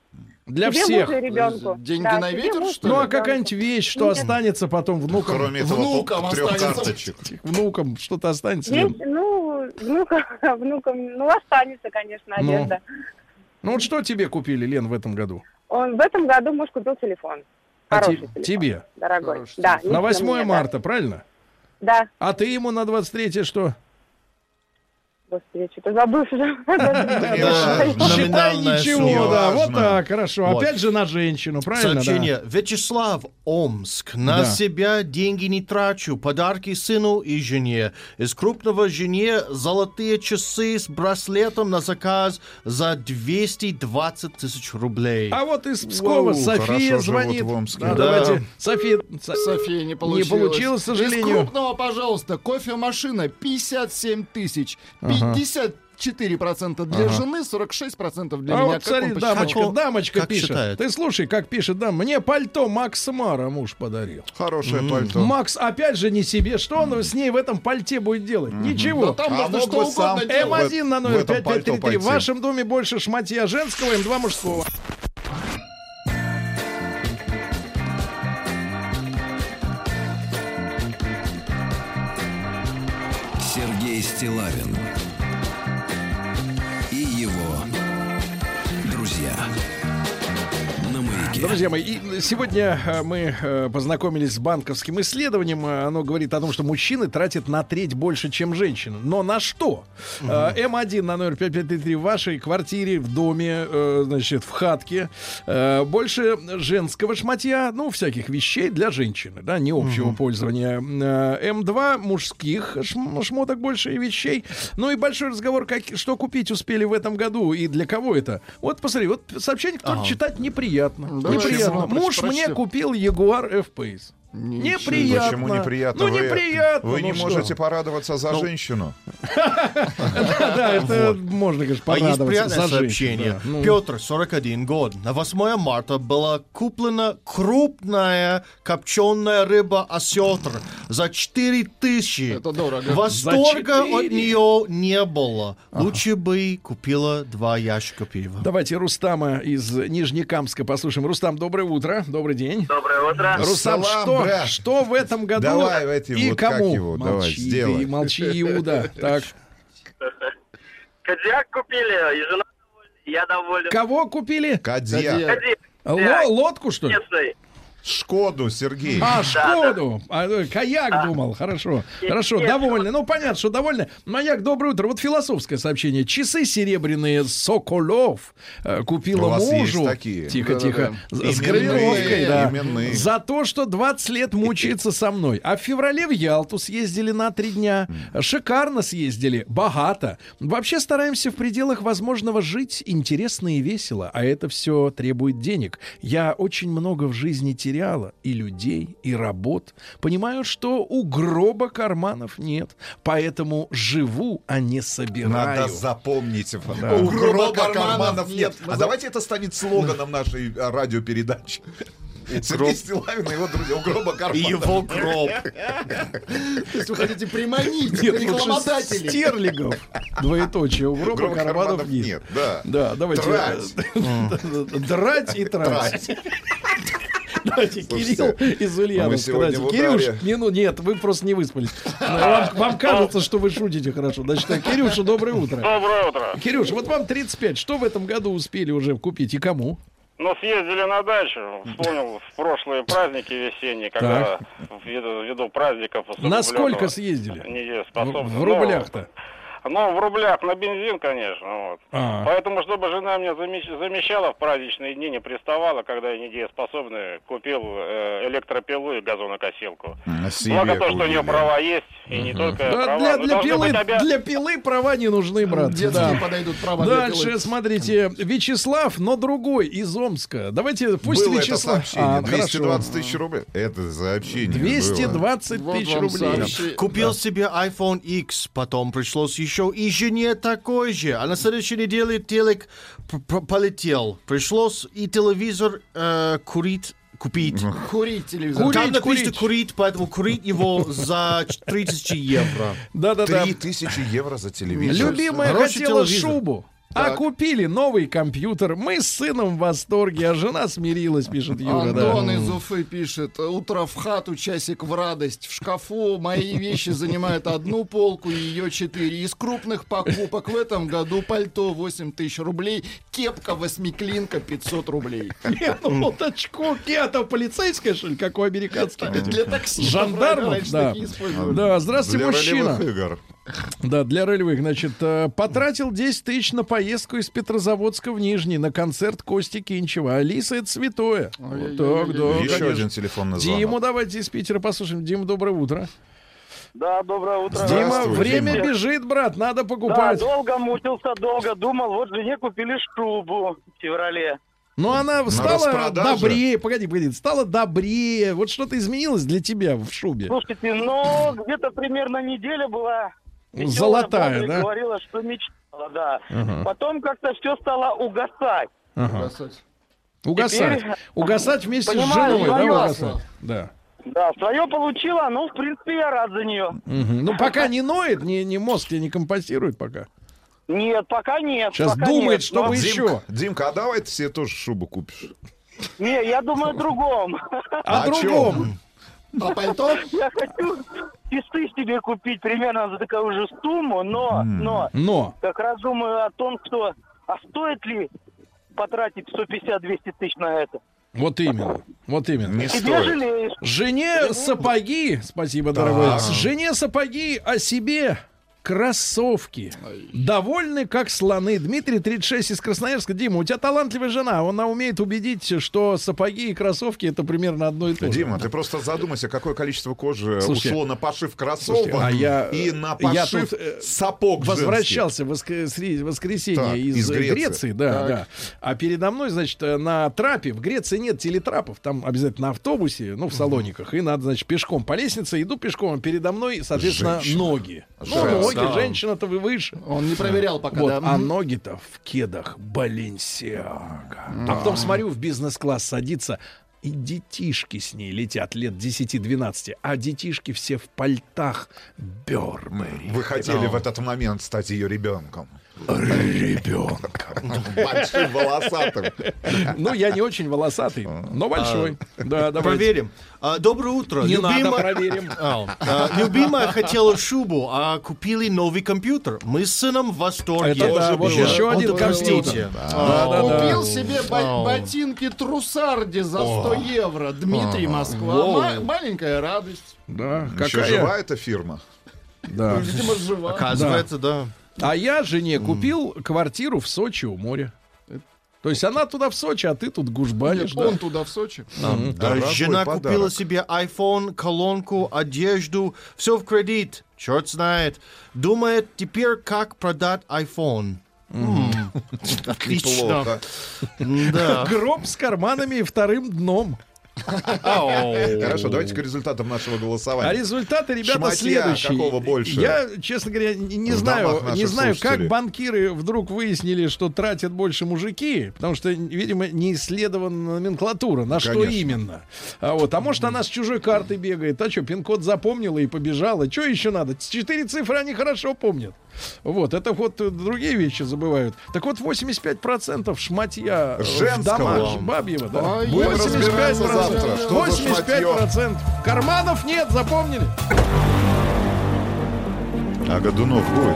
Speaker 2: Для
Speaker 9: себе
Speaker 2: всех.
Speaker 9: мужу и ребенку.
Speaker 4: Деньги
Speaker 9: Да,
Speaker 4: на
Speaker 9: себе
Speaker 4: ветер,
Speaker 9: мужу
Speaker 4: что
Speaker 9: и
Speaker 2: Ну, а
Speaker 9: ребенку.
Speaker 2: какая-нибудь вещь, что останется потом внукам?
Speaker 6: Кроме этого,
Speaker 4: Внукам
Speaker 6: 3
Speaker 4: останется.
Speaker 6: карточек.
Speaker 2: Внукам что-то останется?
Speaker 9: Есть,
Speaker 2: Лен?
Speaker 9: ну, внукам, ну, останется, конечно,
Speaker 2: Ну.
Speaker 9: одежда.
Speaker 2: Ну, вот что тебе купили, Лен, в этом году?
Speaker 9: Он в этом году муж купил телефон. Хороший телефон.
Speaker 2: Тебе?
Speaker 9: Дорогой.
Speaker 4: Хороший
Speaker 9: Да,
Speaker 2: На
Speaker 9: лично
Speaker 2: 8
Speaker 9: мне, да.
Speaker 2: марта, правильно?
Speaker 9: Да.
Speaker 2: А ты ему на 23 что?
Speaker 9: Господи, я что-то забыл уже.
Speaker 2: Считай,
Speaker 3: Номинальная
Speaker 2: ничего,
Speaker 3: сумма.
Speaker 2: да, вот
Speaker 6: Неважно.
Speaker 2: так, хорошо.
Speaker 3: Вот.
Speaker 2: Опять же на женщину, правильно?
Speaker 3: Сообщение. Вячеслав, Омск. На
Speaker 2: Да.
Speaker 3: себя деньги не трачу. Подарки сыну и жене. Из крупного жене золотые часы с браслетом на заказ за 220 тысяч рублей.
Speaker 2: А вот из Пскова
Speaker 6: Воу,
Speaker 2: София
Speaker 6: хорошо живут
Speaker 2: звонит.
Speaker 6: в Омске.
Speaker 2: Да,
Speaker 3: Да.
Speaker 2: давайте. София,
Speaker 4: София, не получилось.
Speaker 2: Не получилось, к сожалению.
Speaker 4: Из крупного, пожалуйста, кофемашина 57 тысяч. 54% для жены, 46% для
Speaker 2: А
Speaker 4: меня.
Speaker 2: вот
Speaker 4: Как
Speaker 2: смотри,
Speaker 4: он посчитал?
Speaker 2: дамочка
Speaker 3: как
Speaker 2: пишет.
Speaker 3: считает?
Speaker 2: Ты слушай, как пишет, да, мне пальто Макс Мара муж подарил.
Speaker 6: Хорошее пальто.
Speaker 2: Макс, опять же, не себе. Что он с ней в этом пальте будет делать? Ничего.
Speaker 4: Да там
Speaker 6: А
Speaker 4: можно
Speaker 6: мог
Speaker 4: что
Speaker 6: бы сам
Speaker 4: угодно делать.
Speaker 2: М1 на
Speaker 6: в
Speaker 2: номер
Speaker 6: этом пальто
Speaker 2: 5533. В
Speaker 6: пойти.
Speaker 2: вашем доме больше шматья женского, М2 мужского.
Speaker 1: Сергей Стиллавин и его друзья на Маяке.
Speaker 2: Друзья мои, и сегодня мы познакомились с банковским исследованием. Оно говорит о том, что мужчины тратят на треть больше, чем женщины. Но на что? М1 на номер 5533 в вашей квартире, в доме, значит, в хатке. Больше женского шматья, ну, всяких вещей для женщины, да, не общего пользования. М2 мужских шмоток больше и вещей. Ну и большой разговор, что купить успели в этом году и для кого это. Вот посмотри, вот сообщение, которое читать неприятно.
Speaker 4: Давай,
Speaker 2: Неприятно.
Speaker 4: Симон,
Speaker 2: Муж
Speaker 4: прочти.
Speaker 2: мне купил Ягуар F-Pace. Неприятно.
Speaker 6: Почему неприятно?
Speaker 2: Ну, неприятно.
Speaker 6: Вы не
Speaker 2: ну,
Speaker 6: можете
Speaker 2: что?
Speaker 6: порадоваться за женщину.
Speaker 2: Да, это можно, конечно,
Speaker 3: А есть
Speaker 2: порадоваться
Speaker 3: приятное
Speaker 2: за
Speaker 3: сообщение.
Speaker 2: женщину, да. Ну,
Speaker 3: Петр, 41 год. На 8 марта была куплена крупная копченая рыба осетр за 4000.
Speaker 4: Это дорого.
Speaker 3: Восторга
Speaker 2: За 4?
Speaker 3: от нее не было. Лучше бы купила 2 ящика пива.
Speaker 2: Давайте Рустама из Нижнекамска послушаем. Рустам, доброе утро, добрый день.
Speaker 10: Доброе утро.
Speaker 2: Рустам,
Speaker 6: Салам, брат.
Speaker 2: что в этом году
Speaker 6: Давай в этим
Speaker 2: и
Speaker 6: вот, как
Speaker 2: кому?
Speaker 6: его, давай,
Speaker 2: Молчи,
Speaker 6: сделай.
Speaker 2: ты, молчи, Иуда. Так.
Speaker 10: Кодиак купили, и жена довольна, и я доволен.
Speaker 2: Кого купили?
Speaker 6: Кадьяк.
Speaker 10: Кодиак
Speaker 2: Лодку, что ли?
Speaker 10: местный.
Speaker 6: Шкоду, Сергей.
Speaker 2: А, Шкоду. Каяк думал. Хорошо. Хорошо, довольны. Ну, понятно, что довольны. Маяк, доброе утро. Вот философское сообщение. Часы серебряные Соколов купила
Speaker 6: У вас
Speaker 2: мужу.
Speaker 6: есть такие?
Speaker 2: Тихо, тихо. С
Speaker 6: Именные,
Speaker 2: гравировкой, да.
Speaker 6: именные.
Speaker 2: За то, что 20 лет мучается со мной. А в феврале в Ялту съездили на 3 дня. Шикарно съездили. Богато. Вообще стараемся в пределах возможного жить интересно и весело. А это все требует денег. Я очень много в жизни теряла и людей, и работ. Понимаю, что у гроба карманов нет. Поэтому живу, а не собираю.
Speaker 6: Надо запомнить. У гроба карманов нет. А давайте это станет слоганом нашей радиопередачи. Сергей Стиллавин и его друзья. У гроба карманов.
Speaker 3: И его гроб.
Speaker 4: То есть вы хотите приманить
Speaker 2: Нет, лучше
Speaker 4: рекламодателей.
Speaker 2: стерлигов. Двоеточие. У гроба
Speaker 6: Гроба
Speaker 2: карманов нет.
Speaker 6: Да.
Speaker 2: Да, давайте. Драть и трать. Давайте,
Speaker 6: Слушайте,
Speaker 2: Кирилл из Ульяновска.
Speaker 6: сегодня
Speaker 2: Давайте.
Speaker 6: в
Speaker 2: Кирюш,
Speaker 6: ударе.
Speaker 2: нет, вы просто не выспались. Вам кажется, что вы шутите хорошо. Значит, Кирюша, доброе утро.
Speaker 8: Доброе утро.
Speaker 2: Кирюш, вот вам 35. Что в этом году успели уже купить и кому?
Speaker 8: Ну, съездили на дачу. Вспомнил в прошлые праздники весенние, когда ввиду праздников
Speaker 2: Насколько съездили?
Speaker 8: Недееспособны.
Speaker 2: В рублях-то?
Speaker 8: Ну, в рублях на бензин, конечно. Вот.
Speaker 2: А.
Speaker 8: Поэтому, чтобы жена меня замещала в праздничные дни, не приставала, когда я недееспособный, купил электропилу и газонокосилку. Благо то, что у нее права есть, и не только права.
Speaker 2: Для пилы права не нужны, брат.
Speaker 4: Детские подойдут права для
Speaker 2: Дальше,
Speaker 4: пилы.
Speaker 2: смотрите, Вячеслав, но другой, из Омска. Давайте, пусть
Speaker 6: Было это
Speaker 2: Вячеслав...
Speaker 6: сообщение. 220 тысяч рублей. Это сообщение
Speaker 2: 220
Speaker 4: Вот
Speaker 2: тысяч
Speaker 4: вам
Speaker 2: рублей.
Speaker 4: сообщение.
Speaker 3: Купил себе iPhone X, потом пришлось еще и жене такой же. А на следующей неделе телек полетел. Пришлось и телевизор купить.
Speaker 4: Курить телевизор.
Speaker 3: Там написано курить, поэтому курить его за 3000 евро.
Speaker 2: Да-да-да.
Speaker 6: 3000 евро за телевизор.
Speaker 2: Любимая
Speaker 3: Хороший
Speaker 2: хотела
Speaker 3: телевизор.
Speaker 2: шубу. А купили новый компьютер. Мы с сыном в восторге, а жена смирилась, пишет Юра.
Speaker 4: Антон из Уфы пишет: утро в хату, часик в радость. В шкафу мои вещи занимают одну полку, ее 4. Из крупных покупок в этом году пальто 8 тысяч рублей, кепка восьмиклинка 500 рублей.
Speaker 2: Нет, ну вот очко, это полицейское, что ли, как у американских?
Speaker 4: Для такси.
Speaker 2: Жандармов, да. Да, здравствуйте, мужчина.
Speaker 6: игр.
Speaker 2: Да, для ролевых, значит, потратил 10 тысяч на поездку из Петрозаводска в Нижний на концерт Кости Кинчева. Алиса — это святое. Вот так, да,
Speaker 6: Еще
Speaker 2: конечно.
Speaker 6: один телефонный звонок.
Speaker 2: Диму давайте из Питера послушаем. Дим, доброе утро.
Speaker 10: Да, доброе утро.
Speaker 2: Дима, время
Speaker 10: Дима.
Speaker 2: бежит, брат, надо покупать.
Speaker 10: Да, долго мучился, долго думал. Вот жене купили шубу в феврале.
Speaker 2: Но она стала
Speaker 6: распродаже.
Speaker 2: добрее. Погоди, стала добрее. Вот что-то изменилось для тебя в шубе.
Speaker 10: Слушайте, ну, где-то примерно неделя была. Веселая,
Speaker 2: Золотая,
Speaker 10: бодрая,
Speaker 2: да?
Speaker 10: Говорила, что мечтала, да.
Speaker 2: Ага.
Speaker 10: Потом как-то все стало угасать.
Speaker 2: Ага. Угасать.
Speaker 10: Теперь-
Speaker 2: Угасать вместе
Speaker 10: Понимаю,
Speaker 2: с женой, да,
Speaker 10: свое.
Speaker 2: угасать? Да.
Speaker 10: Да, свое получила, ну, в принципе, я рад за нее.
Speaker 2: Мгм. Ну, пока не ноет, не мозг тебе не компостирует пока.
Speaker 10: Нет, пока нет.
Speaker 2: Сейчас
Speaker 10: пока
Speaker 2: думает,
Speaker 10: нет.
Speaker 2: чтобы
Speaker 10: Но-
Speaker 2: еще.
Speaker 6: Димка, а давай ты себе тоже шубу купишь.
Speaker 10: Не, я думаю о другом.
Speaker 2: О другом.
Speaker 4: А пальто?
Speaker 10: Я хочу часы себе купить примерно за такую же сумму, но как раз думаю о том, что а стоит ли потратить 150-200 тысяч на это.
Speaker 2: Вот именно.
Speaker 6: Не
Speaker 10: Тебе
Speaker 6: стоит.
Speaker 10: жалеешь.
Speaker 2: Жене сапоги, спасибо, дорогой.
Speaker 6: Так.
Speaker 2: Жене сапоги, а себе кроссовки. Довольны, как слоны. Дмитрий, 36, из Красноярска. Дима, у тебя талантливая жена. Она умеет убедить, что сапоги и кроссовки — это примерно одно и то же.
Speaker 6: Дима, ты просто задумайся, какое количество кожи
Speaker 2: Слушайте,
Speaker 6: ушло на пошив кроссовок
Speaker 2: слушайте,
Speaker 6: и на пошив
Speaker 2: тут,
Speaker 6: сапог
Speaker 2: возвращался в воскресенье
Speaker 6: Так,
Speaker 2: из
Speaker 6: из Греции.
Speaker 2: Греции, да, да. А передо мной, значит, на трапе, в Греции нет телетрапов, там обязательно на автобусе, ну, в Салониках, и надо, значит, пешком по лестнице, иду пешком, а передо мной, соответственно,
Speaker 6: Женщина.
Speaker 2: ноги. Ну,
Speaker 6: Женщина.
Speaker 2: ноги, женщина-то вы выше.
Speaker 4: Он не проверял пока,
Speaker 2: Вот,
Speaker 4: да.
Speaker 2: а ноги-то в кедах Баленсиага. А потом смотрю, в бизнес-класс садится, и детишки с ней летят лет 10-12, а детишки все в пальтах Бербери.
Speaker 6: Вы хотели в этот момент стать ее ребенком.
Speaker 2: Ребенком.
Speaker 6: Большим волосатым.
Speaker 2: Ну, я не очень волосатый, но большой. Да, давайте.
Speaker 3: Проверим. Доброе утро.
Speaker 2: Не надо, проверим.
Speaker 3: Любимая хотела шубу, а купили новый компьютер. Мы с сыном в восторге.
Speaker 2: Это да, вот еще один компьютер.
Speaker 4: Купил себе ботинки Трусарди за 100 евро. Дмитрий, Москва. Маленькая радость.
Speaker 2: Да,
Speaker 6: Еще жива эта фирма?
Speaker 2: Да.
Speaker 4: Видимо, жива.
Speaker 3: Оказывается, да.
Speaker 2: А я жене купил квартиру в Сочи у моря. То есть она туда в Сочи, а ты тут гужбанишь.
Speaker 4: Он туда в Сочи.
Speaker 6: Дорогой
Speaker 3: Жена
Speaker 6: подарок.
Speaker 3: купила себе iPhone, колонку, одежду. Все в кредит. Черт знает. Думает теперь, как продать iPhone. Отлично.
Speaker 6: Неплохо.
Speaker 3: Да.
Speaker 2: Гроб с карманами и вторым дном.
Speaker 6: Хорошо, давайте к результатам нашего голосования.
Speaker 2: А результаты, ребята,
Speaker 6: Шматья
Speaker 2: следующие.
Speaker 6: какого больше?
Speaker 2: Я, честно говоря, не
Speaker 6: В
Speaker 2: знаю,
Speaker 6: домах наших
Speaker 2: как
Speaker 6: слушателей.
Speaker 2: банкиры вдруг выяснили, что тратят больше мужики, потому что, видимо, не исследована номенклатура, на что
Speaker 6: Конечно.
Speaker 2: именно. А может, она с чужой картой бегает, а что, пин-код запомнила и побежала. Что еще надо? 4 цифры они хорошо помнят. Вот, это вот другие вещи забывают. Так вот, 85% шматья в
Speaker 6: Женского.
Speaker 2: домах бабьего, да.
Speaker 4: Ой,
Speaker 6: Будем разбираться завтра, что за шматье.
Speaker 2: 85%. Карманов нет, запомнили?
Speaker 6: А Годунов будет?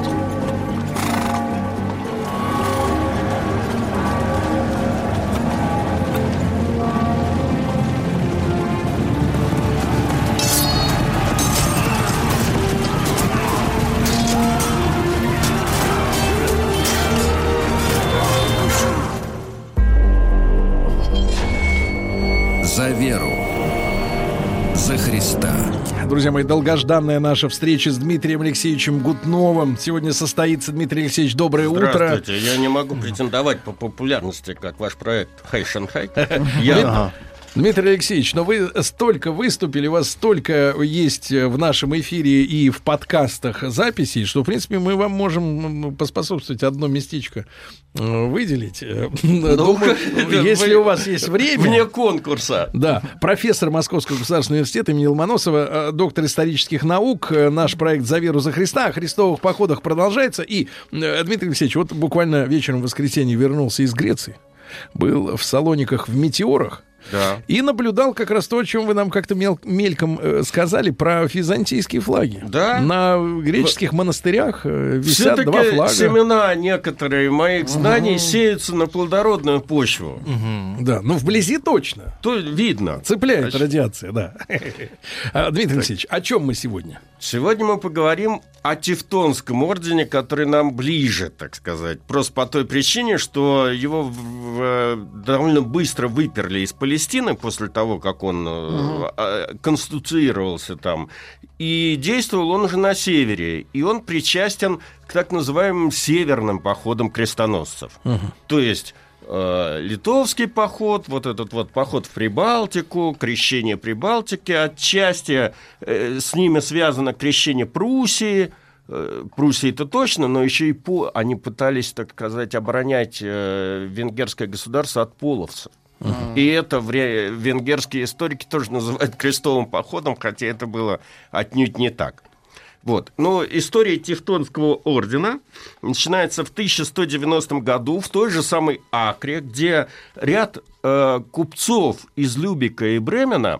Speaker 1: За веру. За Христа.
Speaker 2: Друзья мои, долгожданная наша встреча с Дмитрием Алексеевичем Гутновым сегодня состоится. Дмитрий Алексеевич, доброе утро.
Speaker 11: Здравствуйте. Я не могу претендовать по популярности, как ваш проект Хай Шанхай. Я
Speaker 2: Дмитрий Алексеевич, но вы столько выступили, у вас столько есть в нашем эфире и в подкастах записей, что, в принципе, мы вам можем поспособствовать одно местечко выделить. Думаю, если у вас есть время.
Speaker 11: Вне конкурса.
Speaker 2: Да. Профессор Московского государственного университета имени Ломоносова, доктор исторических наук. Наш проект «За веру, за Христа» о крестовых походах продолжается. И, Дмитрий Алексеевич, вот буквально вечером в воскресенье вернулся из Греции. Был в Салониках в Метеорах.
Speaker 11: Да.
Speaker 2: И наблюдал как раз то, о чем вы нам как-то мельком сказали, про византийские флаги.
Speaker 11: Да.
Speaker 2: На греческих монастырях висят два флага.
Speaker 11: Семена некоторые моих знаний сеются на плодородную почву.
Speaker 2: Да, но вблизи точно.
Speaker 11: То видно.
Speaker 2: Цепляет радиация, да. Дмитрий Алексеевич, о чем мы сегодня?
Speaker 11: Сегодня мы поговорим о Тевтонском ордене, который нам ближе, так сказать. Просто по той причине, что его довольно быстро выперли из Палестины после того, как он конституировался там. И действовал он уже на севере. И он причастен к так называемым северным походам крестоносцев. То есть литовский поход, вот этот вот поход в Прибалтику, крещение Прибалтики, отчасти с ними связано крещение Пруссии. Пруссии-то точно, но еще и они пытались, так сказать, оборонять венгерское государство от половцев. И это венгерские историки тоже называют крестовым походом, хотя это было отнюдь не так. Вот. Но история Тевтонского ордена начинается в 1190 году в той же самой Акре, где ряд купцов из Любека и Бремена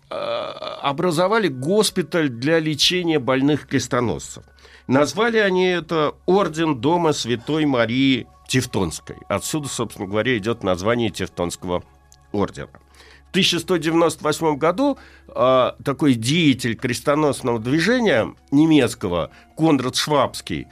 Speaker 11: образовали госпиталь для лечения больных крестоносцев. Назвали они это Орден Дома Святой Марии Тевтонской. Отсюда, собственно говоря, идет название Тевтонского ордена. В 1198 году такой деятель крестоносного движения немецкого Конрад Швабский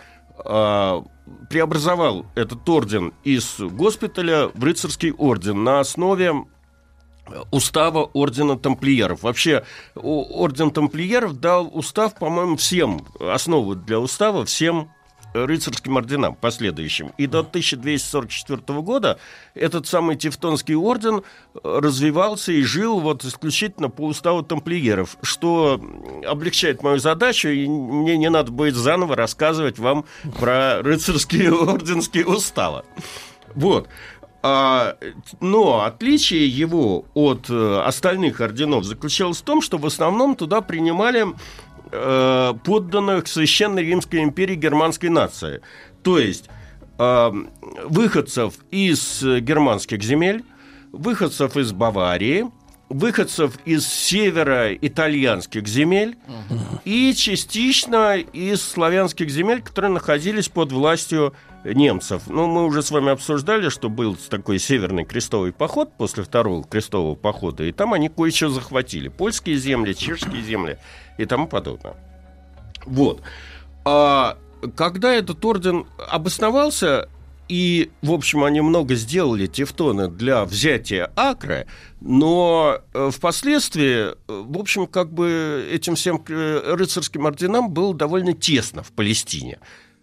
Speaker 11: преобразовал этот орден из госпиталя в рыцарский орден на основе устава ордена тамплиеров. Вообще, орден тамплиеров дал устав, по-моему, всем, основу для устава всем рыцарским орденам последующим. И до 1244 года этот самый Тевтонский орден развивался и жил вот исключительно по уставу тамплиеров, что облегчает мою задачу, и мне не надо будет заново рассказывать вам про рыцарские орденские уставы. Вот. Но отличие его от остальных орденов заключалось в том, что в основном туда принимали подданных Священной Римской империи германской нации. То есть выходцев из германских земель, выходцев из Баварии, выходцев из североитальянских земель и частично из славянских земель, которые находились под властью немцев. Ну, мы уже с вами обсуждали, что был такой северный крестовый поход после второго крестового похода, и там они кое-что захватили. Польские земли, чешские земли и тому подобное. Вот. А когда этот орден обосновался, и, в общем, они много сделали, тевтоны, для взятия Акры, но впоследствии, в общем, как бы этим всем рыцарским орденам было довольно тесно в Палестине.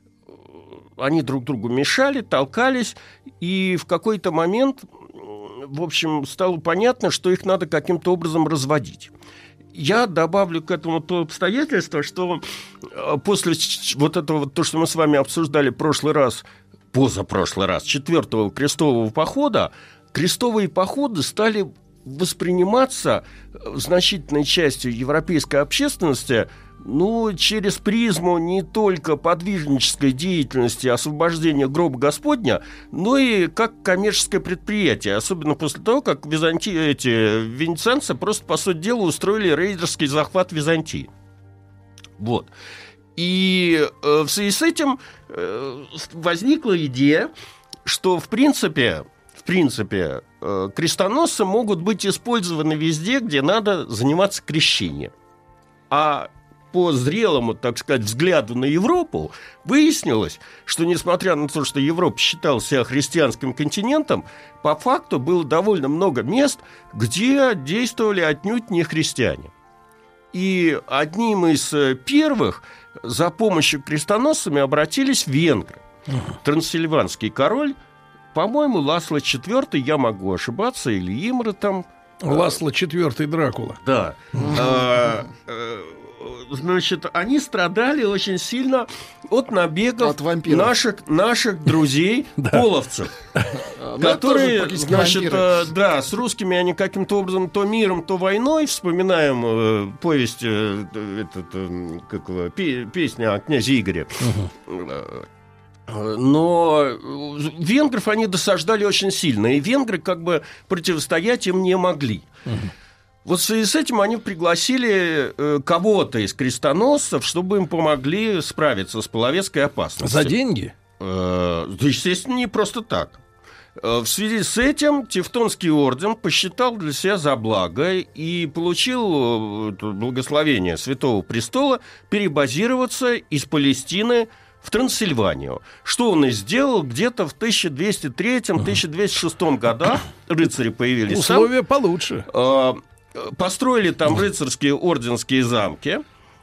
Speaker 11: Они друг другу мешали, толкались, и в какой-то момент, в общем, стало понятно, что их надо каким-то образом разводить. Я добавлю к этому то обстоятельство, что после вот этого, то, что мы с вами обсуждали позапрошлый раз, 4-го крестового похода, крестовые походы стали восприниматься значительной частью европейской общественности, ну, через призму не только подвижнической деятельности освобождения гроба Господня, но и как коммерческое предприятие, особенно после того, как венецианцы просто, по сути дела, устроили рейдерский захват Византии. Вот. И в связи с этим возникла идея, что, в принципе, крестоносцы могут быть использованы везде, где надо заниматься крещением. А по зрелому, так сказать, взгляду на Европу выяснилось, что, несмотря на то, что Европа считала себя христианским континентом, по факту было довольно много мест, где действовали отнюдь не христиане. И одним из первых за помощью к крестоносцам обратились венгры. Трансильванский король, по-моему, Ласло IV, я могу ошибаться, или Имра там
Speaker 2: Ласло IV Дракула.
Speaker 11: Да. Значит, они страдали очень сильно от набегов наших друзей, половцев, которые, значит, с русскими они каким-то образом то миром, то войной. Вспоминаем повесть, песня о князе Игоре. Но венгров они досаждали очень сильно, и венгры как бы противостоять им не могли. Вот в связи с этим они пригласили кого-то из крестоносцев, чтобы им помогли справиться с половецкой опасностью.
Speaker 2: За деньги?
Speaker 11: Естественно, не просто так. В связи с этим Тевтонский орден посчитал для себя за благо и получил благословение Святого Престола перебазироваться из Палестины в Трансильванию. Что он и сделал где-то в 1203-1206 годах. Рыцари появились.
Speaker 2: Условия получше.
Speaker 11: Построили там рыцарские орденские замки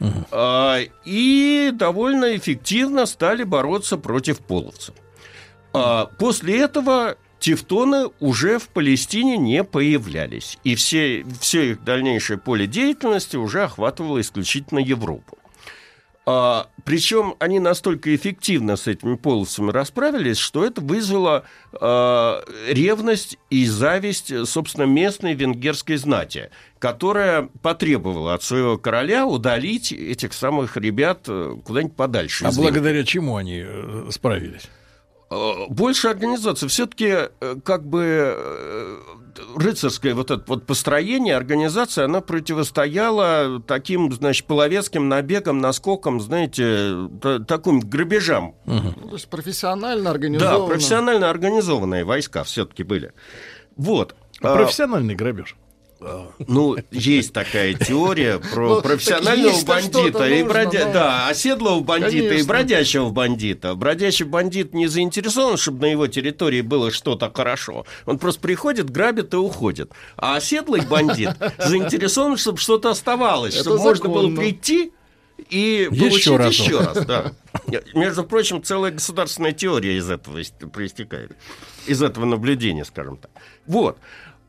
Speaker 11: и довольно эффективно стали бороться против половцев. После этого тевтоны уже в Палестине не появлялись, и все их дальнейшее поле деятельности уже охватывало исключительно Европу. Причем они настолько эффективно с этими половцами расправились, что это вызвало ревность и зависть, собственно, местной венгерской знати, которая потребовала от своего короля удалить этих самых ребят куда-нибудь подальше.
Speaker 2: А благодаря чему они справились?
Speaker 11: Больше организации. Все-таки как бы рыцарское вот это вот построение, организация, она противостояла таким, значит, половецким набегам, наскокам, знаете, таким грабежам.
Speaker 4: То есть профессионально организованные.
Speaker 11: Да, профессионально организованные войска все-таки были. Вот.
Speaker 2: Профессиональный грабеж.
Speaker 11: Ну, есть такая теория про профессионального бандита и оседлого бандита и бродячего бандита. Бродячий бандит не заинтересован, чтобы на его территории было что-то хорошо. Он просто приходит, грабит и уходит. А оседлый бандит заинтересован, чтобы что-то оставалось, чтобы можно было прийти и получить еще раз. Да. Между прочим, целая государственная теория из этого проистекает. Из этого наблюдения, скажем так. Вот.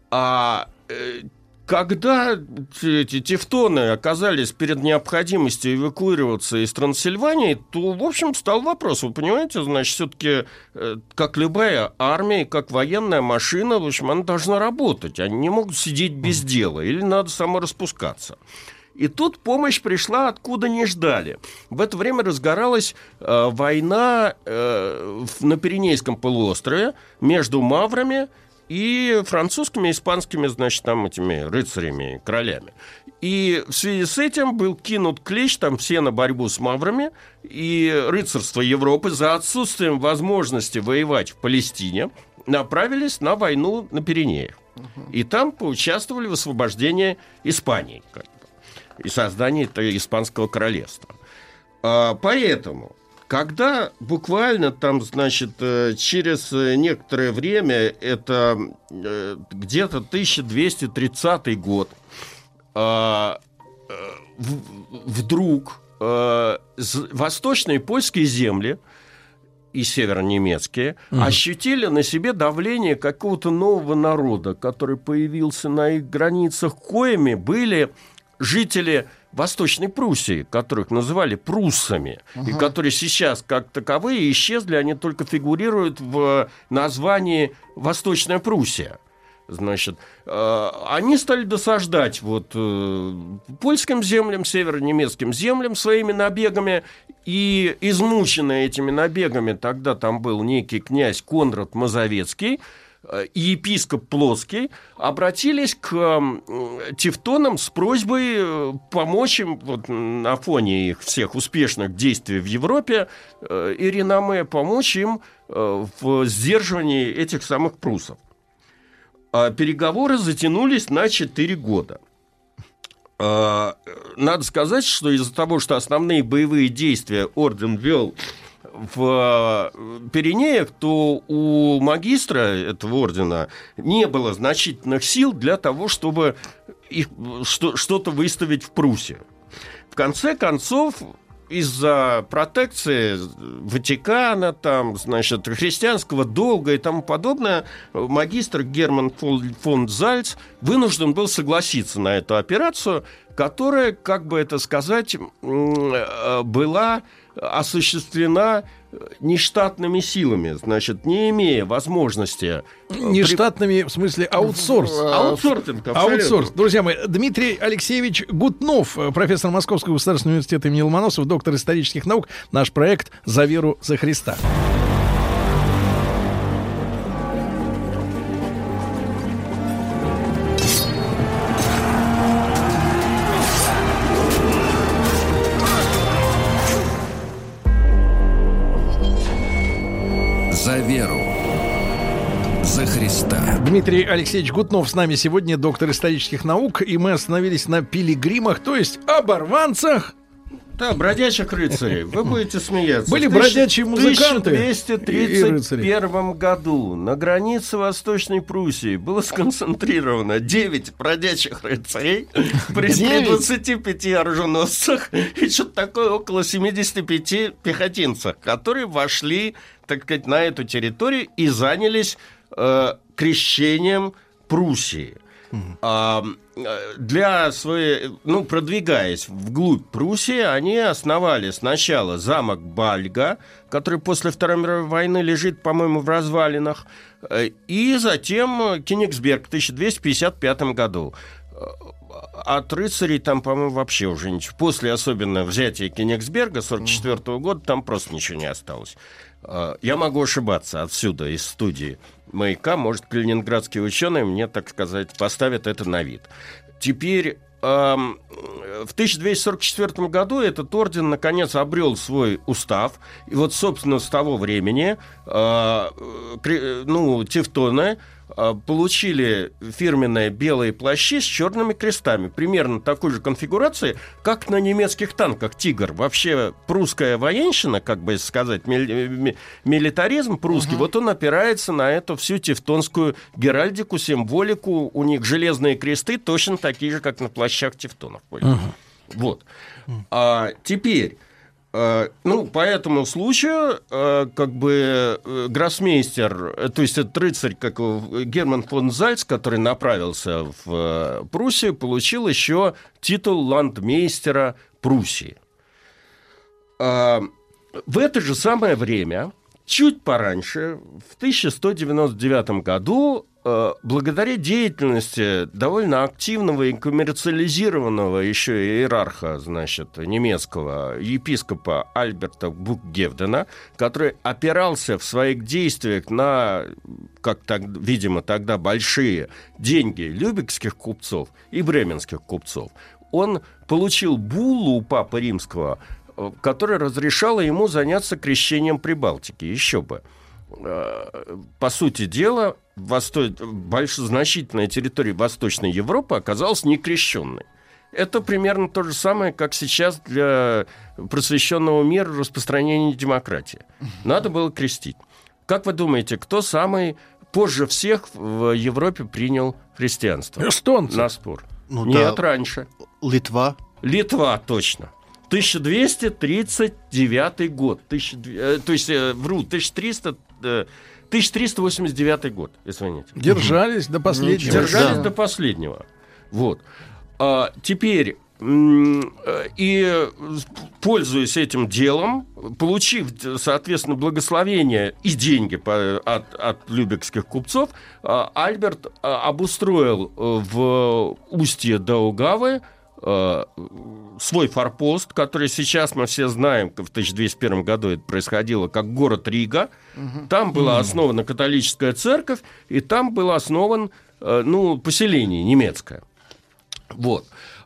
Speaker 11: Когда эти тевтоны оказались перед необходимостью эвакуироваться из Трансильвании, то, в общем, стал вопрос. Вы понимаете, значит, все-таки, как любая армия, как военная машина, в общем, она должна работать. Они не могут сидеть без дела, или надо самораспускаться. И тут помощь пришла, откуда не ждали. В это время разгоралась война на Пиренейском полуострове между маврами и французскими, испанскими, значит, там этими рыцарями, королями. И в связи с этим был кинут клич там все на борьбу с маврами, и рыцарство Европы за отсутствием возможности воевать в Палестине направились на войну на Пиренеях. И там поучаствовали в освобождении Испании и создании Испанского королевства. Поэтому, когда буквально там, значит, через некоторое время, это где-то 1230 год, вдруг восточные польские земли и северонемецкие ощутили на себе давление какого-то нового народа, который появился на их границах, коими были жители Восточной Пруссии, которых называли пруссами, и которые сейчас как таковые исчезли, они только фигурируют в названии Восточная Пруссия. Значит, они стали досаждать вот польским землям, северонемецким землям своими набегами, и измученные этими набегами, тогда там был некий князь Конрад Мазовецкий и епископ Плотский, обратились к тевтонам с просьбой помочь им вот, на фоне их всех успешных действий в Европе и реноме, помочь им в сдерживании этих самых пруссов. Переговоры затянулись на 4 года. Надо сказать, что из-за того, что основные боевые действия орден вел в Пиренеях, то у магистра этого ордена не было значительных сил для того, чтобы что-то выставить в Пруссию. В конце концов, из-за протекции Ватикана, там, значит, христианского долга и тому подобное, магистр Герман фон Зальц вынужден был согласиться на эту операцию, которая, как бы это сказать, была осуществлена нештатными силами, значит, не имея возможности...
Speaker 2: Нештатными, в смысле, аутсорс.
Speaker 11: Аутсорсинг, абсолютно.
Speaker 2: Аутсорс. Друзья мои, Дмитрий Алексеевич Гутнов, профессор Московского государственного университета имени Ломоносова, доктор исторических наук. Наш проект «За веру, за Христа».
Speaker 1: За веру, за Христа.
Speaker 2: Дмитрий Алексеевич Гутнов с нами сегодня, доктор исторических наук, и мы остановились на пилигримах, то есть оборванцах.
Speaker 11: Да, бродячих рыцарей. Вы будете смеяться.
Speaker 2: Были бродячие музыканты.
Speaker 11: В 1231 году на границе Восточной Пруссии было сконцентрировано 9 бродячих рыцарей при 25 оруженосцах и что-то такое около 75 пехотинцев, которые вошли, так сказать, на эту территорию и занялись крещением Пруссии. Для своей, продвигаясь вглубь Пруссии, они основали сначала замок Бальга, который после Второй мировой войны лежит, по-моему, в развалинах, и затем Кёнигсберг в 1255 году. От рыцарей там, по-моему, вообще уже ничего. После особенно взятия Кёнигсберга 1944 года там просто ничего не осталось. Я могу ошибаться отсюда, из студии «Маяка». Может, калининградские ученые мне, так сказать, поставят это на вид. Теперь в 1244 году этот орден, наконец, обрел свой устав. И вот, собственно, с того времени тевтоны получили фирменные белые плащи с черными крестами. Примерно такой же конфигурации, как на немецких танках «Тигр». Вообще прусская военщина, как бы сказать, милитаризм прусский, вот он опирается на эту всю тевтонскую геральдику, символику. У них железные кресты точно такие же, как на плащах тевтонов. Вот. Теперь... по этому случаю, гроссмейстер, то есть этот рыцарь, как Герман фон Зальц, который направился в Пруссию, получил еще титул ландмейстера Пруссии. В это же самое время, чуть пораньше, в 1199 году, благодаря деятельности довольно активного и коммерциализированного еще иерарха, значит, немецкого епископа Альберта Букгевдена, который опирался в своих действиях на, видимо, тогда большие деньги любекских купцов и бременских купцов, он получил буллу у Папы Римского, которая разрешала ему заняться крещением Прибалтики. Еще бы. По сути дела, значительная территория Восточной Европы оказалась некрещенной. Это примерно то же самое, как сейчас для просвещенного мира распространение демократии. Надо было крестить. Как вы думаете, кто самый позже всех в Европе принял христианство?
Speaker 2: Эстонцы.
Speaker 11: На спор. Нет, раньше.
Speaker 3: Литва,
Speaker 11: точно. 1239 год. 1389 год, извините.
Speaker 2: Держались до последнего.
Speaker 11: До последнего. Вот. Теперь, и пользуясь этим делом, получив, соответственно, благословение и деньги от любекских купцов, Альберт обустроил в устье Даугавы свой форпост, который сейчас мы все знаем, в 1201 году это происходило, как город Рига. Там была основана католическая церковь, и там было основано поселение немецкое. Вот.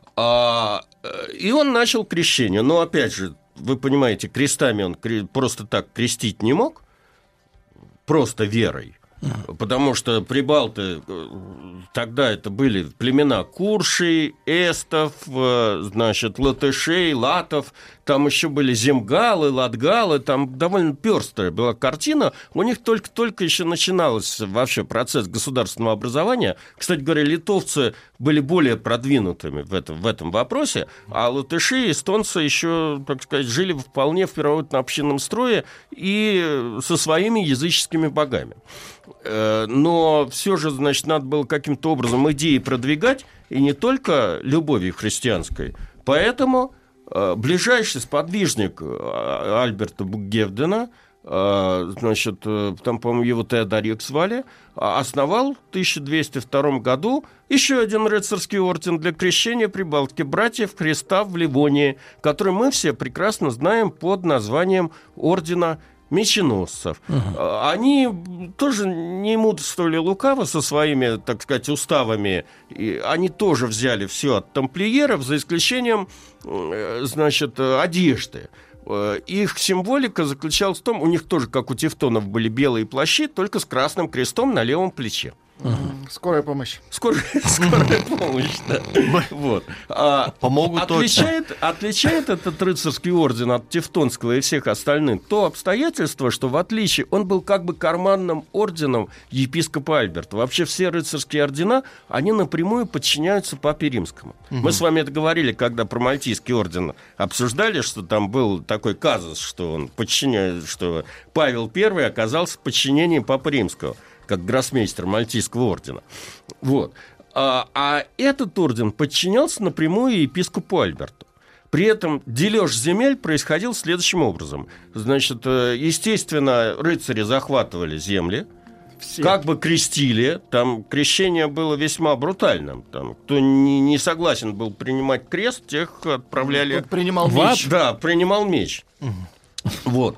Speaker 11: И он начал крещение. Но, опять же, вы понимаете, крестами он просто так крестить не мог, просто верой. Потому что прибалты тогда это были племена куршей, эстов, значит, латышей, латов, там еще были земгалы, латгалы, там довольно пестрая была картина. У них только еще начиналось вообще процесс государственного образования. Кстати говоря, литовцы были более продвинутыми в этом вопросе, а латыши и эстонцы еще, так сказать, жили вполне в первобытном общинном строе и со своими языческими богами. Но все же, значит, надо было каким-то образом идеи продвигать, и не только любовью христианской. Поэтому ближайший сподвижник Альберта Буггевдена, значит, там, по-моему, его Теодорик звали, основал в 1202 году еще один рыцарский орден для крещения Прибалтики, братьев Христа в Ливонии, который мы все прекрасно знаем под названием ордена меченосцев. Они тоже не мудрствовали лукаво со своими, так сказать, уставами. И они тоже взяли все от тамплиеров, за исключением, значит, одежды. Их символика заключалась в том, у них тоже, как у тевтонов, были белые плащи, только с красным крестом на левом плече.
Speaker 4: Скорая помощь.
Speaker 11: Скорая помощь, да. Вот.
Speaker 3: Помогут
Speaker 11: Отличает этот рыцарский орден от тевтонского и всех остальных то обстоятельство, что в отличие он был как бы карманным орденом епископа Альберта. Вообще все рыцарские ордена, они напрямую подчиняются папе римскому. Мы с вами это говорили, когда про Мальтийский орден обсуждали, что там был такой казус, что он подчиняет, что Павел I оказался в подчинении папы римского, как гроссмейстер Мальтийского ордена. Вот. А этот орден подчинялся напрямую епископу Альберту. При этом дележ земель происходил следующим образом. Значит, естественно, рыцари захватывали земли, как бы крестили. Там крещение было весьма брутальным. Там, кто не согласен был принимать крест, тех отправляли...
Speaker 4: Кто принимал меч.
Speaker 11: Да, принимал меч. Вот.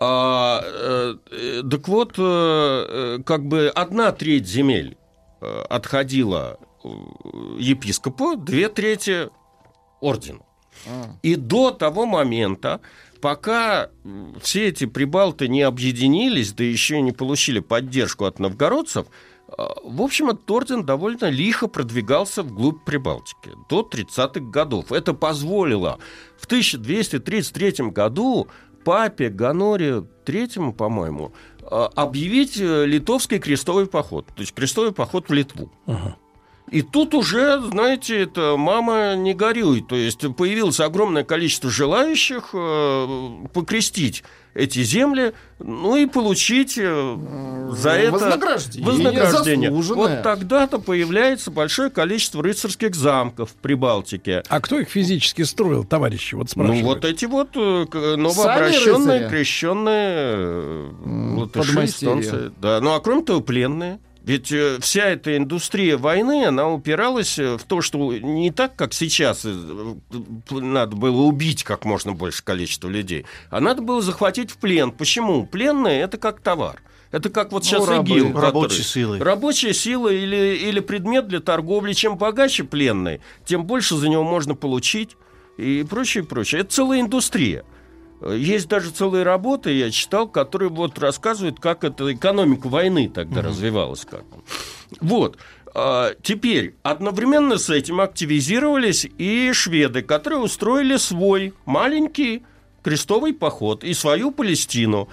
Speaker 11: Так вот, как бы 1/3 земель отходила епископу, 2/3 ордену. И до того момента, пока все эти прибалты не объединились, да еще и не получили поддержку от новгородцев, в общем, этот орден довольно лихо продвигался вглубь Прибалтики до 30-х годов. Это позволило в 1233 году папе Гонорию III, по-моему, объявить литовский крестовый поход, то есть крестовый поход в Литву. И тут уже, знаете, это мама не горюй, то есть появилось огромное количество желающих покрестить эти земли, ну и получить за это вознаграждение. Вот тогда-то появляется большое количество рыцарских замков в Прибалтике.
Speaker 2: А кто их физически строил, товарищи? Вот спрашивают.
Speaker 11: Ну вот эти вот новообращенные, крещенные латыши, эстонцы. Да. Ну а кроме того, пленные. Ведь вся эта индустрия войны, она упиралась в то, что не так, как сейчас надо было убить как можно больше количества людей, а надо было захватить в плен. Почему? Пленные – это как товар. Это как вот сейчас ИГИЛ. Рабочая сила или предмет для торговли. Чем богаче пленный, тем больше за него можно получить и прочее, прочее. Это целая индустрия. Есть даже целые работы, я читал, которые вот рассказывают, как эта экономика войны тогда развивалась. Как. Вот. Теперь одновременно с этим активизировались и шведы, которые устроили свой маленький крестовый поход и свою Палестину.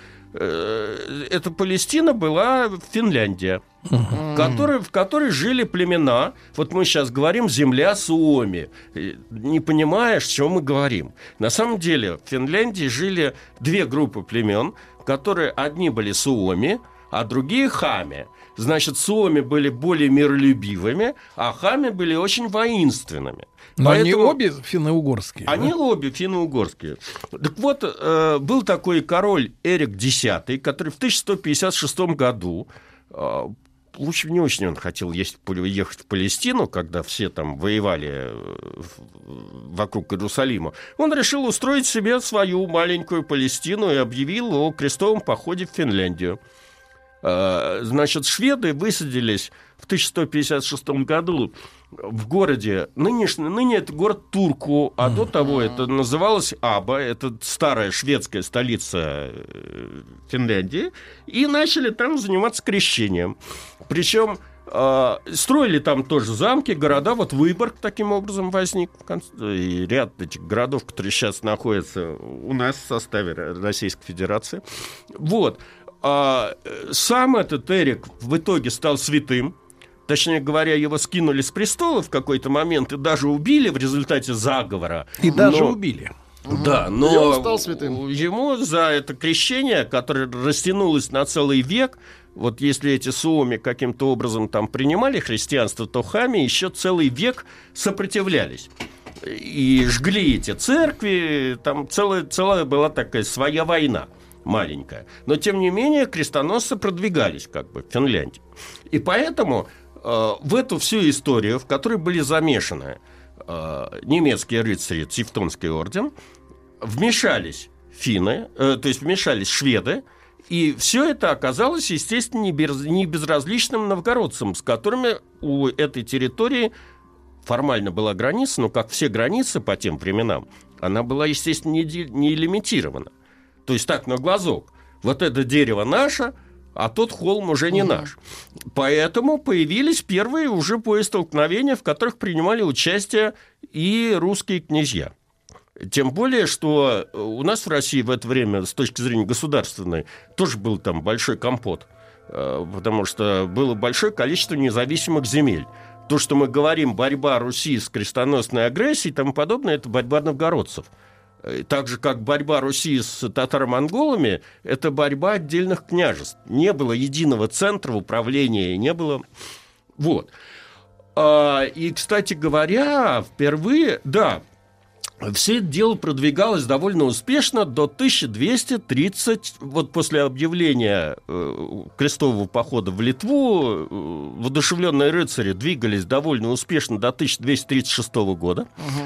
Speaker 11: Эта Палестина была Финляндия, в которой жили племена. Вот мы сейчас говорим «земля Суоми», не понимаешь, о чем мы говорим. На самом деле в Финляндии жили две группы племен, которые одни были Суоми, а другие Хами. Значит, Суоми были более миролюбивыми, а Хами были очень воинственными.
Speaker 2: Но поэтому... они обе финно-угорские.
Speaker 11: Они обе финно-угорские. Так вот, был такой король Эрик X, который в 1156 году, в общем, не очень он хотел ехать в Палестину, когда все там воевали вокруг Иерусалима. Он решил устроить себе свою маленькую Палестину и объявил о крестовом походе в Финляндию. Значит, шведы высадились в 1156 году в городе, ныне это город Турку, а до того это называлось Аба, это старая шведская столица Финляндии, и начали там заниматься крещением. Причем строили там тоже замки, города. Вот Выборг таким образом возник. И ряд этих городов, которые сейчас находятся у нас в составе Российской Федерации. Вот. Сам этот Эрик в итоге стал святым. Точнее говоря, его скинули с престола в какой-то момент и даже убили в результате заговора.
Speaker 2: И даже убили.
Speaker 11: Да, но ему за это крещение, которое растянулось на целый век, вот если эти суоми каким-то образом там принимали христианство, то хами еще целый век сопротивлялись. И жгли эти церкви, там целая была такая своя война маленькая. Но, тем не менее, крестоносцы продвигались как бы в Финляндии. И поэтому в эту всю историю, в которой были замешаны немецкие рыцари, Тевтонский орден, вмешались финны, то есть вмешались шведы, и все это оказалось, естественно, не безразличным новгородцам, с которыми у этой территории формально была граница, но, как все границы по тем временам, она была, естественно, не лимитирована. То есть так, на глазок. Вот это дерево наше, а тот холм уже не наш. Поэтому появились первые уже боестолкновения, в которых принимали участие и русские князья. Тем более, что у нас в России в это время, с точки зрения государственной, тоже был там большой компот, потому что было большое количество независимых земель. То, что мы говорим, борьба Руси с крестоносной агрессией и тому подобное, это борьба новгородцев. Так же, как борьба Руси с татаро-монголами, это борьба отдельных княжеств. Не было единого центра управления, не было... Вот. И, кстати говоря, впервые, да, все это дело продвигалось довольно успешно до 1230, вот после объявления крестового похода в Литву, воодушевленные рыцари двигались довольно успешно до 1236 года,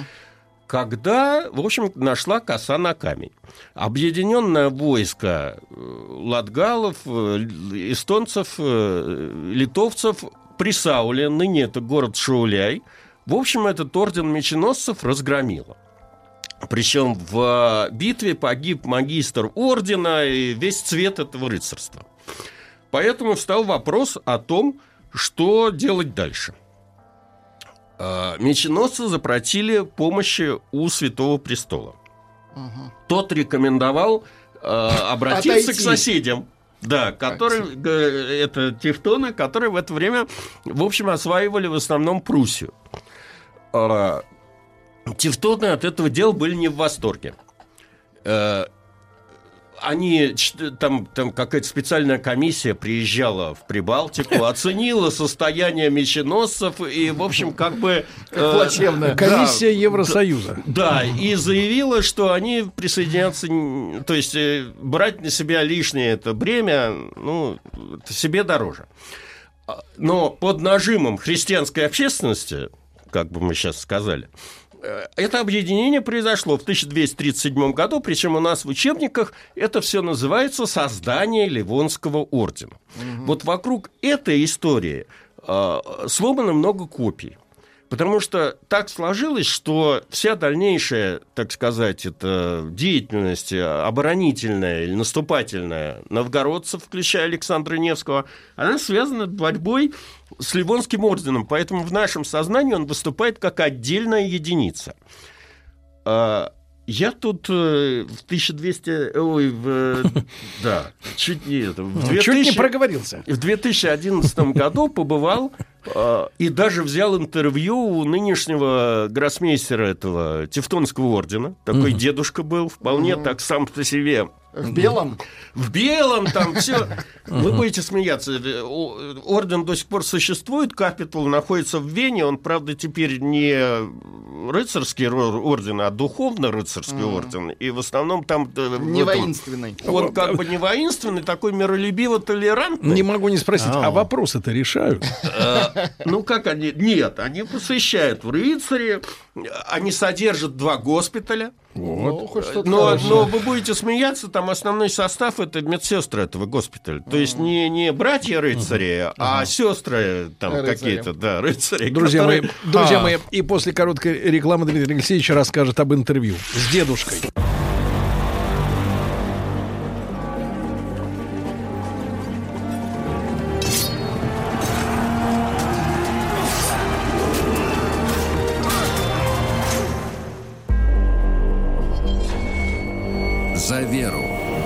Speaker 11: когда, в общем, нашла коса на камень. Объединенное войско латгалов, эстонцев, литовцев при Сауле, ныне это город Шауляй, в общем, этот орден меченосцев разгромило. Причем в битве погиб магистр ордена и весь цвет этого рыцарства. Поэтому встал вопрос о том, что делать дальше. Меченосцы запросили помощи у Святого Престола. Тот рекомендовал обратиться к соседям. Да, которые, это тевтоны, которые в это время, в общем, осваивали в основном Пруссию. Тевтоны от этого дела были не в восторге. Они, там какая-то специальная комиссия приезжала в Прибалтику, оценила состояние меченосцев и, в общем, как бы...
Speaker 2: Плачевная. Комиссия Евросоюза.
Speaker 11: Да, и заявила, что они присоединятся, то есть брать на себя лишнее это бремя, ну, себе дороже. Но под нажимом христианской общественности, как бы мы сейчас сказали, это объединение произошло в 1237 году, причем у нас в учебниках это все называется «Создание Ливонского ордена». Вот вокруг этой истории сломано много копий. Потому что так сложилось, что вся дальнейшая, так сказать, это деятельность оборонительная или наступательная новгородцев, включая Александра Невского, она связана с борьбой с Ливонским орденом. Поэтому в нашем сознании он выступает как отдельная единица. Я тут в 1200... да, чуть не это...
Speaker 2: Чуть не проговорился.
Speaker 11: В 2011 году побывал и даже взял интервью у нынешнего гроссмейстера этого Тевтонского ордена. Такой дедушка был, вполне так сам по себе.
Speaker 4: В белом?
Speaker 11: В белом там все. Вы будете смеяться. Орден до сих пор существует, капитул находится в Вене. Он, правда, теперь не рыцарский орден, а духовно-рыцарский орден. И в основном там...
Speaker 4: Не воинственный.
Speaker 11: Он как бы не воинственный, такой миролюбиво-толерантный.
Speaker 2: Не могу не спросить, а вопросы-то решают?
Speaker 11: Ну, как они... Нет, они посвящают в рыцари. Они содержат 2 госпиталя.
Speaker 2: Вот.
Speaker 11: Но вы будете смеяться, там основной состав — это медсестры этого госпиталя. То есть не братья-рыцари, а сестры там какие-то, да, рыцари.
Speaker 2: Друзья мои, и после короткой рекламы Дмитрий Алексеевич расскажет об интервью с дедушкой.
Speaker 1: За веру,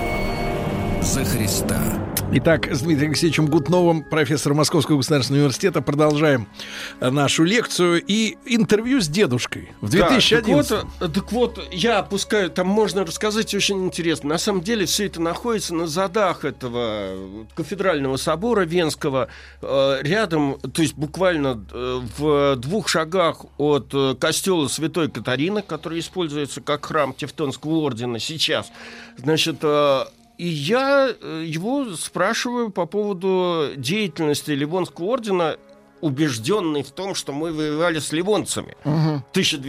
Speaker 1: за Христа.
Speaker 2: Итак, с Дмитрием Алексеевичем Гутновым, профессором Московского государственного университета, продолжаем нашу лекцию и интервью с дедушкой в 2011.
Speaker 11: Так вот, я опускаю, там можно рассказать очень интересно. На самом деле все это находится на задах этого кафедрального собора Венского, рядом, то есть буквально в 2 шагах от костела Святой Катарины, который используется как храм Тевтонского ордена сейчас. Значит, и я его спрашиваю по поводу деятельности Ливонского ордена, убежденный в том, что мы воевали с ливонцами в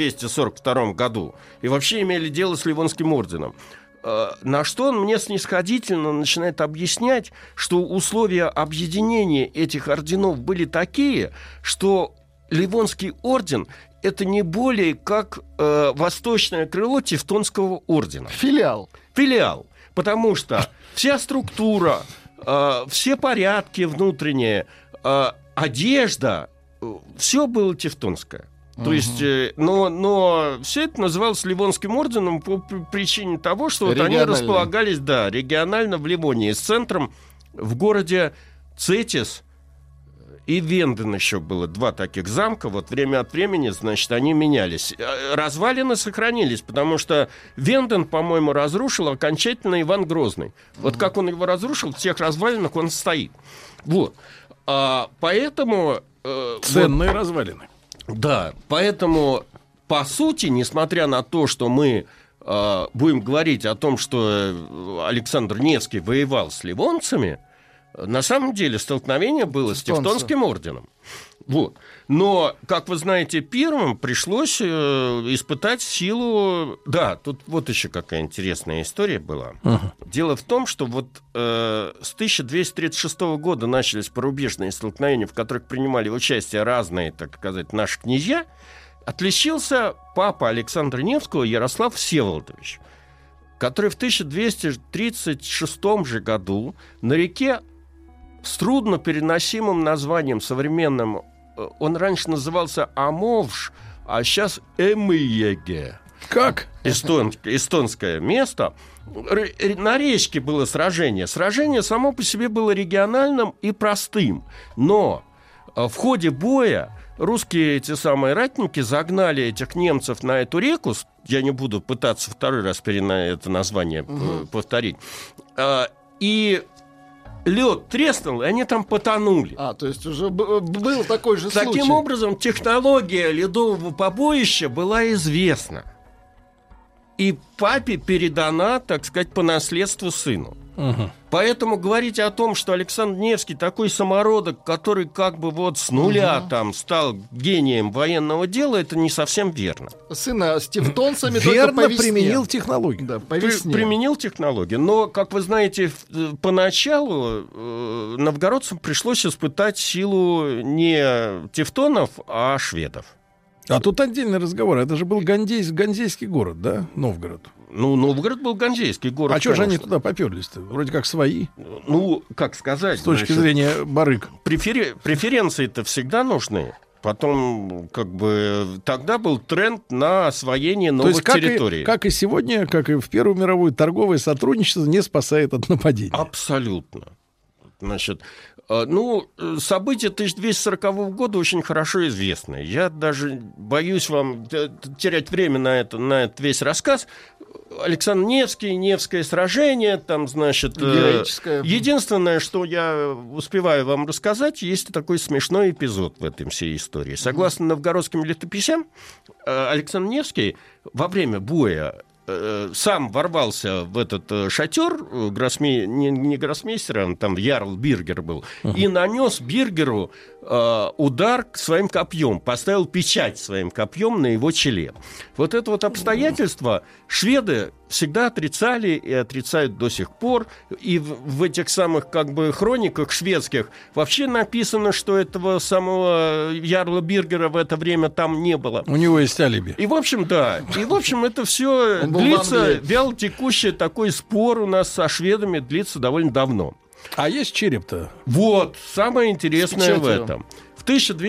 Speaker 11: 1242 году и вообще имели дело с Ливонским орденом. На что он мне снисходительно начинает объяснять, что условия объединения этих орденов были такие, что Ливонский орден — это не более как восточное крыло Тевтонского ордена.
Speaker 4: Филиал.
Speaker 11: Потому что вся структура, все порядки внутренние, одежда, все было тевтонское. То есть, но все это называлось Ливонским орденом по причине того, что вот они располагались, регионально в Ливонии, с центром в городе Цетис. И Венден еще было 2 таких замка. Вот время от времени, значит, они менялись. Развалины сохранились, потому что Венден, по-моему, разрушил окончательно Иван Грозный. Вот как он его разрушил, в тех развалинах он стоит. Вот. Поэтому...
Speaker 2: Ценные развалины.
Speaker 11: Да, поэтому, по сути, несмотря на то, что мы будем говорить о том, что Александр Невский воевал с ливонцами, на самом деле столкновение было с Тевтонским орденом. Вот. Но, как вы знаете, первым пришлось испытать силу... Да, тут вот еще какая интересная история была. Дело в том, что вот с 1236 года начались порубежные столкновения, в которых принимали участие разные, так сказать, наши князья. Отличился папа Александра Невского Ярослав Всеволодович, который в 1236 же году на реке с труднопереносимым названием современным, он раньше назывался Амовш, а сейчас Эмиеге.
Speaker 2: Как?
Speaker 11: Эстонское место. На речке было сражение. Сражение само по себе было региональным и простым. Но в ходе боя русские эти самые ратники загнали этих немцев на эту реку. Я не буду пытаться 2 раз это название повторить. И лед треснул, и они там потонули.
Speaker 4: То есть уже был такой же случай.
Speaker 11: Таким образом, технология ледового побоища была известна. И папе передана, так сказать, по наследству сыну. Поэтому говорить о том, что Александр Невский такой самородок, который как бы вот с нуля там стал гением военного дела, это не совсем верно.
Speaker 4: Сына с тевтонцами
Speaker 2: верно применил технологию.
Speaker 4: Да, по весне.
Speaker 11: Применил технологию. Но, как вы знаете, поначалу новгородцам пришлось испытать силу не тевтонов, а шведов.
Speaker 2: А тут отдельный разговор. Это же был ганзейский город, да? Новгород.
Speaker 11: Ну, Новгород был ганзейский город.
Speaker 2: А что же они туда поперлись-то? Вроде как свои.
Speaker 11: Ну, как сказать.
Speaker 2: С точки зрения барыг.
Speaker 11: Преференции-то всегда нужны. Потом, как бы, тогда был тренд на освоение новых территорий.
Speaker 2: Как и сегодня, как и в Первую мировую, торговое сотрудничество не спасает от нападений.
Speaker 11: Абсолютно. Значит, события 1240 года очень хорошо известны. Я даже боюсь вам терять время на этот весь рассказ. Александр Невский, Невское сражение, там, значит... Единственное, что я успеваю вам рассказать, есть такой смешной эпизод в этой всей истории. Согласно новгородским летописям, Александр Невский во время боя сам ворвался в этот шатер, не гроссмейстера, он там Ярл Биргер был, и нанес Биргеру удар своим копьем, поставил печать своим копьем на его челе. Вот это вот обстоятельство шведы всегда отрицали и отрицают до сих пор. И в этих самых как бы хрониках шведских вообще написано, что этого самого Ярла Биргера в это время там не было.
Speaker 2: У него есть алиби.
Speaker 11: И в общем, да. И в общем, это все длится, вялотекущий такой спор у нас со шведами длится довольно давно.
Speaker 2: А есть череп-то?
Speaker 11: Вот, самое интересное в этом. В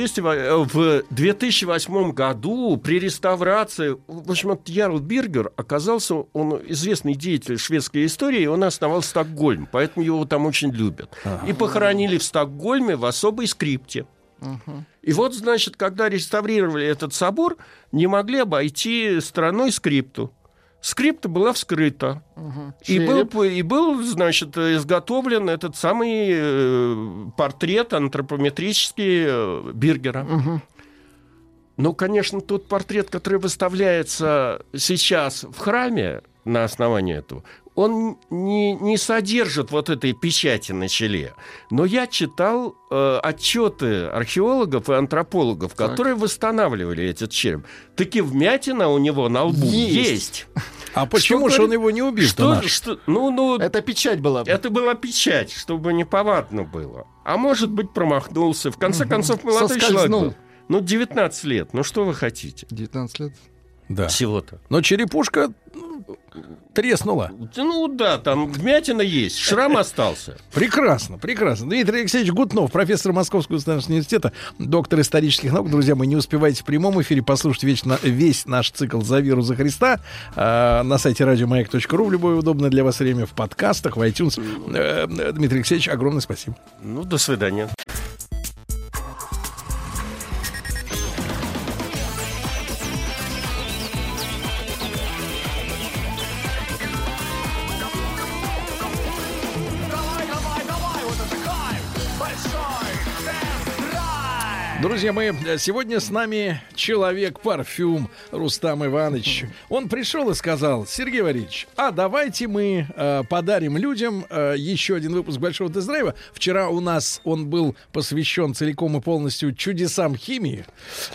Speaker 11: 2008 году при реставрации, в общем, Ярл Биргер оказался, он известный деятель шведской истории, он основал Стокгольм, поэтому его там очень любят. И похоронили в Стокгольме в особой скрипте. И вот, значит, когда реставрировали этот собор, не могли обойти стороной скрипту. Скрипта была вскрыта. И был, значит, изготовлен этот самый портрет антропометрический Биргера. Ну, конечно, тот портрет, который выставляется сейчас в храме на основании этого, он не содержит вот этой печати на челе. Но я читал отчеты археологов и антропологов, которые восстанавливали этот череп. Таки вмятина у него на лбу есть.
Speaker 2: А почему же он его не убил?
Speaker 4: Это печать была.
Speaker 11: Это была печать, чтобы неповадно было. А может быть, промахнулся. В конце концов, молодой человек был. 19 лет. Ну, что вы хотите?
Speaker 4: 19 лет?
Speaker 2: Да.
Speaker 11: Всего-то.
Speaker 2: Но черепушка треснула.
Speaker 11: Ну да, там вмятина есть, шрам остался.
Speaker 2: Прекрасно, прекрасно. Дмитрий Алексеевич Гутнов, профессор Московского государственного университета, доктор исторических наук. Друзья мои, не успевайте в прямом эфире послушать весь наш цикл «За веру, за Христа» на сайте радиомаяк.ру в любое удобное для вас время, в подкастах, в iTunes. Дмитрий Алексеевич, огромное спасибо.
Speaker 11: Ну, до свидания.
Speaker 2: Друзья мои, сегодня с нами человек-парфюм Рустам Иванович. Он пришел и сказал: Сергей Валерьевич, давайте мы подарим людям еще один выпуск Большого тест-драйва. Вчера у нас он был посвящен целиком и полностью чудесам химии.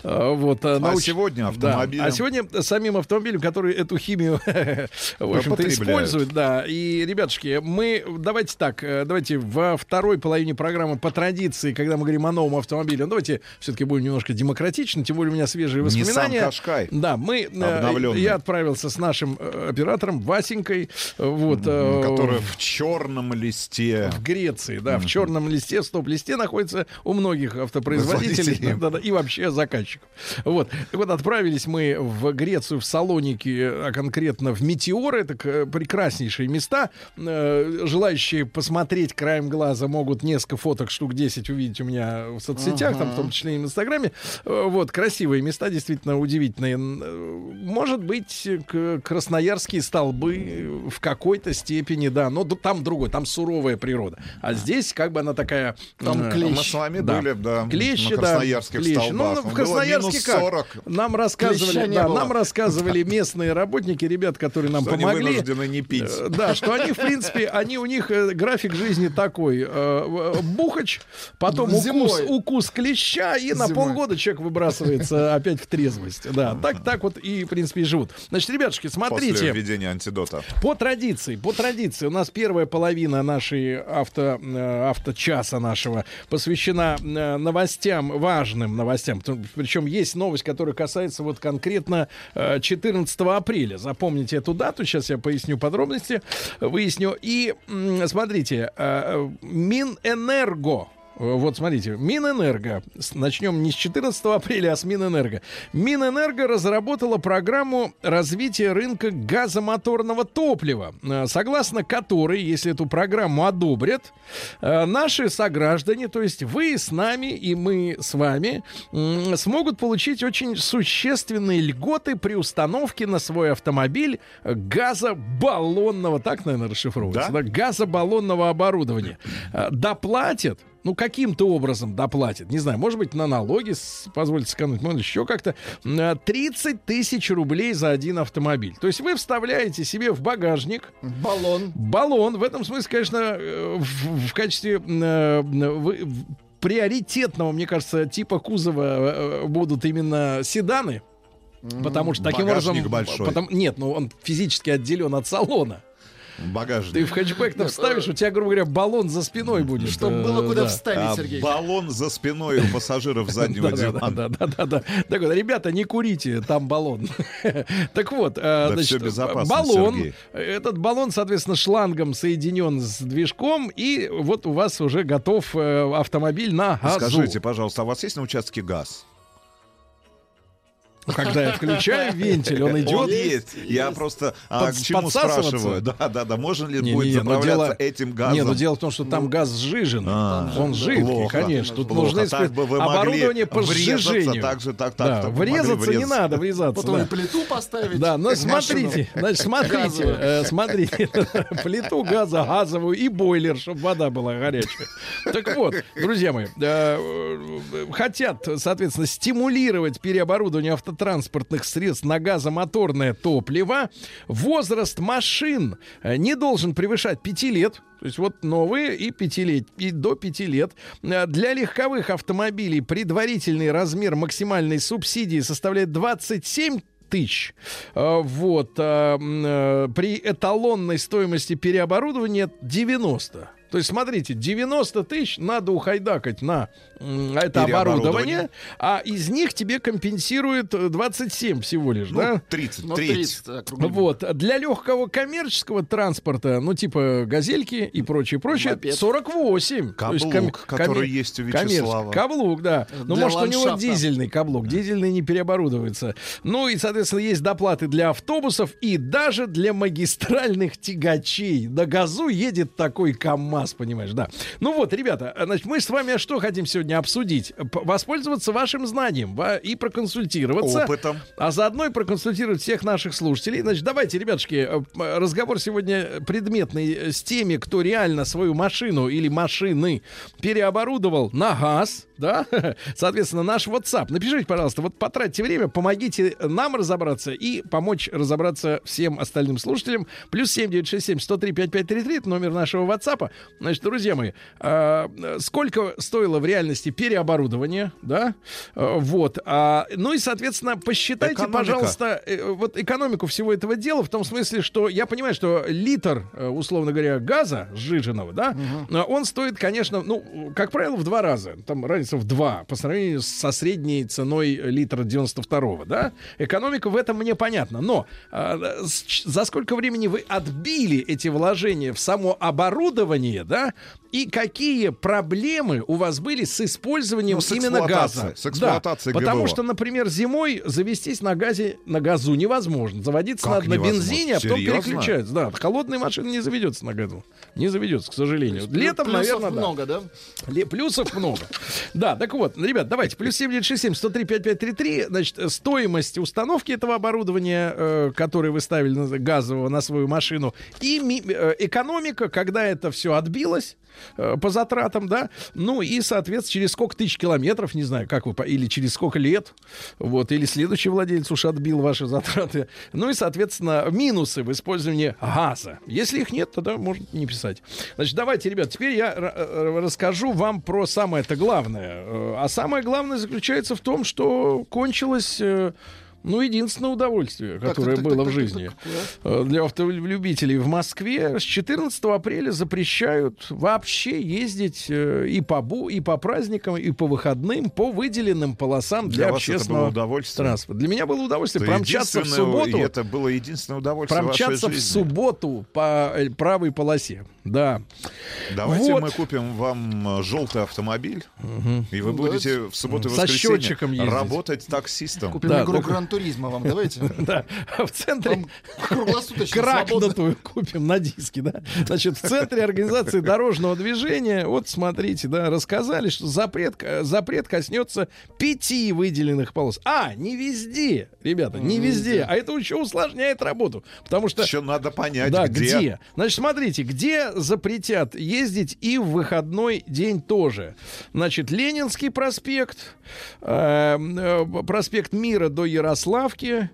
Speaker 6: Сегодня автомобилем.
Speaker 2: Да. А сегодня самим автомобилем, который эту химию, в общем-то, использует. Да. И, ребятушки, давайте во второй половине программы по традиции, когда мы говорим о новом автомобиле, давайте все-таки будем немножко демократичны, тем более у меня свежие воспоминания.
Speaker 6: Nissan Qashqai.
Speaker 2: Да, я отправился с нашим оператором Васенькой,
Speaker 6: который в черном листе.
Speaker 2: В Греции, да, в черном листе, стоп-листе находится у многих автопроизводителей и вообще заказчиков. Вот отправились мы в Грецию в Салоники, а конкретно в Метеоры. Это прекраснейшие места. Желающие посмотреть краем глаза могут несколько фоток, штук 10 увидеть у меня в соцсетях, там в том числе и в Инстаграме. Красивые места, действительно удивительные. Может быть, красноярские столбы в какой-то степени, да, но там другой, там суровая природа. А здесь как бы она такая...
Speaker 6: Там клещ. Мы с вами были,
Speaker 2: клещи,
Speaker 6: на красноярских столбах.
Speaker 2: В Красноярске как? Нам рассказывали местные работники, ребят, которые нам помогли.
Speaker 6: Они вынуждены не пить.
Speaker 2: Да, что они, в принципе, у них график жизни такой. Бухач, потом укус клеща, и на полгода человек выбрасывается опять в трезвость. Да, так вот и, в принципе, и живут. Значит, ребятушки, смотрите.
Speaker 6: После введения антидота.
Speaker 2: По традиции, у нас первая половина нашей авточаса нашего посвящена новостям, важным новостям. Причем есть новость, которая касается вот конкретно 14 апреля. Запомните эту дату, сейчас я поясню подробности, выясню. И смотрите, Минэнерго. Вот смотрите, Минэнерго, начнем не с 14 апреля, а с Минэнерго. Минэнерго разработала программу развития рынка газомоторного топлива, согласно которой, если эту программу одобрят, наши сограждане, то есть вы с нами и мы с вами, смогут получить очень существенные льготы при установке на свой автомобиль газобаллонного, так, наверное, расшифровывается, да? Газобаллонного оборудования. Доплатят ну, каким-то образом доплатит, не знаю, может быть, на налоги позволит сэкономить, может, еще как-то, 30 тысяч рублей за один автомобиль. То есть вы вставляете себе в багажник баллон. В этом смысле, конечно, в качестве приоритетного, мне кажется, типа кузова будут именно седаны. Потому что таким образом...
Speaker 6: большой.
Speaker 2: Нет, ну он физически отделен от салона.
Speaker 6: Багажник.
Speaker 2: Ты в хэтчбэк вставишь, у тебя, грубо говоря, баллон за спиной будет.
Speaker 4: Чтобы было куда вставить, Сергей.
Speaker 6: Баллон за спиной у пассажиров заднего дивана.
Speaker 2: Да. Так вот, ребята, не курите, там баллон. Так вот, значит, баллон. Этот баллон, соответственно, шлангом соединен с движком, и вот у вас уже готов автомобиль на газу.
Speaker 6: Скажите, пожалуйста, а у вас есть на участке газ?
Speaker 2: Когда я включаю вентиль, он идет.
Speaker 6: Он есть. Я просто к чему спрашиваю? Да. Можно ли будет заправляться этим газом?
Speaker 2: Нет, но дело в том, что там газ сжиженный. Он жидкий, конечно. Тут нужно оборудование по сжижению. Врезаться не надо, врезаться.
Speaker 4: Потом и плиту поставить.
Speaker 2: Да, но смотрите, плиту газовую и бойлер, чтобы вода была горячая. Так вот, друзья мои, хотят, соответственно, стимулировать переоборудование автотранспортных средств на газомоторное топливо. Возраст машин не должен превышать 5 лет. То есть вот новые и до 5 лет. Для легковых автомобилей предварительный размер максимальной субсидии составляет 27 тысяч. Вот. При эталонной стоимости переоборудования 90. То есть, смотрите, 90 тысяч надо ухайдакать на это оборудование, а из них тебе компенсируют 27 всего лишь, да?
Speaker 6: 30.
Speaker 2: Вот. Для легкого коммерческого транспорта, ну, типа газельки и прочее, 48.
Speaker 6: Каблук, который есть у Вячеслава.
Speaker 2: Каблук, да. Ну, может, у него дизельный каблук. Дизельный не переоборудуется. Ну, и, соответственно, есть доплаты для автобусов и даже для магистральных тягачей. На газу едет такой КамАЗ. Понимаешь, да. Ну вот, ребята, значит, мы с вами что хотим сегодня обсудить? Воспользоваться вашим знанием и проконсультироваться.
Speaker 6: Опытом.
Speaker 2: А заодно и проконсультировать всех наших слушателей. Значит, давайте, ребятушки, разговор сегодня предметный с теми, кто реально свою машину или машины переоборудовал на газ, да? Соответственно, наш WhatsApp. Напишите, пожалуйста, вот потратьте время, помогите нам разобраться и помочь разобраться всем остальным слушателям. +7 967 103 5533, это номер нашего WhatsApp. Значит, друзья мои, сколько стоило в реальности переоборудование, да? Вот. Ну и, соответственно, посчитайте, пожалуйста, вот экономику всего этого дела, в том смысле, что я понимаю, что литр, условно говоря, газа сжиженного, да, он стоит, конечно, ну, как правило, в 2 раза. Там разница в 2 по сравнению со средней ценой литра 92-го, да? Экономика в этом мне понятна. Но за сколько времени вы отбили эти вложения в само оборудование, да, и какие проблемы у вас были с использованием именно газа?
Speaker 6: С эксплуатацией
Speaker 2: ГБО. Потому
Speaker 6: ГБО.
Speaker 2: что, например, зимой завестись на газу невозможно. Заводиться надо на бензине, а потом переключается. Да, холодная машина не заведется на газу. Не заведется, к сожалению. Летом, наверное,
Speaker 4: много, да?
Speaker 2: Плюсов много. Да, так вот, ребят, давайте. +7 967 103 5533. Значит, стоимость установки этого оборудования, которое вы ставили газового на свою машину, и экономика, когда это все отбилось по затратам, да, ну и, соответственно, через сколько тысяч километров, не знаю, как вы, или через сколько лет, вот, или следующий владелец уж отбил ваши затраты, ну и, соответственно, минусы в использовании газа. Если их нет, тогда можно не писать. Значит, давайте, ребят, теперь я расскажу вам про самое-то главное. А самое главное заключается в том, что кончилось... Ну, единственное удовольствие, которое было в жизни. Для автолюбителей в Москве с 14 апреля запрещают вообще ездить и по праздникам, и по выходным, по выделенным полосам для общественного транспорта. Для меня было удовольствие промчаться в субботу.
Speaker 6: Это было единственное удовольствие
Speaker 2: промчаться в субботу по правой полосе. Да.
Speaker 6: Давайте мы купим вам желтый автомобиль, и вы будете в субботу и воскресенье
Speaker 2: со счетчиком ездить.
Speaker 6: Работать таксистом.
Speaker 4: Купим игру Гран туризма вам давайте.
Speaker 2: Да, в центре кракнутую купим на диске, да. Значит, в центре организации дорожного движения, вот смотрите, да, рассказали, что запрет коснется 5 выделенных полос. Не везде, ребята, не везде. А это еще усложняет работу, потому что...
Speaker 6: Еще надо понять,
Speaker 2: да,
Speaker 6: где.
Speaker 2: Значит, смотрите, где запретят ездить и в выходной день тоже. Значит, Ленинский проспект, проспект Мира до Ярославки,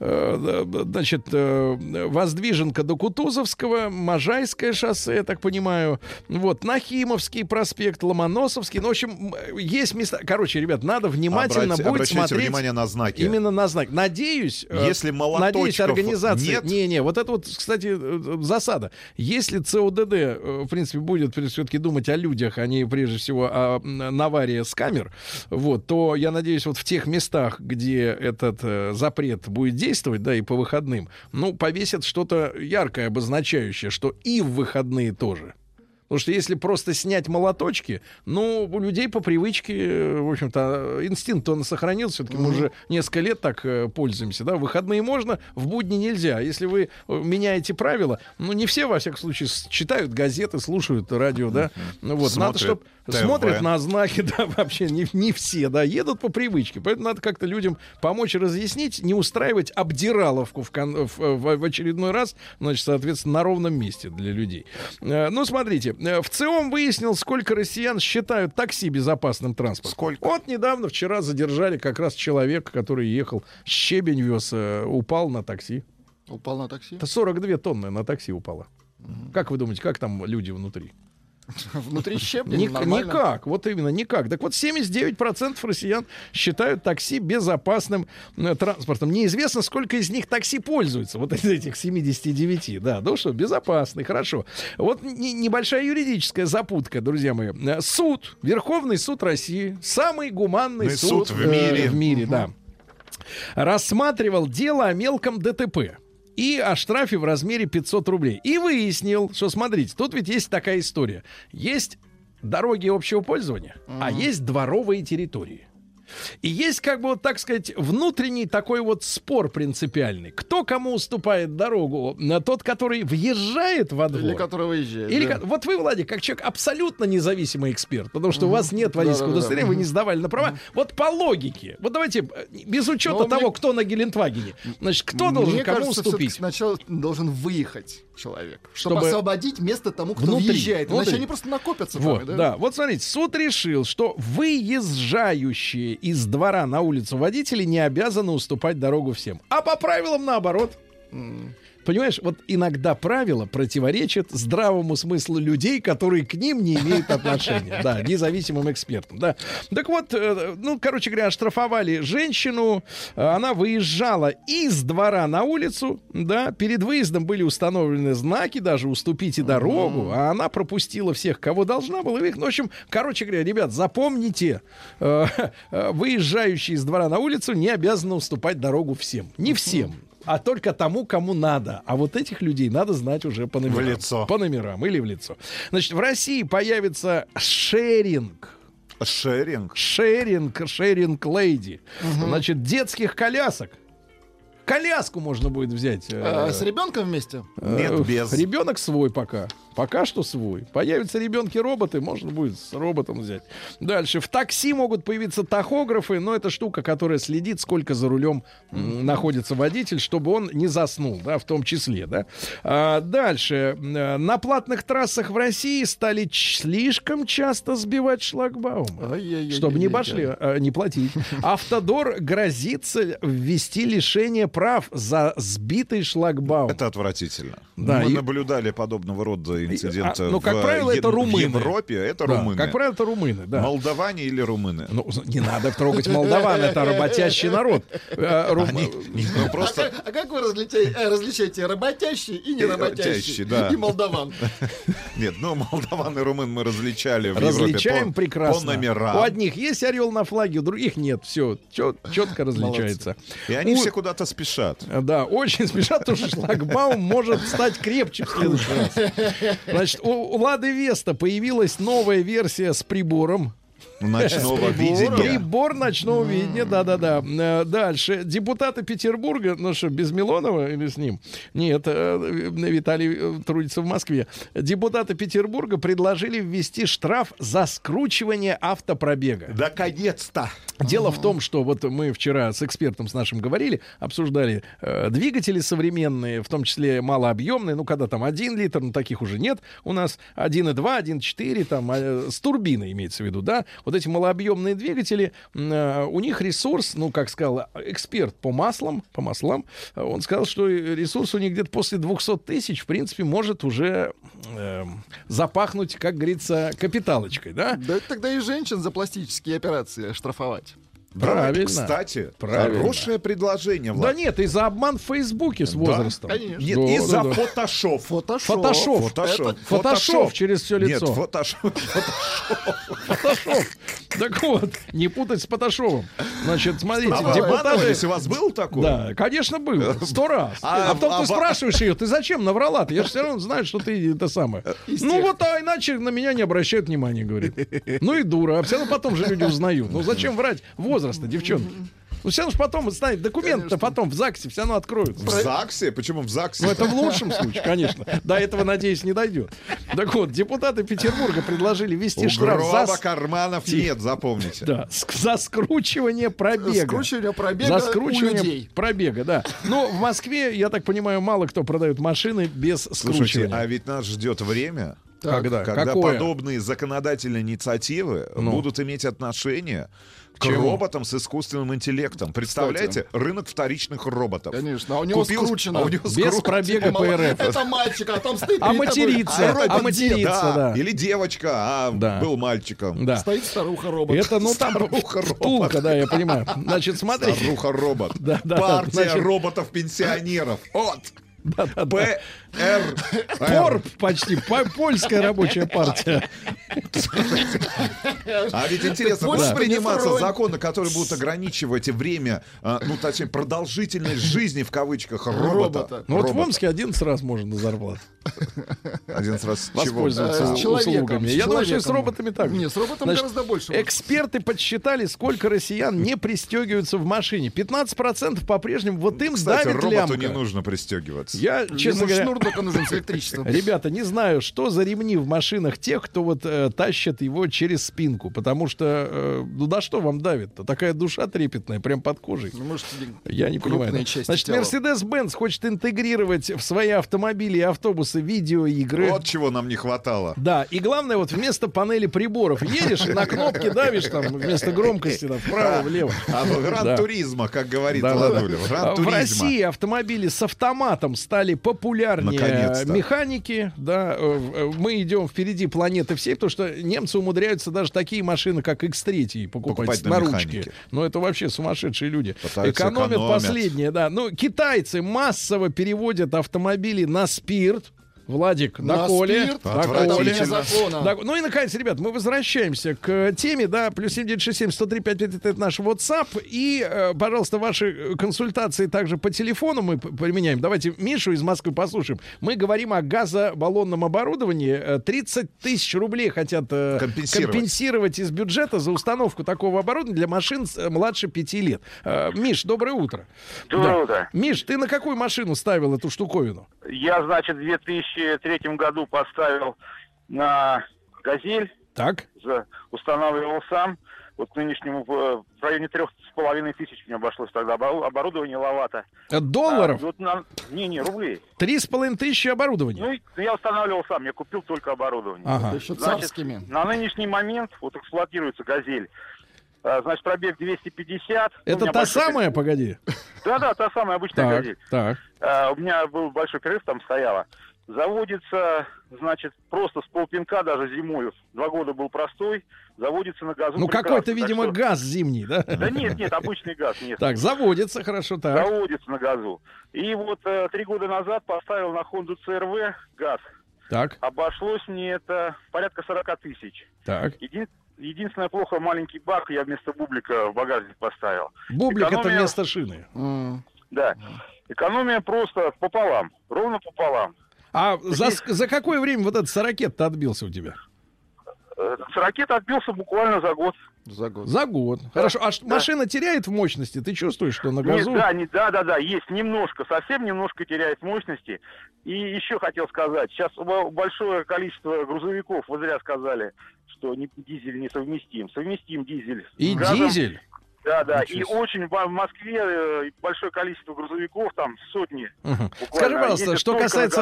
Speaker 2: значит, Воздвиженка до Кутузовского, Можайское шоссе, я так понимаю, вот, Нахимовский проспект, Ломоносовский. Ну, в общем, есть места. Короче, ребят, надо внимательно будет смотреть.
Speaker 6: Внимание на знаки.
Speaker 2: Именно на знаки. Надеюсь,
Speaker 6: если молоточков
Speaker 2: организация...
Speaker 6: нет...
Speaker 2: Не, вот это вот, кстати, засада. Если ЦОДД, в принципе, будет все-таки думать о людях, а не прежде всего о наварии с камер, вот, то я надеюсь, вот в тех местах, где этот запрет будет действовать, да, и по выходным, ну, повесят что-то яркое, обозначающее, что и в выходные тоже. Потому что если просто снять молоточки, ну, у людей по привычке, в общем-то, инстинкт он сохранился. Все-таки мы уже несколько лет так пользуемся, да. В выходные можно, в будни нельзя. Если вы меняете правила, ну, не все, во всяком случае, читают газеты, слушают радио, да. Ну, вот, надо, чтобы смотрят на знаки, да, вообще не все, да, едут по привычке. Поэтому надо как-то людям помочь разъяснить, не устраивать обдираловку в очередной раз, значит, соответственно, на ровном месте для людей. Ну, смотрите, в ЦИОМ выяснил, сколько россиян считают такси безопасным транспортом.
Speaker 6: Сколько?
Speaker 2: Вот недавно, вчера задержали как раз человека, который ехал, щебень вез, упал на такси.
Speaker 4: Упал на такси?
Speaker 2: Это 42 тонны на такси упало. Как вы думаете, как там люди внутри?
Speaker 4: Внутри щебня?
Speaker 2: Никак, вот именно никак. Так вот, 79% россиян считают такси безопасным транспортом. Неизвестно, сколько из них такси пользуются. Вот из этих 79. Да, ну что, безопасный, хорошо. Вот небольшая юридическая запутка, друзья мои. Суд, Верховный суд России, самый гуманный суд в мире, да, рассматривал дело о мелком ДТП и о штрафе в размере 500 рублей. И выяснил, что, смотрите, тут ведь есть такая история. Есть дороги общего пользования, а есть дворовые территории. И есть, как бы, вот, так сказать, внутренний такой вот спор принципиальный. Кто кому уступает дорогу? Тот, который въезжает во двор?
Speaker 4: Или который выезжает.
Speaker 2: Или да. Вот вы, Владик, как человек абсолютно независимый эксперт, потому что у вас нет водительского удостоверения, вы не сдавали на права. Вот по логике, вот давайте, без учета того, кто на Гелендвагене, значит, кто должен кому уступить?
Speaker 4: Сначала должен выехать человек, чтобы освободить место тому, кто въезжает. Иначе они просто накопятся.
Speaker 2: Вот, да. Вот смотрите, суд решил, что выезжающие из двора на улицу водители не обязаны уступать дорогу всем. А по правилам наоборот. Понимаешь, вот иногда правила противоречат здравому смыслу людей, которые к ним не имеют отношения. Да, независимым экспертам. Да. Так вот, ну, короче говоря, оштрафовали женщину. Она выезжала из двора на улицу. Да, перед выездом были установлены знаки, даже уступите дорогу. А она пропустила всех, кого должна была. Ну, в общем, короче говоря, ребят, запомните, выезжающие из двора на улицу не обязаны уступать дорогу всем. Не всем. А только тому, кому надо. А вот этих людей надо знать уже по номерам.
Speaker 6: В лицо.
Speaker 2: По номерам или в лицо. Значит, в России появится шеринг. Шеринг лейди. Значит, детских колясок. Коляску можно будет взять.
Speaker 4: С ребенком вместе?
Speaker 6: Нет, без.
Speaker 2: Ребенок свой пока. Пока что свой. Появятся ребенки-роботы, можно будет с роботом взять. Дальше. В такси могут появиться тахографы, но это штука, которая следит, сколько за рулем находится водитель, чтобы он не заснул, да, в том числе, да. Дальше. На платных трассах в России стали слишком часто сбивать шлагбаумы, чтобы не платить. Автодор грозится ввести лишение прав за сбитый шлагбаум.
Speaker 6: Это отвратительно.
Speaker 2: Да,
Speaker 6: мы наблюдали подобного рода инциденты
Speaker 2: ну, как правило, это румыны.
Speaker 6: Европе. Это румыны.
Speaker 2: Как правило, это румыны, да.
Speaker 6: Молдаване или румыны?
Speaker 2: Ну, не надо трогать молдаван, это работящий народ.
Speaker 4: А как вы различаете работящий и неработящий? И молдаван?
Speaker 6: Нет, ну, молдаван и румын мы различали в Европе.
Speaker 2: Различаем прекрасно.
Speaker 6: По номерам.
Speaker 2: У одних есть орел на флаге, у других нет. Все четко различается.
Speaker 6: И они все куда-то спешат.
Speaker 2: Да, очень спешат, потому что шлагбаум может стать крепче в следующий раз. Значит, у Лады Веста появилась новая версия с прибором.
Speaker 6: Ночного видения.
Speaker 2: Прибор ночного видения, да-да-да. Дальше. Депутаты Петербурга, ну что, без Милонова или с ним? Нет, Виталий трудится в Москве. Депутаты Петербурга предложили ввести штраф за скручивание автопробега.
Speaker 6: Наконец-то!
Speaker 2: Дело в том, что вот мы вчера с экспертом с нашим говорили, обсуждали двигатели современные, в том числе малообъемные, ну, когда там 1 литр, ну, таких уже нет. У нас 1,2, 1,4, там, с турбиной имеется в виду, да. Вот эти малообъемные двигатели, у них ресурс, ну, как сказал эксперт по маслам, он сказал, что ресурс у них где-то после 200 тысяч, в принципе, может уже запахнуть, как говорится, капиталочкой, да.
Speaker 4: Да тогда и женщин за пластические операции штрафовать.
Speaker 2: Правильно.
Speaker 6: Кстати,
Speaker 2: правильно.
Speaker 6: Хорошее предложение, Влад.
Speaker 2: Да нет, и за обман в Фейсбуке с возрастом.
Speaker 4: Конечно.
Speaker 6: Нет,
Speaker 2: Да,
Speaker 6: и
Speaker 2: да,
Speaker 6: за
Speaker 2: да. Фотошоп через все лицо.
Speaker 6: Нет, фотошоп.
Speaker 2: Так вот, не путать с фотошопом. Значит, смотрите,
Speaker 6: Депутаты...
Speaker 2: депутаты...
Speaker 6: У вас был такой?
Speaker 2: Да, конечно, был. 100 раз. А потом ты спрашиваешь ее, ты зачем наврала-то? Я же все равно знаю, что ты это самое. Ну вот, а иначе на меня не обращают внимания, говорит. Ну и дура. А все равно потом же люди узнают. Ну зачем врать возраста, девчонки? Ну, все равно же потом станет документы-то потом в ЗАГСе все равно откроют.
Speaker 6: В ЗАГСе? Почему в ЗАГСе?
Speaker 2: Ну, это в лучшем случае, конечно. До этого, надеюсь, не дойдет. Так вот, депутаты Петербурга предложили ввести штраф за...
Speaker 6: карманов нет, запомните.
Speaker 2: Да, за скручивание пробега.
Speaker 4: Скручивание пробега
Speaker 2: за скручивание
Speaker 4: у людей.
Speaker 2: Пробега, да. Но в Москве, я так понимаю, мало кто продает машины без скручивания.
Speaker 6: Слушайте, а ведь нас ждет время, когда
Speaker 2: Какое?
Speaker 6: подобные законодательные инициативы будут иметь отношение к роботам с искусственным интеллектом. Представляете, рынок вторичных роботов.
Speaker 4: Конечно, а у него скручено.
Speaker 2: Без пробега ПРФ.
Speaker 4: Это мальчик, а там стоит...
Speaker 2: А материться,
Speaker 6: да. Или девочка, был мальчиком.
Speaker 2: Да.
Speaker 4: Стоит старуха-робот.
Speaker 2: Это, ну, там втулка, да, я понимаю. Значит, смотрите.
Speaker 6: Старуха-робот. Партия роботов-пенсионеров. Вот.
Speaker 2: ПОРП почти, польская рабочая партия.
Speaker 6: А ведь интересно, будут приниматься законы, которые будут ограничивать время, ну, точнее, продолжительность жизни, в кавычках, робота.
Speaker 2: Ну, вот в Омске 11 раз можно на зарплату
Speaker 6: 11 раз
Speaker 2: воспользоваться услугами. Я думаю, что с роботами так.
Speaker 4: Нет, с роботом гораздо больше.
Speaker 2: Эксперты подсчитали, сколько россиян не пристегиваются в машине. 15% по-прежнему вот им
Speaker 6: Кстати,
Speaker 2: давит
Speaker 6: роботу
Speaker 2: лямка.
Speaker 6: не нужно пристегиваться.
Speaker 2: Я, честно говоря,
Speaker 4: шнур только нужен с электричеством.
Speaker 2: Ребята, не знаю, что за ремни в машинах тех, кто вот тащит его через спинку, потому что, ну да что вам давит-то? Такая душа трепетная, прям под кожей.
Speaker 4: Ну, может,
Speaker 2: я не понимаю. Значит, Mercedes-Benz хочет интегрировать в свои автомобили и автобусы видеоигры.
Speaker 6: Вот чего нам не хватало.
Speaker 2: Да, и главное, вот вместо панели приборов едешь, на кнопки давишь, там, вместо громкости, там, вправо, влево.
Speaker 6: Гран-туризма, как говорит Владуля.
Speaker 2: В России автомобили с автоматом стали популярнее механики, да, мы идем впереди планеты всей, потому что немцы умудряются даже такие машины, как X3 покупать на ручке. Ну, это вообще сумасшедшие люди. Экономят последнее, да. Ну, китайцы массово переводят автомобили на спирт. Владик, на Коле. Ну и, наконец, ребят, мы возвращаемся к теме, да, плюс 7967-103-55, это наш WhatsApp. И, пожалуйста, ваши консультации также по телефону мы применяем. Давайте Мишу из Москвы послушаем. Мы говорим о газобаллонном оборудовании. 30 тысяч рублей хотят компенсировать из бюджета за установку такого оборудования для машин младше 5 лет. Миш, доброе утро.
Speaker 12: Доброе утро.
Speaker 2: Миш, ты на какую машину ставил эту штуковину?
Speaker 12: Я, значит, в 2003 году поставил на «Газель».
Speaker 2: Так.
Speaker 12: Устанавливал сам. Вот нынешнему в районе 3,5 тысяч мне обошлось тогда оборудование Лавата.
Speaker 2: Долларов?
Speaker 12: Не, рублей.
Speaker 2: 3,5 тысячи оборудования?
Speaker 12: Ну, я устанавливал сам, я купил только оборудование.
Speaker 2: Ага.
Speaker 4: Еще царскими.
Speaker 12: На нынешний момент вот эксплуатируется «Газель». Значит, пробег 250.
Speaker 2: Это та самая, погоди?
Speaker 12: Да, та самая обычная «Газель».
Speaker 2: Так.
Speaker 12: У меня был большой перерыв, там стояла. Заводится, значит, просто с полпинка, даже зимой. 2 года был простой. Заводится на газу.
Speaker 2: Ну, какой-то, видимо, газ зимний, да?
Speaker 12: Да нет, обычный газ. Нет.
Speaker 2: Так, заводится, хорошо, так.
Speaker 12: Заводится на газу. И вот 3 года назад поставил на Honda CR-V газ.
Speaker 2: Так.
Speaker 12: Обошлось мне это порядка 40 тысяч.
Speaker 2: Так.
Speaker 12: Единственное плохо, маленький бак я вместо бублика в багажник поставил.
Speaker 2: Бублик это вместо шины.
Speaker 12: Да. Экономия просто пополам. Ровно пополам.
Speaker 2: А за какое время вот этот 40-то отбился у тебя?
Speaker 12: С ракеты отбился буквально за год.
Speaker 2: За год. Хорошо. А машина теряет в мощности? Ты чувствуешь, что на газу?
Speaker 12: Да, есть немножко, совсем немножко теряет мощности. И еще хотел сказать, сейчас большое количество грузовиков, вы зря сказали, что дизель несовместим. Совместим дизель.
Speaker 2: И дизель?
Speaker 12: Да. И очень в Москве большое количество грузовиков, там сотни.
Speaker 2: Скажи, пожалуйста, что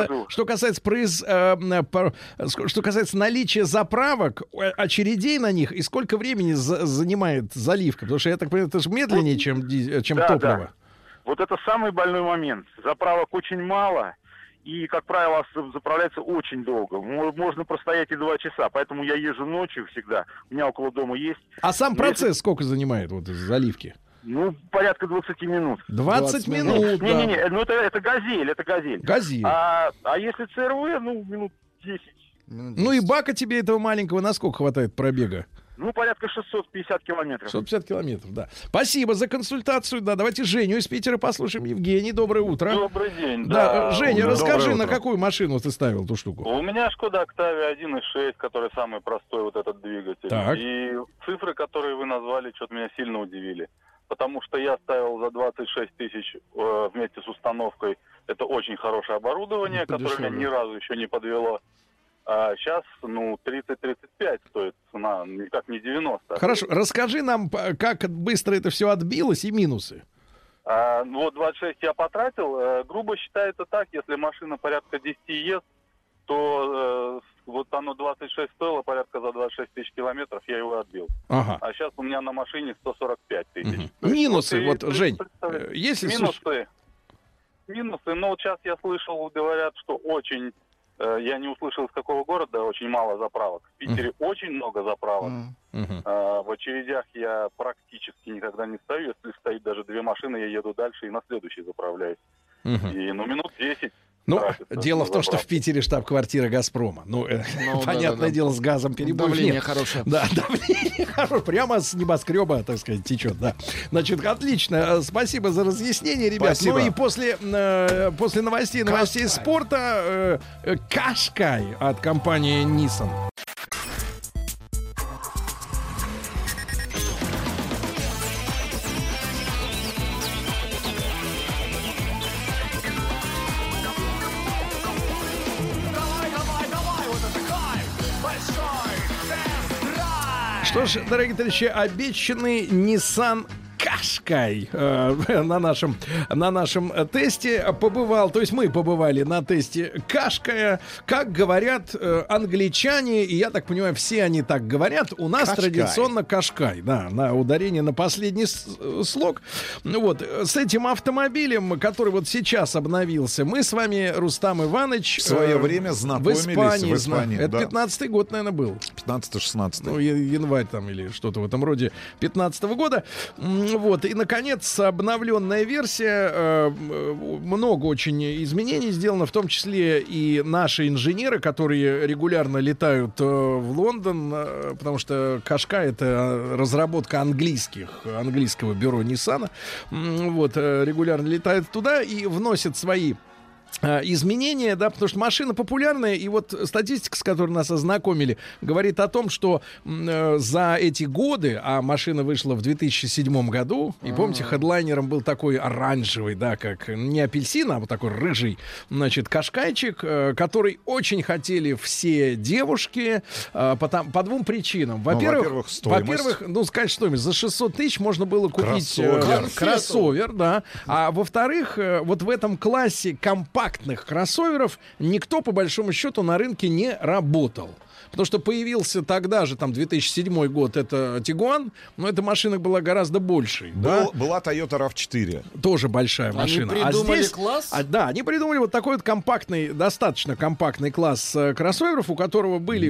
Speaker 2: касается наличия заправок, очередей на них, и сколько времени занимает заливка? Потому что, я так понимаю, это же медленнее, чем топливо. Да.
Speaker 12: Вот это самый больной момент. Заправок очень мало. И, как правило, заправляется очень долго. Можно простоять и 2 часа. Поэтому я езжу ночью всегда. У меня около дома есть.
Speaker 2: А сам процесс сколько занимает вот заливки?
Speaker 12: Ну, порядка 20 минут.
Speaker 2: 20 минут,
Speaker 12: Не, ну это газель,
Speaker 2: Газель.
Speaker 12: А если ЦРВ, минут 10.
Speaker 2: Ну и бака тебе этого маленького на сколько хватает пробега?
Speaker 12: Ну, порядка 650 километров.
Speaker 2: 650 километров, да. Спасибо за консультацию. Да, давайте Женю из Питера послушаем. Евгений, доброе утро.
Speaker 13: Добрый день.
Speaker 2: Да, Женя, расскажи, на какую машину ты ставил эту штуку?
Speaker 13: У меня Шкода Октавия 1.6, который самый простой вот этот двигатель.
Speaker 2: Так.
Speaker 13: И цифры, которые вы назвали, что-то меня сильно удивили. Потому что я ставил за 26 тысяч вместе с установкой. Это очень хорошее оборудование, которое меня ни разу еще не подвело. А сейчас, 30-35 стоит цена, никак не 90.
Speaker 2: Хорошо, расскажи нам, как быстро это все отбилось и минусы.
Speaker 13: Вот 26 я потратил. Грубо считается так, если машина порядка 10 ест, то вот оно 26 стоило порядка за 26 тысяч километров, я его отбил.
Speaker 2: Ага.
Speaker 13: А сейчас у меня на машине 145 тысяч.
Speaker 2: Минусы, Жень, если...
Speaker 13: Минусы, вот сейчас я слышал, говорят, что очень... Я не услышал, из какого города, очень мало заправок. В Питере очень много заправок. В очередях я практически никогда не стою. Если стоит даже 2 машины, я еду дальше и на следующий заправляюсь. И минут 10.
Speaker 2: Дело в том, что в Питере штаб-квартира «Газпрома». Понятное дело, с газом перебоев нет.
Speaker 3: Давление хорошее.
Speaker 2: Да, давление хорошее. Прямо с небоскреба, так сказать, течет, да. Значит, отлично. Спасибо за разъяснение, ребят.
Speaker 6: Спасибо.
Speaker 2: Ну и после новостей спорта Кашкай от компании Nissan. Что ж, дорогие товарищи, обещанный Nissan Qashqai на нашем тесте побывал, то есть мы побывали на тесте Qashqai, как говорят англичане, и я так понимаю, все они так говорят, у нас Qashqai. Традиционно Qashqai, да, на ударение на последний слог. Вот, с этим автомобилем, который вот сейчас обновился, мы с вами, Рустам Иванович,
Speaker 6: в свое время знакомились в Испании.
Speaker 2: Это 15-й год, наверное, был.
Speaker 6: 15-16.
Speaker 2: Ну, январь там или что-то в этом роде 15-го года. Вот, и, наконец, обновленная версия. Много очень изменений сделано, в том числе и наши инженеры, которые регулярно летают в Лондон, потому что Qashqai — это разработка английского бюро Nissan. Вот, регулярно летают туда и вносят свои изменения, да, потому что машина популярная, и вот статистика, с которой нас ознакомили, говорит о том, что за эти годы, а машина вышла в 2007 году, и помните, хедлайнером был такой оранжевый, да, как не апельсин, а вот такой рыжий, значит, кашкайчик, который очень хотели все девушки по 2 причинам. Во-первых, сказать стоимость, за 600 тысяч можно было купить кроссовер, да, а во-вторых, вот в этом классе компактных кроссоверов никто, по большому счету, на рынке не работал. Потому что появился тогда же, там, 2007 год, это Тигуан, но эта машина была гораздо большей.
Speaker 6: Была Toyota RAV4.
Speaker 2: Тоже большая машина.
Speaker 3: Они придумали класс?
Speaker 2: Да, они придумали вот такой вот компактный, достаточно компактный класс кроссоверов, у которого были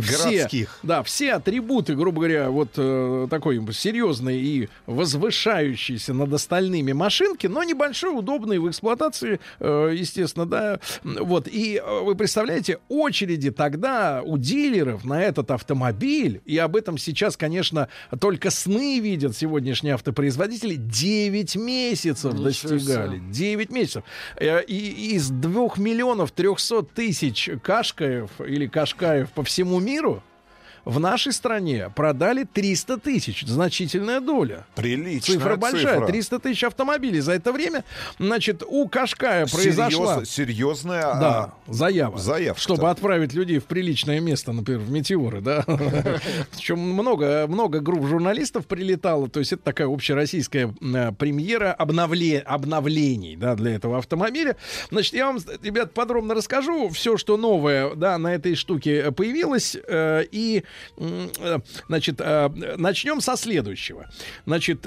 Speaker 2: все атрибуты, грубо говоря, вот такой серьезной и возвышающейся над остальными машинки, но небольшой, удобный в эксплуатации, естественно, да. Вот, и вы представляете, очереди тогда у дилеров на этот автомобиль, и об этом сейчас, конечно, только сны видят сегодняшние автопроизводители, 9 месяцев достигали. 9 месяцев. И из 2 300 000 Qashqai'ев или Qashqai'ев по всему миру в нашей стране продали 300 тысяч. Значительная доля.
Speaker 6: Приличная
Speaker 2: цифра большая.
Speaker 6: цифра.
Speaker 2: 300 тысяч автомобилей за это время. Значит, у Кашкая произошла...
Speaker 6: Серьезная
Speaker 2: заява. Чтобы отправить людей в приличное место, например, в Метеоры, да. Причем много групп журналистов прилетало. То есть это такая общероссийская премьера обновлений, да, для этого автомобиля. Значит, я вам, ребят, подробно расскажу все, что новое, да, на этой штуке появилось. И, значит, начнем со следующего. Значит,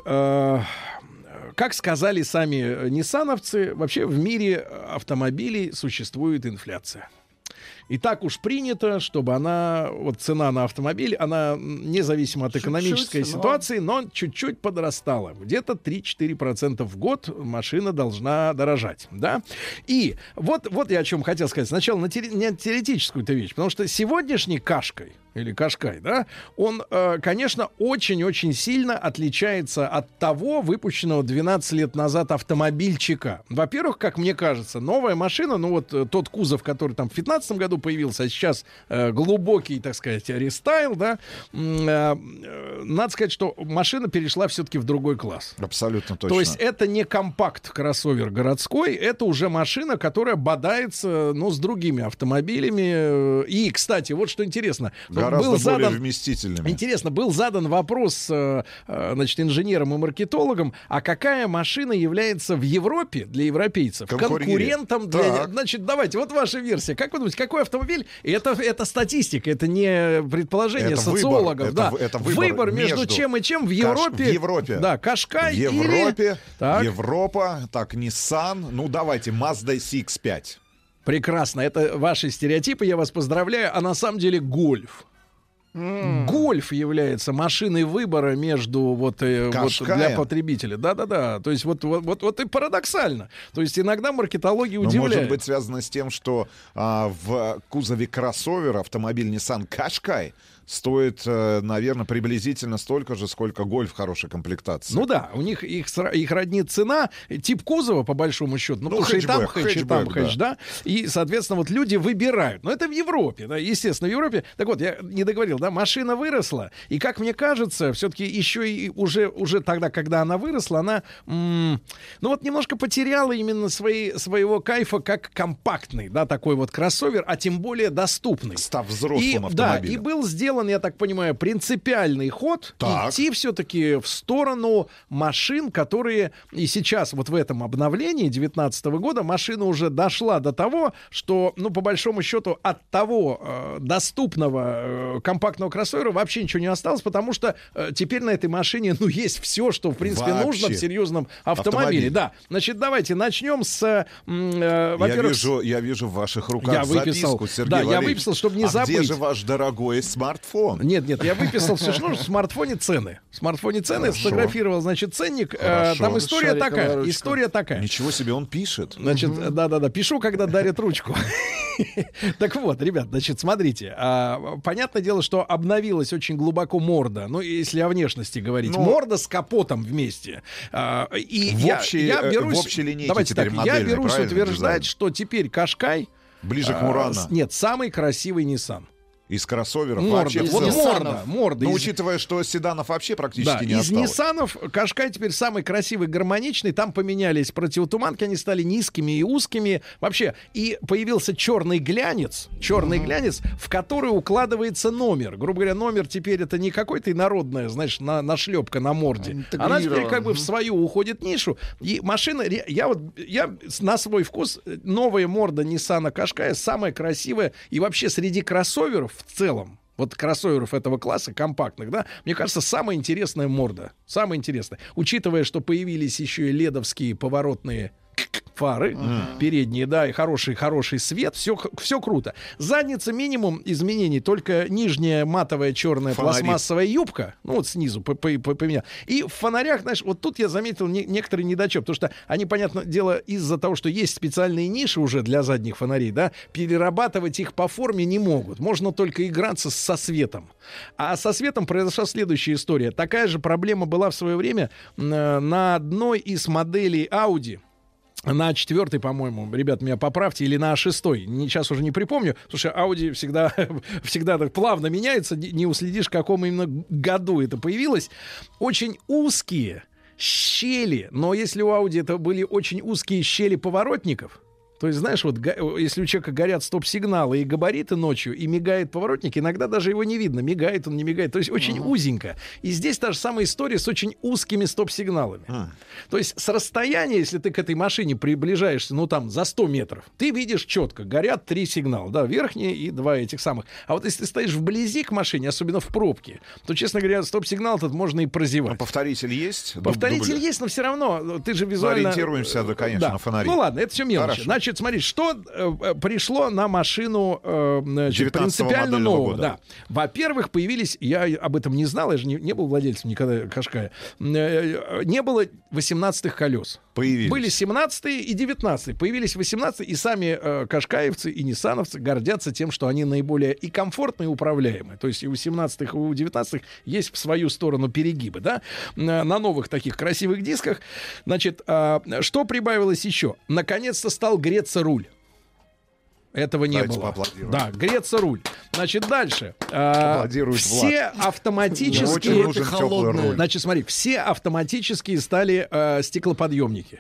Speaker 2: как сказали сами ниссановцы, вообще в мире автомобилей существует инфляция. И так уж принято, чтобы она, вот цена на автомобиль, она независимо от экономической ситуации, но чуть-чуть подрастала. Где-то 3-4% в год машина должна дорожать, да? И вот я о чем хотел сказать. Сначала не теоретическую-то вещь, потому что сегодняшний Кашкай, или Кашкай, да, он, конечно, очень-очень сильно отличается от того выпущенного 12 лет назад автомобильчика. Во-первых, как мне кажется, новая машина, ну вот тот кузов, который там в 2015 году появился, а сейчас глубокий, так сказать, рестайл, да, надо сказать, что машина перешла все-таки в другой класс.
Speaker 6: Абсолютно точно.
Speaker 2: То есть это не компакт-кроссовер городской, это уже машина, которая бодается, ну, с другими автомобилями. И, кстати, вот что интересно.
Speaker 6: Гораздо более вместительными.
Speaker 2: Интересно, был задан вопрос, значит, инженерам и маркетологам, а какая машина является в Европе для европейцев конкурентом для... Значит, давайте, вот ваша версия. Как вы думаете, какой автомобиль? Это статистика, это не предположение это социологов.
Speaker 6: Это
Speaker 2: выбор между чем и чем в Европе.
Speaker 6: В Европе.
Speaker 2: Да, Кашкай
Speaker 6: в Европе,
Speaker 2: или...
Speaker 6: Европа, так, Nissan, ну давайте, Mazda CX-5.
Speaker 2: Прекрасно, это ваши стереотипы, я вас поздравляю, а на самом деле Гольф. Гольф является машиной выбора между вот для потребителя. Да. То есть вот и парадоксально. То есть иногда маркетология удивляет.
Speaker 6: Может быть связано с тем, что в кузове кроссовера автомобиль Nissan Qashqai стоит, наверное, приблизительно столько же, сколько Гольф хорошей комплектации.
Speaker 2: Ну да, у них их роднит цена, тип кузова, по большому счету. Ну, потому что и там хэтч, да. И, соответственно, вот люди выбирают. Но это в Европе, да, естественно, в Европе. Так вот, я не договорил, да, машина выросла, и, как мне кажется, все-таки еще и уже тогда, когда она выросла, она, ну вот, немножко потеряла именно своего кайфа как компактный, да, такой вот кроссовер, а тем более доступный.
Speaker 6: Став взрослым автомобилем.
Speaker 2: Да, и был сделан, я так понимаю, принципиальный ход идти все-таки в сторону машин, которые и сейчас вот в этом обновлении 2019 года машина уже дошла до того, что, ну, по большому счету, от того доступного компактного кроссовера вообще ничего не осталось, потому что теперь на этой машине, ну, есть все, что, в принципе, вообще нужно в серьезном автомобиле. Да, значит, давайте начнем с, во-первых...
Speaker 6: Я вижу в ваших руках записку, Сергей Валерьевич.
Speaker 2: Я выписал, чтобы не забыть.
Speaker 6: Где же ваш дорогой смартфон?
Speaker 2: Нет, я выписал все, что нужно. В смартфоне цены. Сфотографировал, значит, ценник. Там история такая.
Speaker 6: Ничего себе, он пишет.
Speaker 2: Значит, да, пишу, когда дарят ручку. Так вот, ребят, значит, смотрите. Понятное дело, что обновилась очень глубоко морда. Ну, если о внешности говорить. Морда с капотом вместе. И
Speaker 6: в общей линейке.
Speaker 2: Давайте так, я берусь утверждать, что теперь Кашкай...
Speaker 6: Ближе к Мурану.
Speaker 2: Нет, самый красивый Nissan.
Speaker 6: Из кроссоверов
Speaker 2: вообще морда.
Speaker 6: Но учитывая, что седанов вообще практически не осталось.
Speaker 2: Из Ниссанов Кашкай теперь самый красивый, гармоничный. Там поменялись противотуманки, они стали низкими и узкими. Вообще, и появился черный глянец, в который укладывается номер. Грубо говоря, номер теперь это не какой-то инородная, знаешь, нашлепка на морде. Она теперь как бы в свою уходит нишу. И машина, я на свой вкус, новая морда Ниссана Кашкая самая красивая. И вообще среди кроссоверов в целом, вот кроссоверов этого класса, компактных, да, мне кажется, самая интересная морда. Самая интересная. Учитывая, что появились еще и ледовские поворотные фары передние, да, и хороший свет, все круто. Задница минимум изменений, только нижняя матовая черная пластмассовая юбка, ну вот снизу поменял. И в фонарях, знаешь, вот тут я заметил некоторые недочет, потому что они, понятное дело, из-за того, что есть специальные ниши уже для задних фонарей, да, перерабатывать их по форме не могут. Можно только играться со светом. А со светом произошла следующая история. Такая же проблема была в свое время на одной из моделей Audi. на 4-й, по-моему, ребят, меня поправьте, или на 6-й, сейчас уже не припомню. Слушай, Audi всегда так плавно меняется, не уследишь, в каком именно году это появилось. Очень узкие щели, но если у Audi это были очень узкие щели поворотников, то есть, знаешь, вот если у человека горят стоп-сигналы и габариты ночью, и мигает поворотник, иногда даже его не видно, мигает он, не мигает. То есть очень узенько. И здесь та же самая история с очень узкими стоп-сигналами. То есть с расстояния, если ты к этой машине приближаешься, ну там за 100 метров, ты видишь четко, горят 3 сигнала, да, верхние и 2 этих самых. А вот если ты стоишь вблизи к машине, особенно в пробке, то, честно говоря, стоп-сигнал тут можно и прозевать.
Speaker 6: А повторитель есть?
Speaker 2: Повторитель есть, но все равно ты же визуально...
Speaker 6: Ориентируемся, да, конечно, на фонари.
Speaker 2: Ну ладно, это все мелочи. Значит, смотри, что пришло на машину принципиально нового. Да. Во-первых, появились, я об этом не знал, я же не был владельцем никогда Кашкая, не было 18-х колес.
Speaker 6: Появились.
Speaker 2: Были 17-е и 19-е. Появились 18-е, и сами кашкаевцы и ниссановцы гордятся тем, что они наиболее и комфортные, и управляемые. То есть и у 17-х, и у 19-х есть в свою сторону перегибы, да, на новых таких красивых дисках. Значит, что прибавилось еще? Наконец-то стал греться руль. Этого не было. Да, греться руль. Значит, дальше. Все автоматические... Значит, смотри, все автоматические стали стеклоподъемники.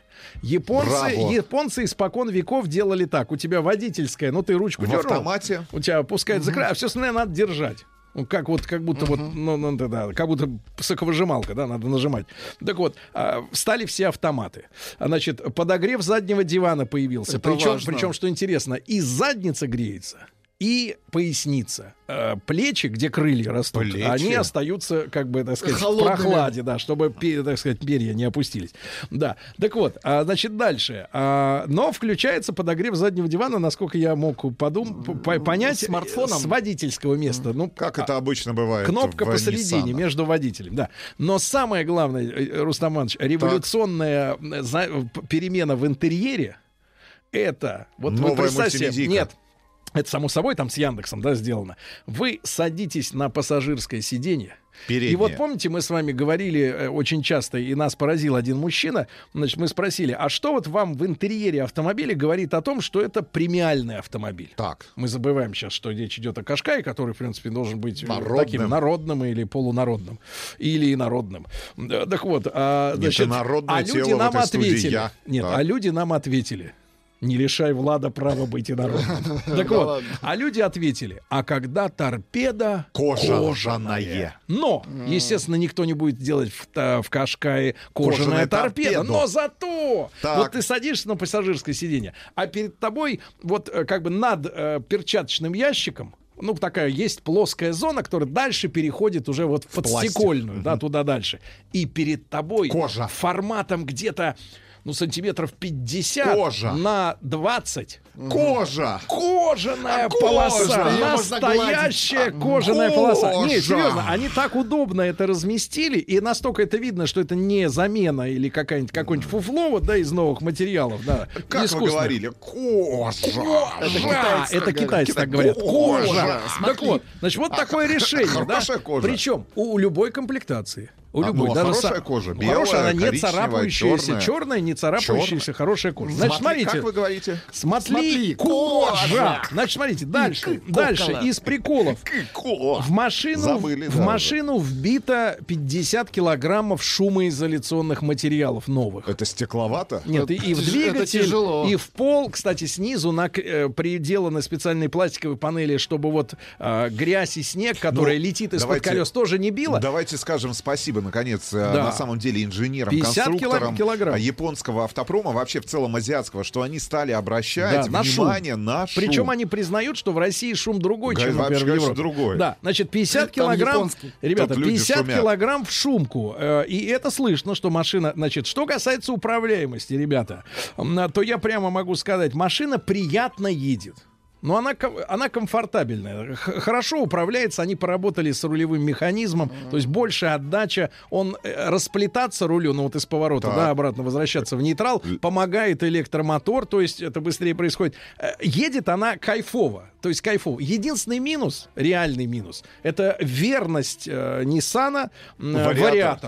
Speaker 2: Японцы испокон веков делали так. У тебя водительская, ну ты ручку дернул. В автомате. У тебя опускает закрывает, а все остальное надо держать. Как будто вот, как будто соковыжималка, да, надо нажимать. Так вот, стали все автоматы. Значит, подогрев заднего дивана появился. Причем, что интересно, и задница греется, и поясница. Плечи, где крылья растут, они остаются, как бы, так сказать, в прохладе, да, чтобы, так сказать, перья не опустились. Да. Так вот, значит, дальше. Но включается подогрев заднего дивана, насколько я мог понять, смартфоном с водительского места. Ну,
Speaker 6: как это обычно бывает.
Speaker 2: Кнопка посередине, между водителем. Да. Но самое главное, Рустам Иванович, революционная перемена в интерьере, это... Вот
Speaker 6: новая мультимедийка.
Speaker 2: Нет. Это, само собой, там с Яндексом, да, сделано. Вы садитесь на пассажирское сиденье. Переднее. И вот помните, мы с вами говорили очень часто, и нас поразил один мужчина. Значит, мы спросили, а что вот вам в интерьере автомобиля говорит о том, что это премиальный автомобиль?
Speaker 6: Так.
Speaker 2: Мы забываем сейчас, что речь идет о Кашкае, который, в принципе, должен быть таким народным или полународным, или инородным. Так вот, значит, люди нам ответили. А люди нам ответили. Не лишай Влада права быть инородным. Так вот, а люди ответили, а когда торпеда кожаная. Но, естественно, никто не будет делать в Кашкае кожаная торпеда. Но зато вот ты садишься на пассажирское сиденье, а перед тобой вот как бы над перчаточным ящиком, ну, такая есть плоская зона, которая дальше переходит уже вот в подстекольную, да, туда дальше. И перед тобой форматом где-то, ну, сантиметров 50 на 20. Кожаная полоса. Настоящая кожаная полоса. Не, серьезно, они так удобно это разместили, и настолько это видно, что это не замена или какое-нибудь фуфло вот, да, из новых материалов. Да,
Speaker 6: как вы говорили? Кожа.
Speaker 2: Это китайцы так говорят. Кожа. Так вот, значит, вот такое решение. Причем у любой комплектации. У любой, даже
Speaker 6: хорошая кожа, белая,
Speaker 2: хорошая, она не царапающаяся, черная, не царапающаяся, хорошая кожа. Значит, смотрите.
Speaker 6: Как вы говорите?
Speaker 2: Смотри, кожа. Значит, смотрите, дальше из приколов. В машину вбито 50 килограммов шумоизоляционных материалов новых.
Speaker 6: Это стекловато?
Speaker 2: Нет, и в двигатель, и в пол. Кстати, снизу приделаны специальные пластиковые панели, чтобы вот грязь и снег, которая летит из-под колес, тоже не била.
Speaker 6: Давайте скажем спасибо, наконец, на самом деле инженерам, конструкторам японского автопрома, вообще в целом азиатского, что они стали обращать внимание на шум.
Speaker 2: Причем они признают, что в России шум другой, чем, например, в Европе.
Speaker 6: Другой.
Speaker 2: Да, значит, 50 килограмм, ребята, 50 килограмм в шумку. И это слышно, что машина, значит, что касается управляемости, ребята, то я прямо могу сказать, машина приятно едет. Но она комфортабельная, хорошо управляется, они поработали с рулевым механизмом, то есть большая отдача, он расплетаться рулю, ну вот из поворота, да, обратно возвращаться в нейтрал, помогает электромотор, то есть это быстрее происходит. Едет она кайфово, то есть кайфово. Единственный минус, реальный минус, это верность Ниссана вариатору.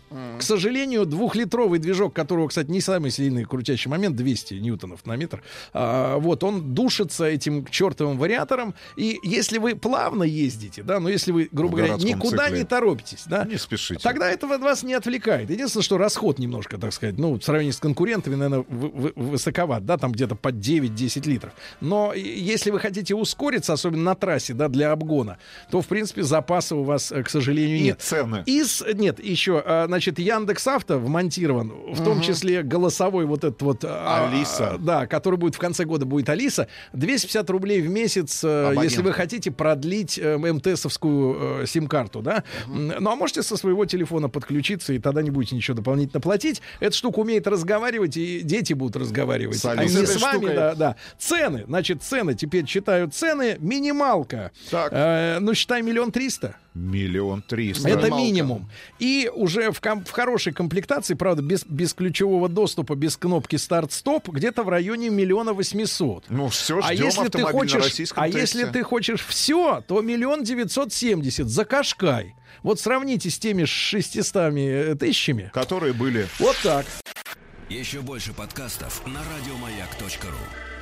Speaker 2: К сожалению, 2-литровый движок, которого, кстати, не самый сильный крутящий момент, 200 ньютонов на метр, вот, он душится этим чертовым вариатором. И если вы плавно ездите, да, но если вы, грубо говоря, никуда не торопитесь, да,
Speaker 6: не спешите,
Speaker 2: тогда это вас не отвлекает. Единственное, что расход немножко, так сказать, ну, в сравнении с конкурентами, наверное, высоковат, да, там где-то под 9-10 литров. Но если вы хотите ускориться, особенно на трассе, да, для обгона, то, в принципе, запаса у вас, к сожалению, нет.
Speaker 6: И цены.
Speaker 2: Нет, еще, значит, Яндекс.Авто вмонтирован, в том числе голосовой вот этот вот...
Speaker 6: Алиса.
Speaker 2: Да, который будет в конце года, будет Алиса. 250 рублей в месяц, если вы хотите продлить МТСовскую сим-карту, да. Ну, а можете со своего телефона подключиться, и тогда не будете ничего дополнительно платить. Эта штука умеет разговаривать, и дети будут разговаривать. А не с вами, да. Цены, значит, цены. Теперь читают цены. Минималка. Ну, считай, 1 300 000.
Speaker 6: 1 300 000.
Speaker 2: Это минимум. И уже в хорошей комплектации, правда, без ключевого доступа, без кнопки старт-стоп, где-то в районе 1 800 000.
Speaker 6: Ну, все, ждем автомобиль на российском тесте.
Speaker 2: Если ты хочешь все, то 1 970 000 за Кашкай. Вот сравните с теми 600 тысячами,
Speaker 6: которые были.
Speaker 2: Вот так.
Speaker 1: Еще больше подкастов на радиомаяк.ру.